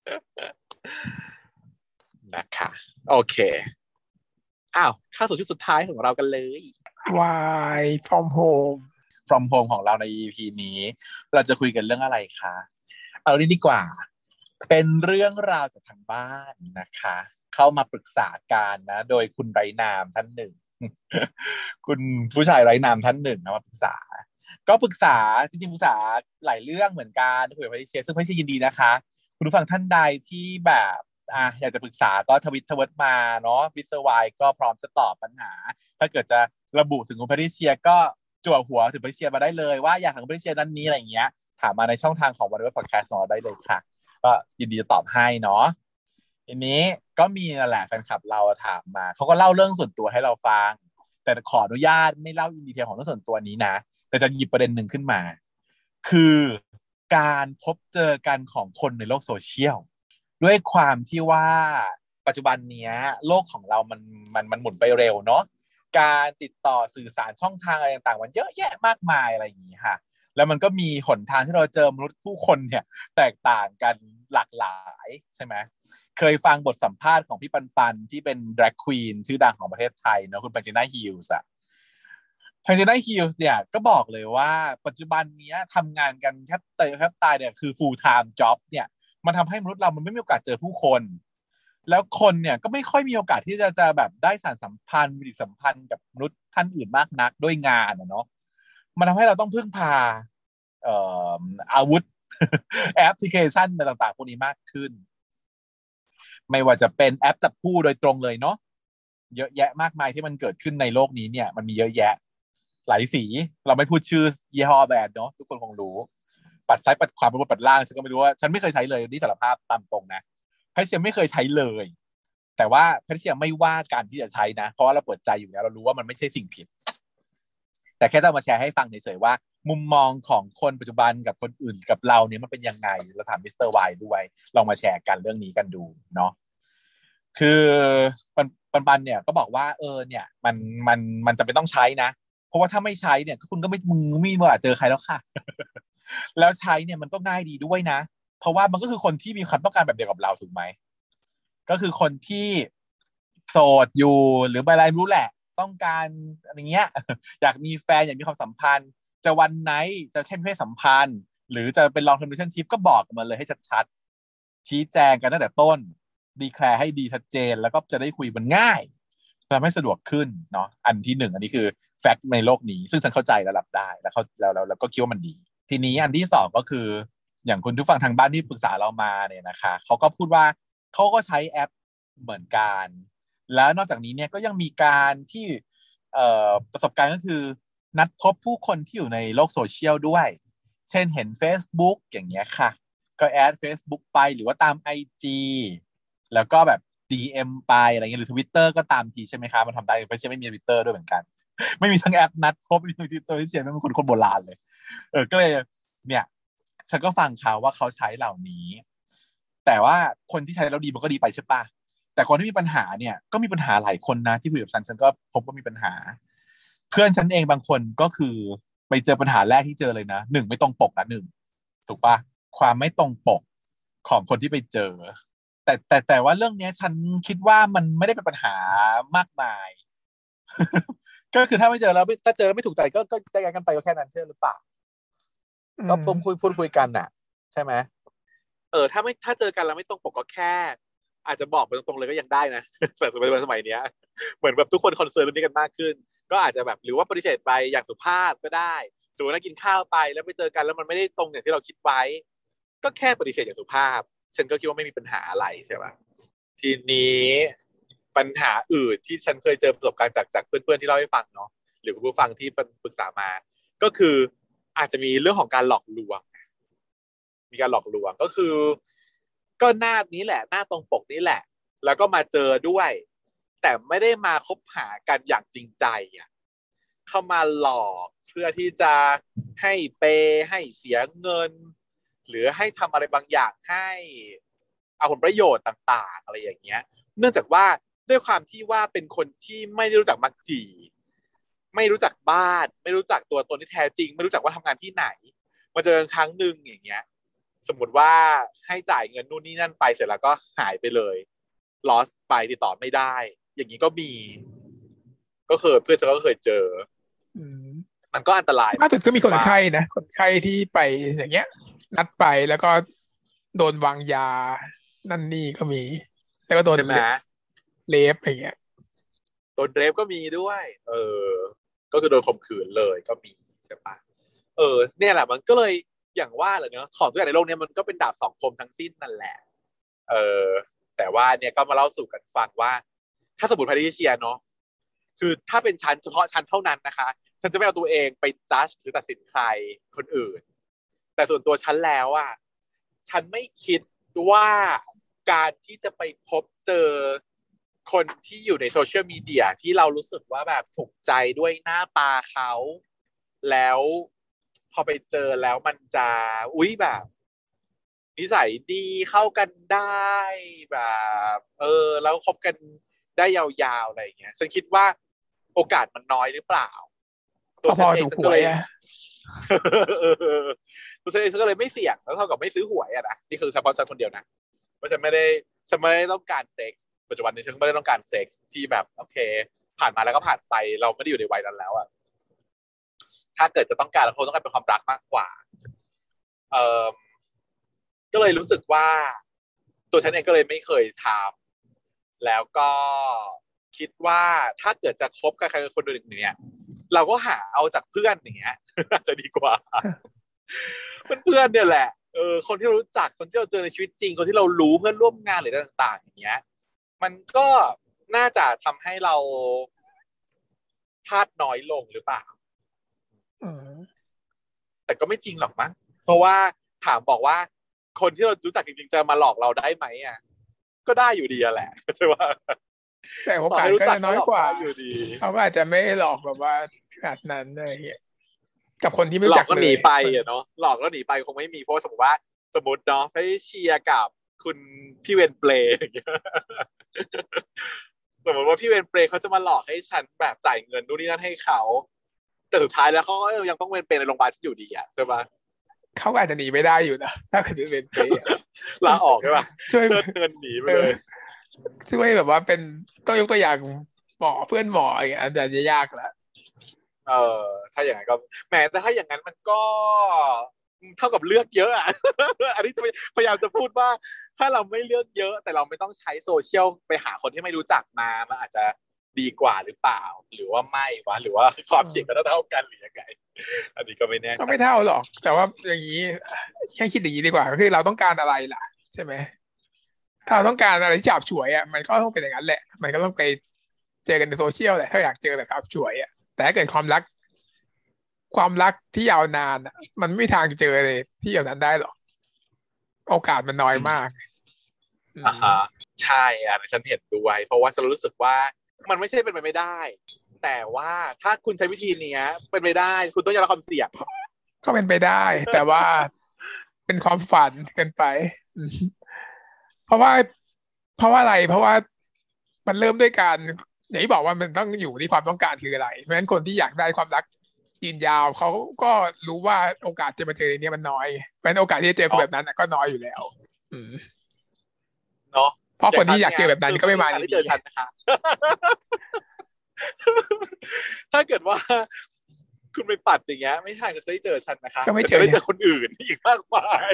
นะคะโอเคอ้าวเข้าสู่ช่วงสุดท้ายของเรากันเลยวาย from home from home ของเราใน EP นี้เราจะคุยกันเรื่องอะไรคะเอาเรื่องนี้ดีกว่าเป็นเรื่องราวจากทางบ้านนะคะเข้ามาปรึกษากันนะโดยคุณไร้นามท่านหนึ่งคุณผู้ชายไร้นามท่านหนึ่งนะมาปรึกษาก็ปรึกษาจริงๆปรึกษาหลายเรื่องเหมือนกันคุยกับพี่เชียร์ซึ่งพี่เชียร์ยินดีนะคะคุณผู้ฟังท่านใดที่แบบอยากจะปรึกษาก็ทวิตมาเนาะวิศวายก็พร้อมจะตอบปัญหาถ้าเกิดจะระบุถึงคุณแพทริเชียก็จั่วหัวถึงแพทริเชียมาได้เลยว่าอยากถามคุณแพทริเชียนั้นนี้อะไรอย่างเงี้ยถามมาในช่องทางของวันเว็บพอดแคสต์ของเราได้เลยค่ะก็ยินดีจะตอบให้เนาะทีนี้ก็มีนั่นแหละแฟนคลับเราถามมาเขาก็เล่าเรื่องส่วนตัวให้เราฟังแต่ขออนุญาตไม่เล่าอินดีเทลของเรื่องส่วนตัวนี้นะแต่จะหยิบประเด็นหนึ่งขึ้นมาคือการพบเจอกันของคนในโลกโซเชียลด้วยความที่ว่าปัจจุบันเนี้ยโลกของเรามันหมุนไปเร็วเนาะ การติดต่อสื่อสารช่องทางอะไรต่างๆมันเยอะแยะมากมายอะไรอย่างนี้ค่ะแล้วมันก็มีหนทางที่เราเจอมนุษย์ผู้คนเนี่ยแตกต่างกันหลากหลายใช่ไหมเคยฟังบทสัมภาษณ์ของพี่ปันปันที่เป็น drag queen ชื่อดังของประเทศไทยเนะคุณปัญจนาฮิลส์อะปัญจนาฮิลส์เนี่ยก็บอกเลยว่าปัจจุบันนี้ทำงานกันแทบตายเนี่ยคือ full time job เนี่ยมันทำให้มนุษย์เรามันไม่มีโอกาสเจอผู้คนแล้วคนเนี่ยก็ไม่ค่อยมีโอกาสที่จะแบบได้สานสัมพันธ์มีปฏิสัมพันธ์กับมนุษย์ท่านอื่นมากนักด้วยงานอะเนาะมันทำให้เราต้องพึ่งพาเอ่ออาวุธแอปพลิเคชันอะไรต่างๆพวกนี้มากขึ้นไม่ว่าจะเป็นแอปจับคู่โดยตรงเลยเนาะเยอะแยะมากมายที่มันเกิดขึ้นในโลกนี้เนี่ยมันมีเยอะแยะหลายสีเราไม่พูดชื่อยี่ห้อแบรนด์เนาะทุกคนคงรู้ปัดซ้ายปัดขวาปัดล่างฉันก็ไม่รู้ว่าฉันไม่เคยใช้เลยนี่สารภาพตามตรงนะแพทเชียไม่เคยใช้เลยแต่ว่าแพทเชียไม่ว่าการที่จะใช้นะเพราะว่าเราเปิดใจอยู่แล้วเรารู้ว่ามันไม่ใช่สิ่งผิดแต่แค่จะมาแชร์ให้ฟังเฉยๆว่ามุมมองของคนปัจจุบันกับคนอื่นกับเราเนี่ยมันเป็นยังไงเราถามมิสเตอร์วายด้วยลองมาแชร์กันเรื่องนี้กันดูเนาะ คือปันเนี่ยก็บอกว่าเนี่ยมันจะเป็นต้องใช้นะเพราะว่าถ้าไม่ใช้เนี่ยคุณก็ไม่มีโอกาสเจอใครแล้วค่ะแล้วใช้เนี่ยมันก็ง่ายดีด้วยนะเพราะว่ามันก็คือคนที่มีความต้องการแบบเดียวกับเราถูกไหมก็คือคนที่โสดอยู่หรืออะไรไม่รู้แหละต้องการอะไรเงี้ยอยากมีแฟนอยากมีความสัมพันธ์จะวันไหนจะแค่เพศสัมพันธ์หรือจะเป็น long term relationship ก็บอกกันมาเลยให้ชัดๆชี้แจงกันตั้งแต่ต้น ดีแคลร์ให้ดีชัดเจนแล้วก็จะได้คุยมันง่ายทำให้สะดวกขึ้นเนาะอันที่หนึ่งอันนี้คือแฟกต์ในโลกนี้ซึ่งฉันเข้าใจและรับได้แล้วเขาแล้วก็คิดว่ามันดีทีนี้อันที่สองก็คืออย่างคุณผู้ฟังทางบ้านที่ปรึกษาเรามาเนี่ยนะคะเขาก็พูดว่าเขาก็ใช้แอปเหมือนกันแล้วนอกจากนี้เนี่ยก็ยังมีการที่ประสบการณ์ก็คือนัดพบผู้คนที่อยู่ในโลกโซเชียลด้วยเช่นเห็น Facebook อย่างเงี้ยค่ะก็แอด Facebook ไปหรือว่าตาม IG แล้วก็แบบ DM ไปอะไรเงี้ยหรือ Twitter ก็ตามทีใช่ไหมครับมันทำได้ไม่ใช่ไม่มี Twitter ด้วยเหมือนกันไม่มีทั้งแอปนัดพบไม่มี Twitter ที่เชียร์ไม่เป็นคนโบราณเลยก็เลยเนี่ยฉันก็ฟังเขาว่าเขาใช้เหล่านี้แต่ว่าคนที่ใช้แล้วดีมันก็ดีไปใช่ปะแต่คนที่มีปัญหาเนี่ยก็มีปัญหาหลายคนนะที่คุยกับฉันก็พบว่ามีปัญหาเพื่อนฉันเองบางคนก็คือไปเจอปัญหาแรกที่เจอเลยนะหนึ่งไม่ตรงปกนะหนึ่งถูกปะความไม่ตรงปกของคนที่ไปเจอแต่ว่าเรื่องนี้ฉันคิดว่ามันไม่ได้เป็นปัญหามากมาย ก็คือถ้าไม่เจอแล้วถ้าเจอไม่ถูกใจก็ได้กันไปก็แค่นั้นเชื่อหรือเปล่าก็พูดคุยกันน่ะใช่ไหมถ้าเจอกันแล้วไม่ตรงปกก็แค่อาจจะบอกไปตรงๆเลยก็ยังได้นะสมัยเนี้ยเหมือนแบบทุกคนคอนเซิร์นเรื่องนี้กันมากขึ้นก็อาจจะแบบหรือว่าปฏิเสธไปอย่างสุภาพก็ได้สมมติว่ากินข้าวไปแล้วไปเจอกันแล้วมันไม่ได้ตรงอย่างที่เราคิดไว้ก็แค่ปฏิเสธอย่างสุภาพฉันก็คิดว่าไม่มีปัญหาอะไรใช่ป่ะทีนี้ปัญหาอื่นที่ฉันเคยเจอประสบการณ์จากเพื่อนๆที่เล่าให้ฟังเนาะหรือคุณผู้ฟังที่ปรึกษามาก็คืออาจจะมีเรื่องของการหลอกลวงมีการหลอกลวงก็คือก็หน้านี้แหละหน้าตรงปกนี้แหละแล้วก็มาเจอด้วยแต่ไม่ได้มาคบหากันอย่างจริงใจอ่ะเข้ามาหลอกเพื่อที่จะให้เปย์ให้เสียเงินหรือให้ทำอะไรบางอย่างให้เอาผลประโยชน์ต่างๆอะไรอย่างเงี้ยเนื่องจากว่าด้วยความที่ว่าเป็นคนที่ไม่ได้รู้จักมักจีไม่รู้จักบ้านไม่รู้จักตัวตนที่แท้จริงไม่รู้จักว่าทำงานที่ไหนมาเจอครั้งหนึ่งอย่างเงี้ยสมมติว่าให้จ่ายเงินนู่นนี่นั่นไปเสร็จแล้วก็หายไปเลย lost ไปติดต่อไม่ได้อย่างนี้ก็มีก็เคยเพื่อนฉันก็เคยเจอมันก็อันตรายล่าสุดก็มีคนไข้นะคนไข้ที่ไปอย่างเงี้ยนัดไปแล้วก็โดนวางยานั่นนี่ก็มีแล้วก็โดนเลฟอย่างเงี้ยโดนเรฟก็มีด้วยก็คือโดนข่มขืนเลยก็มีใช่ปะเนี่ยแหละมันก็เลยอย่างว่าแหละเนาะของทุกอย่างในโลกนี้มันก็เป็นดาบสองคมทั้งสิ้นนั่นแหละเออแต่ว่าเนี่ยก็มาเล่าสู่กันฟังว่าถ้าสมมติแพทริเชียเนาะคือถ้าเป็นฉันเฉพาะฉันเท่านั้นนะคะฉันจะไม่เอาตัวเองไปจัดหรือตัดสินใครคนอื่นแต่ส่วนตัวฉันแล้วอ่ะฉันไม่คิดว่าการที่จะไปพบเจอคนที่อยู่ในโซเชียลมีเดียที่เรารู้สึกว่าแบบถูกใจด้วยหน้าตาเขาแล้วพอไปเจอแล้วมันจะแบบนิสัยดีเข้ากันได้แบบแล้วคบกันได้ยาวๆอะไรอย่างเงี้ยฉันคิดว่าโอกาสมันน้อยหรือเปล่าตัวฉันเองฉันก็เลยตัวฉันเองฉันก็เลยไม่เสี่ยงแล้วเท่ากับไม่ซื้อหวยอะนะนี่คือเฉพาะฉันคนเดียวนะเพราะฉันไม่ได้ต้องการเซ็กส์ปัจจุบันนี้ฉันไม่ได้ต้องการเซ็กส์ที่แบบโอเคผ่านมาแล้วก็ผ่านไปเราไม่ได้อยู่ในวัยนั้นแล้วอะถ้าเกิดจะต้องการเราคงต้องการเป็นความรักมากกว่าก็เลยรู้สึกว่าตัวฉันเองก็เลยไม่เคยทำแล้วก็คิดว่าถ้าเกิดจะคบกับใครคนหนึ่งเนี่ยเราก็หาเอาจากเพื่อนอย่างเงี้ยจะดีกว่าเพื่อนเนี่ยแหละคนที่เรารู้จักคนที่เราเจอในชีวิตจริงคนที่เรารู้เพื่อนร่วมงานหรือต่างๆอย่างเงี้ยมันก็น่าจะทำให้เราพลาดน้อยลงหรือเปล่าแต่ก็ไม่จริงหรอกมั้งเพราะว่าถามบอกว่าคนที่เรารู้จักจริงๆจะมาหลอกเราได้ไหมอ่ะก็ได้อยู่ดีแหละใช่ไหมแต่โอกาสก็จะน้อยกว่าเขาก็อาจจะไม่หลอกแบบว่าขนาดนั้นอะไรอย่างเงี้ยกับคนที่ไม่รู้จักเลยหลอกก็หนีไปอ่ะเนาะหลอกแล้วหนีไปคงไม่มีเพราะสมมติเนาะไปเชียร์กับคุณพี่เวนเปลอย่างเงี้ยสมมติว่าพี่เวนเปลเขาจะมาหลอกให้ฉันแบบจ่ายเงินนู่นนี่นั่นให้เขาแต่สุดท้ายแล้วเขาก็ยังต้องเวนเปลในโรงพยาบาลฉันอยู่ดีอ่ะใช่ไหมเขาอาจจะหนีไม่ได้อยู่นะถ้าเกิดจะเป็นเปย์ลาออกใช่ป่ะช่วยเงินหนีไปเลยช่วยแบบว่าเป็นต้องยกตัวอย่างหมอเพื่อนหมออย่างเงี้ยอาจจะยากละถ้าอย่างนั้นก็แหมแต่ถ้าอย่างนั้นมันก็เท่ากับเลือกเยอะอ่ะอันนี้จะพยายามจะพูดว่าถ้าเราไม่เลือกเยอะแต่เราไม่ต้องใช้โซเชียลไปหาคนที่ไม่รู้จักมามันอาจจะดีกว่าหรือเปล่าหรือว่าไม่วะหรือว่าความเสี่ยงก็เท่ากันหรือยังไงอันนี้ก็ไม่แน่ก็ใจไม่เท่าหรอกแต่ว่าอย่างนี้แค่คิดอย่างนี้ดีกว่าก็คือเราต้องการอะไรล่ะใช่ไหมถ้าเราต้องการอะไรที่ฉับฉวยอ่ะมันก็ต้องเป็นอย่างนั้นแหละมันก็ต้องไปเจอกันในโซเชียลแหละถ้าอยากเจอแบบฉับฉวยอ่ะแต่ถ้าเกิดความรักที่ยาวนานอ่ะมันไม่มีทางเจอเลยที่อย่างนั้นได้หรอกโอกาสมันน้อยมากอือ่ามฮะใช่ฉันเห็นด้วยเพราะว่าฉันรู้สึกว่ามันไม่ใช่เป็นไปไม่ได้แต่ว่าถ้าคุณใช้วิธีเนี้ยเป็นไปได้คุณต้องยอมรับความเสี่ยงก็เป็นไปได้แต่ว่าเป็นความฝันเกินไปอืมเพราะว่าเพราะว่าอะไรเพราะว่ามันเริ่มด้วยการอย่างที่บอกว่ามันต้องอยู่ที่ความต้องการคืออะไรเพราะฉะนั้นคนที่อยากได้ความรักยืนยาวเขาก็รู้ว่าโอกาสจะมาเจอในนี้มันน้อยเพราะฉะนั้นโอกาสที่จะเจอคนเนาะแบบนั้นน่ะก็น้อยอยู่แล้วอืมเนาะเพราะอย่างฉันเนี้ยคนที่อยากเจอแบบนั้นก็ไม่คือไม่มีมาในนี้ทางได้เจอฉันนะคะถ้าเกิดว่าคุณไปปัดอย่างเงี้ยไม่มีทางจะได้เจอฉันนะคะก็ไม่แต่จะได้เจอเนี่ยเจอคนอื่นอีกมากมาย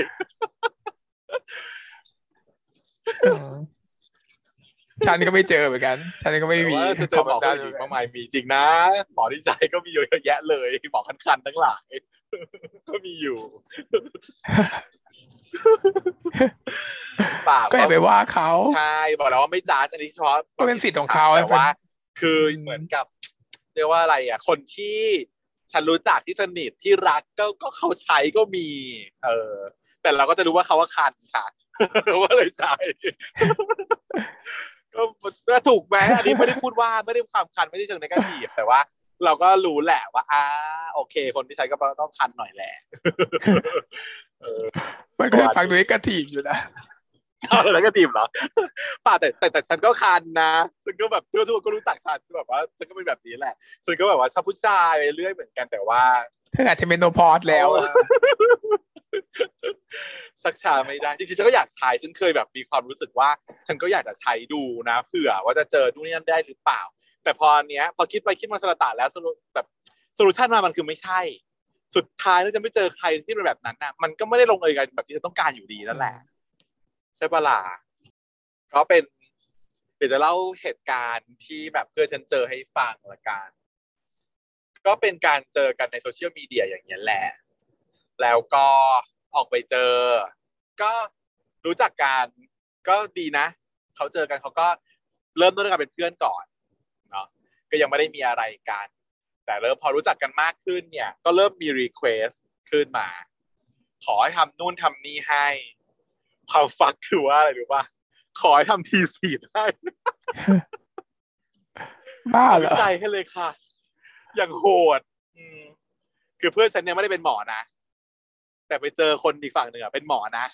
อืมฉันก็ไม่เจอเหมือนกันฉันก็ไม่แต่มีว่าจะเจของแบบอหมอคนอื่นนั้นเหมือนกันอีกมากมายมีจริงนะหมอที่ใจก็มีเยอะแยะเลยหมอคันๆทั้งหลายก็มีอยู่ป่าก็ก็อย่าไปว่าเขาใช่บอกแล้วว่าไม่จ้าอันนี้เฉพาะคก็เป็นวามเห็นของฉัสิทธิ์ของเขาเป็นนแต่ว่าคืออืมเหมือนกับเรียกว่าอะไรอ่ะคนที่ฉันรู้จักที่สนิทที่รักก็เขาใช้ก็มีเออแต่เราก็จะรู้ว่าเขาว่าคันค่ะว่าเลยใช้ก็ถูกไหมอันนี้ไม่ได้พูดว่าไม่ได้ความคันไม่ได้เชิงนกาทีฟแต่ว่าเราก็รู้แหละว่าโอเคคนที่ใช้ก็ต้องคันหน่อยแหละเออมันก็ฟังดูประมาณนี้เอ็กซ์ทีฟอยู่นะเอาแล้วก็ทีมเหรอป่าแต่ฉันก็คันนะฉันก็แบบทุกคนก็รู้จักฉันแบบว่าฉันก็เป็นแบบนี้แหละฉันก็แบบว่าชอบผู้ชายไปเรื่อยเหมือนกันแต่ว่าเธออาจจะเป็นโนพอดเอแล้วชักชาไม่ได้จริงๆฉันก็อยากใช้ฉันเคยแบบมีความรู้สึกว่าฉันก็อยากจะใช้ดูนะเผื่อว่าจะเจอนู่นนี่นั่นได้หรือเปล่าแต่พอเนี้ยพอคิดไปคิดมาสระตาแล้วสรุปแบบโซลูชันมามันคือไม่ใช่สุดท้ายถ้าจะไม่เจอใครที่เป็นแบบนั้นน่ะมันก็ไม่ได้ลงเอยกันแบบที่ฉันต้องการอยู่ดีนั่นแหละใช่ปะล่ะ ก็เป็นเดี๋ยวจะเล่าเหตุการณ์ที่แบบเพื่อนฉันเจอให้ฟังละกันก็เป็นการเจอกันในโซเชียลมีเดียอย่างเงี้ยแหละแล้วก็ออกไปเจอก็รู้จักกันก็ดีนะเขาเจอกันเขาก็เริ่มต้นด้วยการเป็นเพื่อนก่อนเนาะก็ยังไม่ได้มีอะไรกันแต่เริ่มพอรู้จักกันมากขึ้นเนี่ยก็เริ่มมีรีเควสขึ้นมาขอให้ทำนู่นทำนี่ให้ความฟักคือว่าอะไรรู้ป่ะขอให้ทำทีสีให้บ้าเหรอทำวิจัยให้เลยค่ะอย่างโหดคือเพื่อนฉันเนี่ยไม่ได้เป็นหมอนะแต่ไปเจอคนอีกฝั่งหนึ่งอ่ะเป็นหมอนะ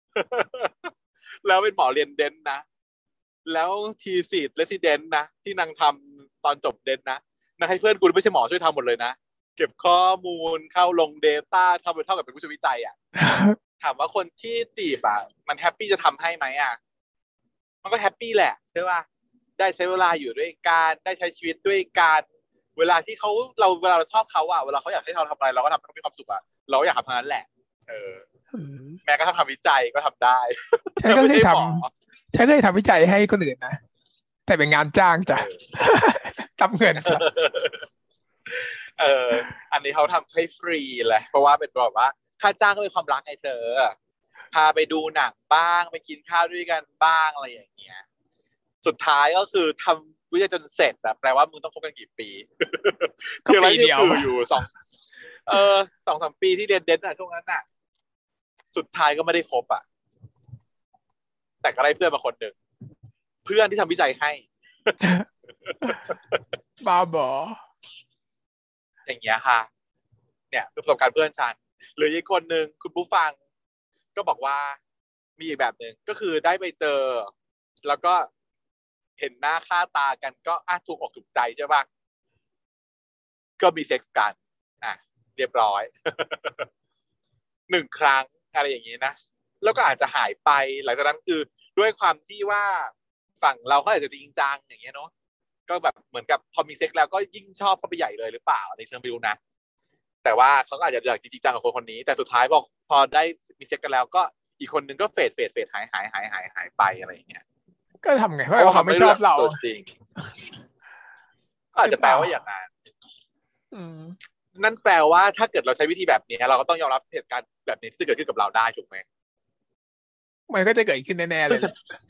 แล้วเป็นหมอเรียนเดนนะแล้วทีซีดเรสซิเดนต์นะที่นางทำตอนจบเดนนะนางให้เพื่อนกูไม่ใช่หมอช่วยทำหมดเลยนะเก็บข้อมูลเข้าลง Data ทำไปเท่ากับเป็นผู้ช่วยวิจัยอ่ะถามว่าคนที่จีบอ่ะมันแฮปปี้จะทำให้ไหมอ่ะมันก็แฮปปี้แหละใช่ป่ะได้ใช้เวลาอยู่ด้วยกันได้ใช้ชีวิตด้วยกันเวลาที่เขาเวลาเราชอบเขาอ่ะเวลาเขาอยากให้เราทำอะไรเราก็ทำให้เขามีความสุขอ่ะเราก็อยากทำเท่านั้นแหละเออแม้กระทั่งทำวิจัยก็ทำได้ฉันก็ไม่เคยทใช่หมอำฉันเคยทำวิจัยให้คนอื่นนะแต่เป็นงานจ้างจ้ะรับเงินจ้ะเอออันนี้เขาทำให้ฟรีเลยเพราะว่าเป็นแบบว่าค่าจ้างก็เป็นความรักไงเธอพาไปดูหนังบ้างไปกินข้าวด้วยกันบ้างอะไรอย่างเงี้ยสุดท้ายก็คือทำวิจัยจนเสร็จแต่แปลว่ามึงต้องคบกันกี่ปีก็คืออะไรที่ปีเดียวคืออยู่เออ2-3 ปีที่เรียนเดนอ่ะช่วงนั้นอ่ะสุดท้ายก็ไม่ได้คบอ่ะแต่ก็ได้เพื่อนมาคนหนึ่งเพื่อนที่ทำวิจัยให้บ้าบออย่างเงี้ยค่ะเนี่ยคือประสบการณ์เพื่อนฉันหรืออีกคนหนึ่งคุณผู้ฟังก็บอกว่ามีอีกแบบหนึ่งก็คือได้ไปเจอแล้วก็เห็นหน้าค่าตากันก็ถูกอกถูกใจใช่ป่ะก็มีเซ็กส์กันอ่ะเรียบร้อย1 ครั้งอะไรอย่างนี้นะแล้วก็อาจจะหายไปหลังจากนั้นคือด้วยความที่ว่าฝั่งเราเขาอาจจะจริงจังอย่างเงี้ยเนาะก็แบบเหมือนกับพอมีเซ็กส์แล้วก็ยิ่งชอบเข้าไปใหญ่เลยหรือเปล่าในเชิงไม่รู้นะ แต่ว่าเขาก็อาจจะอยากจริงจังกับคนนี้แต่สุดท้ายบอกพอได้มีเช็คกันแล้วก็อีกคนนึงก็เฟดหายไปอะไรอย่างเงี้ยก็ทำไงเพเพราะว่าราะเขาเขาไม่เลือกไม่ชอบเราตัวจริงอาจจะแปลว่าอย่างนั้นนั่นแปลว่าถ้าเกิดเราใช้วิธีแบบนี้เราก็ต้องยอมรับเหตุการณ์แบบนี้ที่เกิดขึ้นกับเราได้ถูกไหมมันก็จะเกิดขึ้นแน่ๆเลย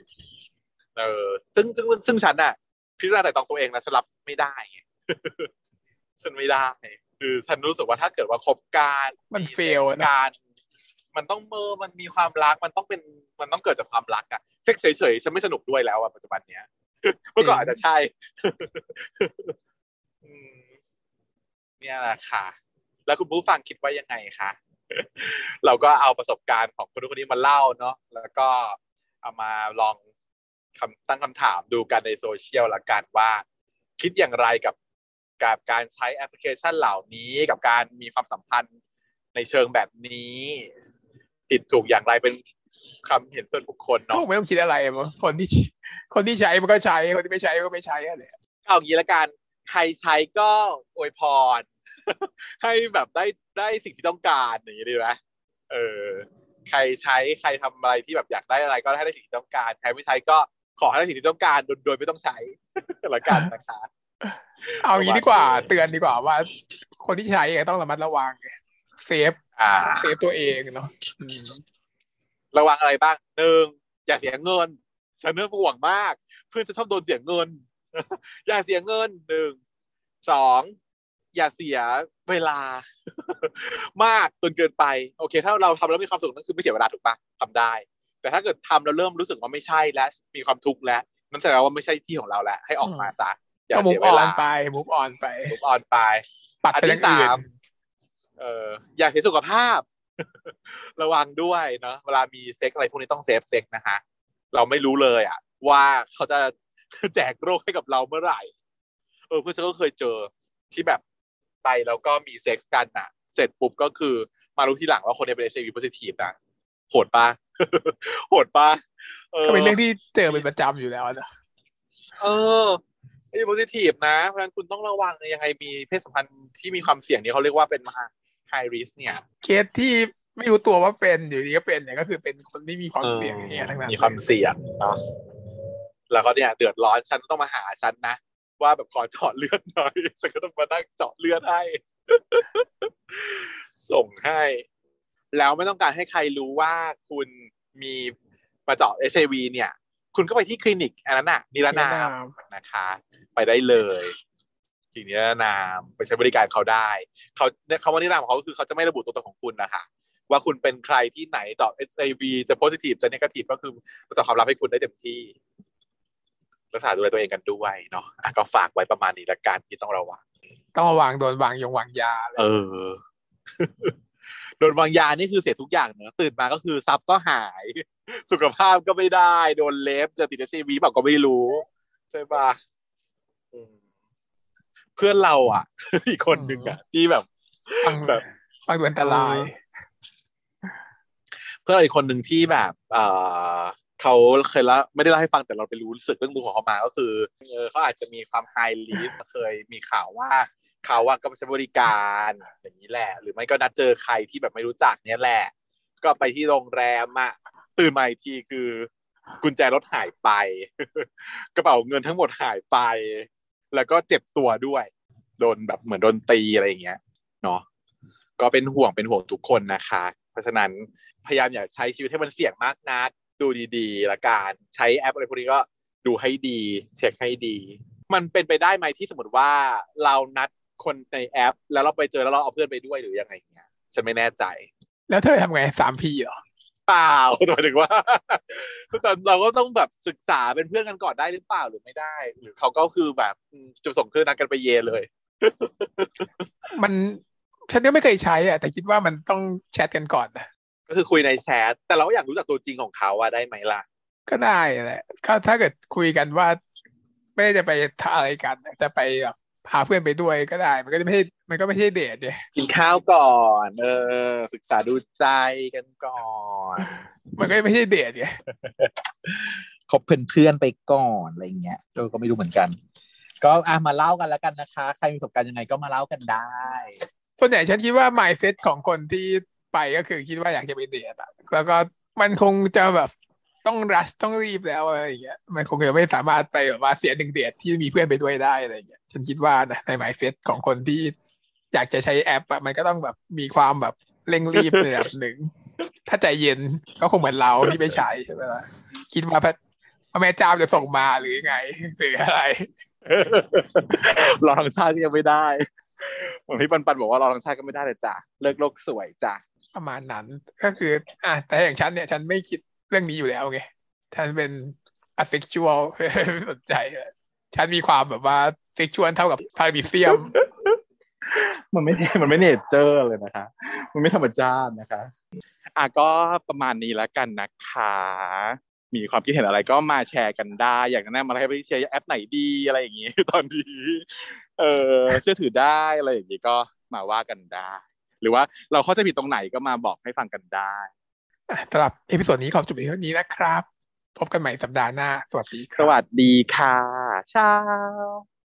ซึ่งฉันน่ะพิจารณาแต่ตองตัวเองนะฉันรับไม่ได้ฉันไม่ได้คือฉันรู้สึกว่าถ้าเกิดว่าคบกันมันเฟลการมันต้องมันมีความรักมันต้องเกิดจากความรักอะเซ็กเฉยๆฉันไม่สนุกด้วยแล้วอะปัจจุบันเนี้ยเมื่อก่อนอาจจะใช่เนี่ยแหละค่ะแล้วคุณผู้ฟังคิดว่ายังไงคะเราก็เอาประสบการณ์ของคนนี้มาเล่าเนาะแล้วก็เอามาลองตั้งคำถามดูกันในโซเชียลละกันว่าคิดอย่างไรกับการใช้แอปพลิเคชันเหล่านี้กับการมีความสัมพันธ์ในเชิงแบบนี้ผิดถูกอย่างไรเป็นคำเห็นส่วนบุคคลเนาะไม่ต้องคิดอะไรคนที่ใช้มันก็ใช้คนที่ไม่ใช้ก็ไม่ใช้อะไรเอางี้ละกันใครใช้ก็อวยพรให้แบบได้สิ่งที่ต้องการอย่างนี้ดีไหมใครใช้ใครทำอะไรที่แบบอยากได้อะไรก็ให้ได้สิ่งที่ต้องการใครไม่ใช้ก็ขอให้ได้สิ่งที่ต้องการโดยไม่ต้องใช้ละกันนะคะเอางี้ดีกว่าเตือนดีกว่าว่าคนที่ใช้ต้องระมัดระวังเซฟตัวเองเนาะระวังอะไรบ้าง1อย่าเสียเงินฉันเนื่องห่วงมากเพื่อนจะชอบโดนเสียเงินอย่าเสียเงิน2อย่าเสียเวลามากจนเกินไปโอเคถ้าเราทำแล้วมีความสุขนั่นคือไม่เสียเวลาถูกปะทำได้แต่ถ้าเกิดทำแล้วเริ่มรู้สึกว่าไม่ใช่และมีความทุกข์แล้วนั่นแสดงว่าไม่ใช่ที่ของเราแล้วให้ออกมาซะอย่าเสียเวลาไปมุฟออนไปปัดไปที่ 3อย่าเสียสุขภาพระวังด้วยเนาะเวลามีเซ็กอะไรพวกนี้ต้องเซฟเซ็กนะฮะเราไม่รู้เลยอ่ะว่าเขาจะแจกโรคให้กับเราเมื่อไหร่เพื่อนฉันก็เคยเจอที่แบบไปแล้วก็มีเซ็กซ์กันน่ะเสร็จปุ๊บก็คือมารู้ทีหลังว่าคนในเป็น HIV positive นะโหดปะก็เป็นเรื่องที่เจอเป็นประจำอยู่แล้วนะ HIV positive นะเพราะฉะนั้นคุณต้องระวังยังไงมีเพศสัมพันธ์ที่มีความเสี่ยงนี้เขาเรียกว่าเป็นhigh risk เนี่ยเคสที่ไม่รู้ตัวว่าเป็นอยู่ดีก็เป็นเนี่ยก็คือเป็นคนที่มีความเสี่ยงอย่างเงี้ยทั้งนั้นมีความเสี่ยงเนาะแล้วก็เนี่ยเดือดร้อนฉันต้องมาหาฉันนะว่าแบบขอเจาะเลือดหน่อยฉันก็ต้องมานั่งเจาะเลือดให้ ส่งให้แล้วไม่ต้องการให้ใครรู้ว่าคุณมีมาเจาะ HIV เนี่ยคุณก็ไปที่คลินิกอันนั้นน่ะนิรนามนะคะไปได้เลยคลินิกนิรนามไปใช้บริการเขาได้เขาว่านิรนามของเขาคือเขาจะไม่ระบุตัวตนของคุณนะคะว่าคุณเป็นใครที่ไหนเจาะ HIV จะ positive จะ negative ก็คือจะความลับให้คุณได้เต็มที่รักษาดูแลตัวเองกันด้วยเนาะก็ฝากไว้ประมาณนี้ละกันที่ต้องระวังโดนวางยาโดนวางยานี่คือเสียทุกอย่างเนอะตื่นมาก็คือทรัพย์ก็หายสุขภาพก็ไม่ได้โดนเล็บจะติด HIV แบบก็ไม่รู้ใช่ป่ะเพื่อนเราอ่ะอีกคนหนึ่งอ่ะที่แบบฟังดูอันตรายเพื่อนอีกคนหนึ่งที่แบบเขาเคยแล้วไม่ได้เล่าให้ฟังแต่เราไปรู้สึกเรื่องมุมของเขามาก็คือเขาอาจจะมีความไฮริสเคยมีข่าวว่าเขาว่าก็ไปใช้บริการอย่างนี้แหละหรือไม่ก็นัดเจอใครที่แบบไม่รู้จักเนี้ยแหละก็ไปที่โรงแรมอ่ะตื่นมาอีกทีคือกุญแจรถหายไปกระเป๋าเงินทั้งหมดหายไปแล้วก็เจ็บตัวด้วยโดนแบบเหมือนโดนตีอะไรอย่างเงี้ยเนาะก็เป็นห่วงทุกคนนะคะเพราะฉะนั้นพยายามอย่าใช้ชีวิตให้มันเสี่ยงมากนักดูดีๆละกันใช้แอปอะไรพวกนี้ก็ดูให้ดีเช็คให้ดีมันเป็นไปได้ไหมที่สมมติว่าเรานัดคนในแอปแล้วเราไปเจอแล้วเราเอาเพื่อนไปด้วยหรือยังไงเงี้ยฉันไม่แน่ใจแล้วเธอทำไง 3P เหรอเปล่าหมายถึงว่าแต่เราก็ต้องแบบศึกษาเป็นเพื่อนกันก่อนได้หรือเปล่าหรือไม่ได้หรือเขาก็คือแบบจะส่งเพื่อนนัดกันไปเยเลยมันฉันก็ไม่เคยใช้อ่ะแต่คิดว่ามันต้องแชทกันก่อนนะก็คือคุยในแชทแต่เราก็อยากรู้จักตัวจริงของเขาว่าได้ไหมล่ะก็ได้แหละถ้าเกิดคุยกันว่าไม่ได้จะไปอะไรกันจะไปแบบพาเพื่อนไปด้วยก็ได้มันก็ไม่ใช่เดทเนี่ยกินข้าวก่อนศึกษาดูใจกันก่อนมันก็ไม่ใช่เดทเนี่ยคบเพื่อนไปก่อนอะไรเงี้ยก็ไม่รู้เหมือนกันก็มาเล่ากันแล้วกันนะคะใครมีประสบการณ์ยังไงก็มาเล่ากันได้ส่วนใหญ่ฉันคิดว่า mindset ของคนที่ไปก็คือคิดว่าอยากจะไปเดทอะแล้วก็มันคงจะแบบต้องรัชต้องรีบแล้วอะไรอย่างเงี้ยมันคงจะไม่สามารถไปแบบว่าเสีย1 เดือนที่มีเพื่อนไปด้วยได้อะไรอย่างเงี้ยฉันคิดว่านะใน mindset ของคนที่อยากจะใช้แอปอะมันก็ต้องแบบมีความแบบเร่งรีบในระดับหนึ่งถ้าใจเย็นก็คงเหมือนเราที่ไม่ใช้ใช่ไหมล่ะคิดว่าพระแม่เจ้าจะส่งมาหรือไงหรืออะไรรอทั้งชาติก็ยังไม่ได้เหมือนพี่ปันบอกว่ารอทั้งชาติก็ไม่ได้เลยจ้ะเลิกโลกสวยจ้ะประมาณนั้นก็คือแต่อย่างฉันเนี่ยฉันไม่คิดเรื่องนี้อยู่แล้วไงฉันเป็น asexual ไม่สนใจเลยฉันมีความแบบว่า sexual เท่ากับพาราดิเซียมมันไม่เนเจอร์เลยนะคะมันไม่ธรรมชาตินะคะก็ประมาณนี้แล้วกันนะคะมีความคิดเห็นอะไรก็มาแชร์กันได้อยากจะแนะนำอะไรให้ไปแชร์แอปไหนดีอะไรอย่างนี้ตอนนี้เชื่อถือได้อะไรอย่างนี้ก็มาว่ากันได้หรือว่าเราเข้าใจผิดตรงไหนก็มาบอกให้ฟังกันได้สำหรับเอพิโซดนี้ขอจบเพียงเท่านี้นะครับพบกันใหม่สัปดาห์หน้าสวัสดีครับสวัสดีค่ะเช้า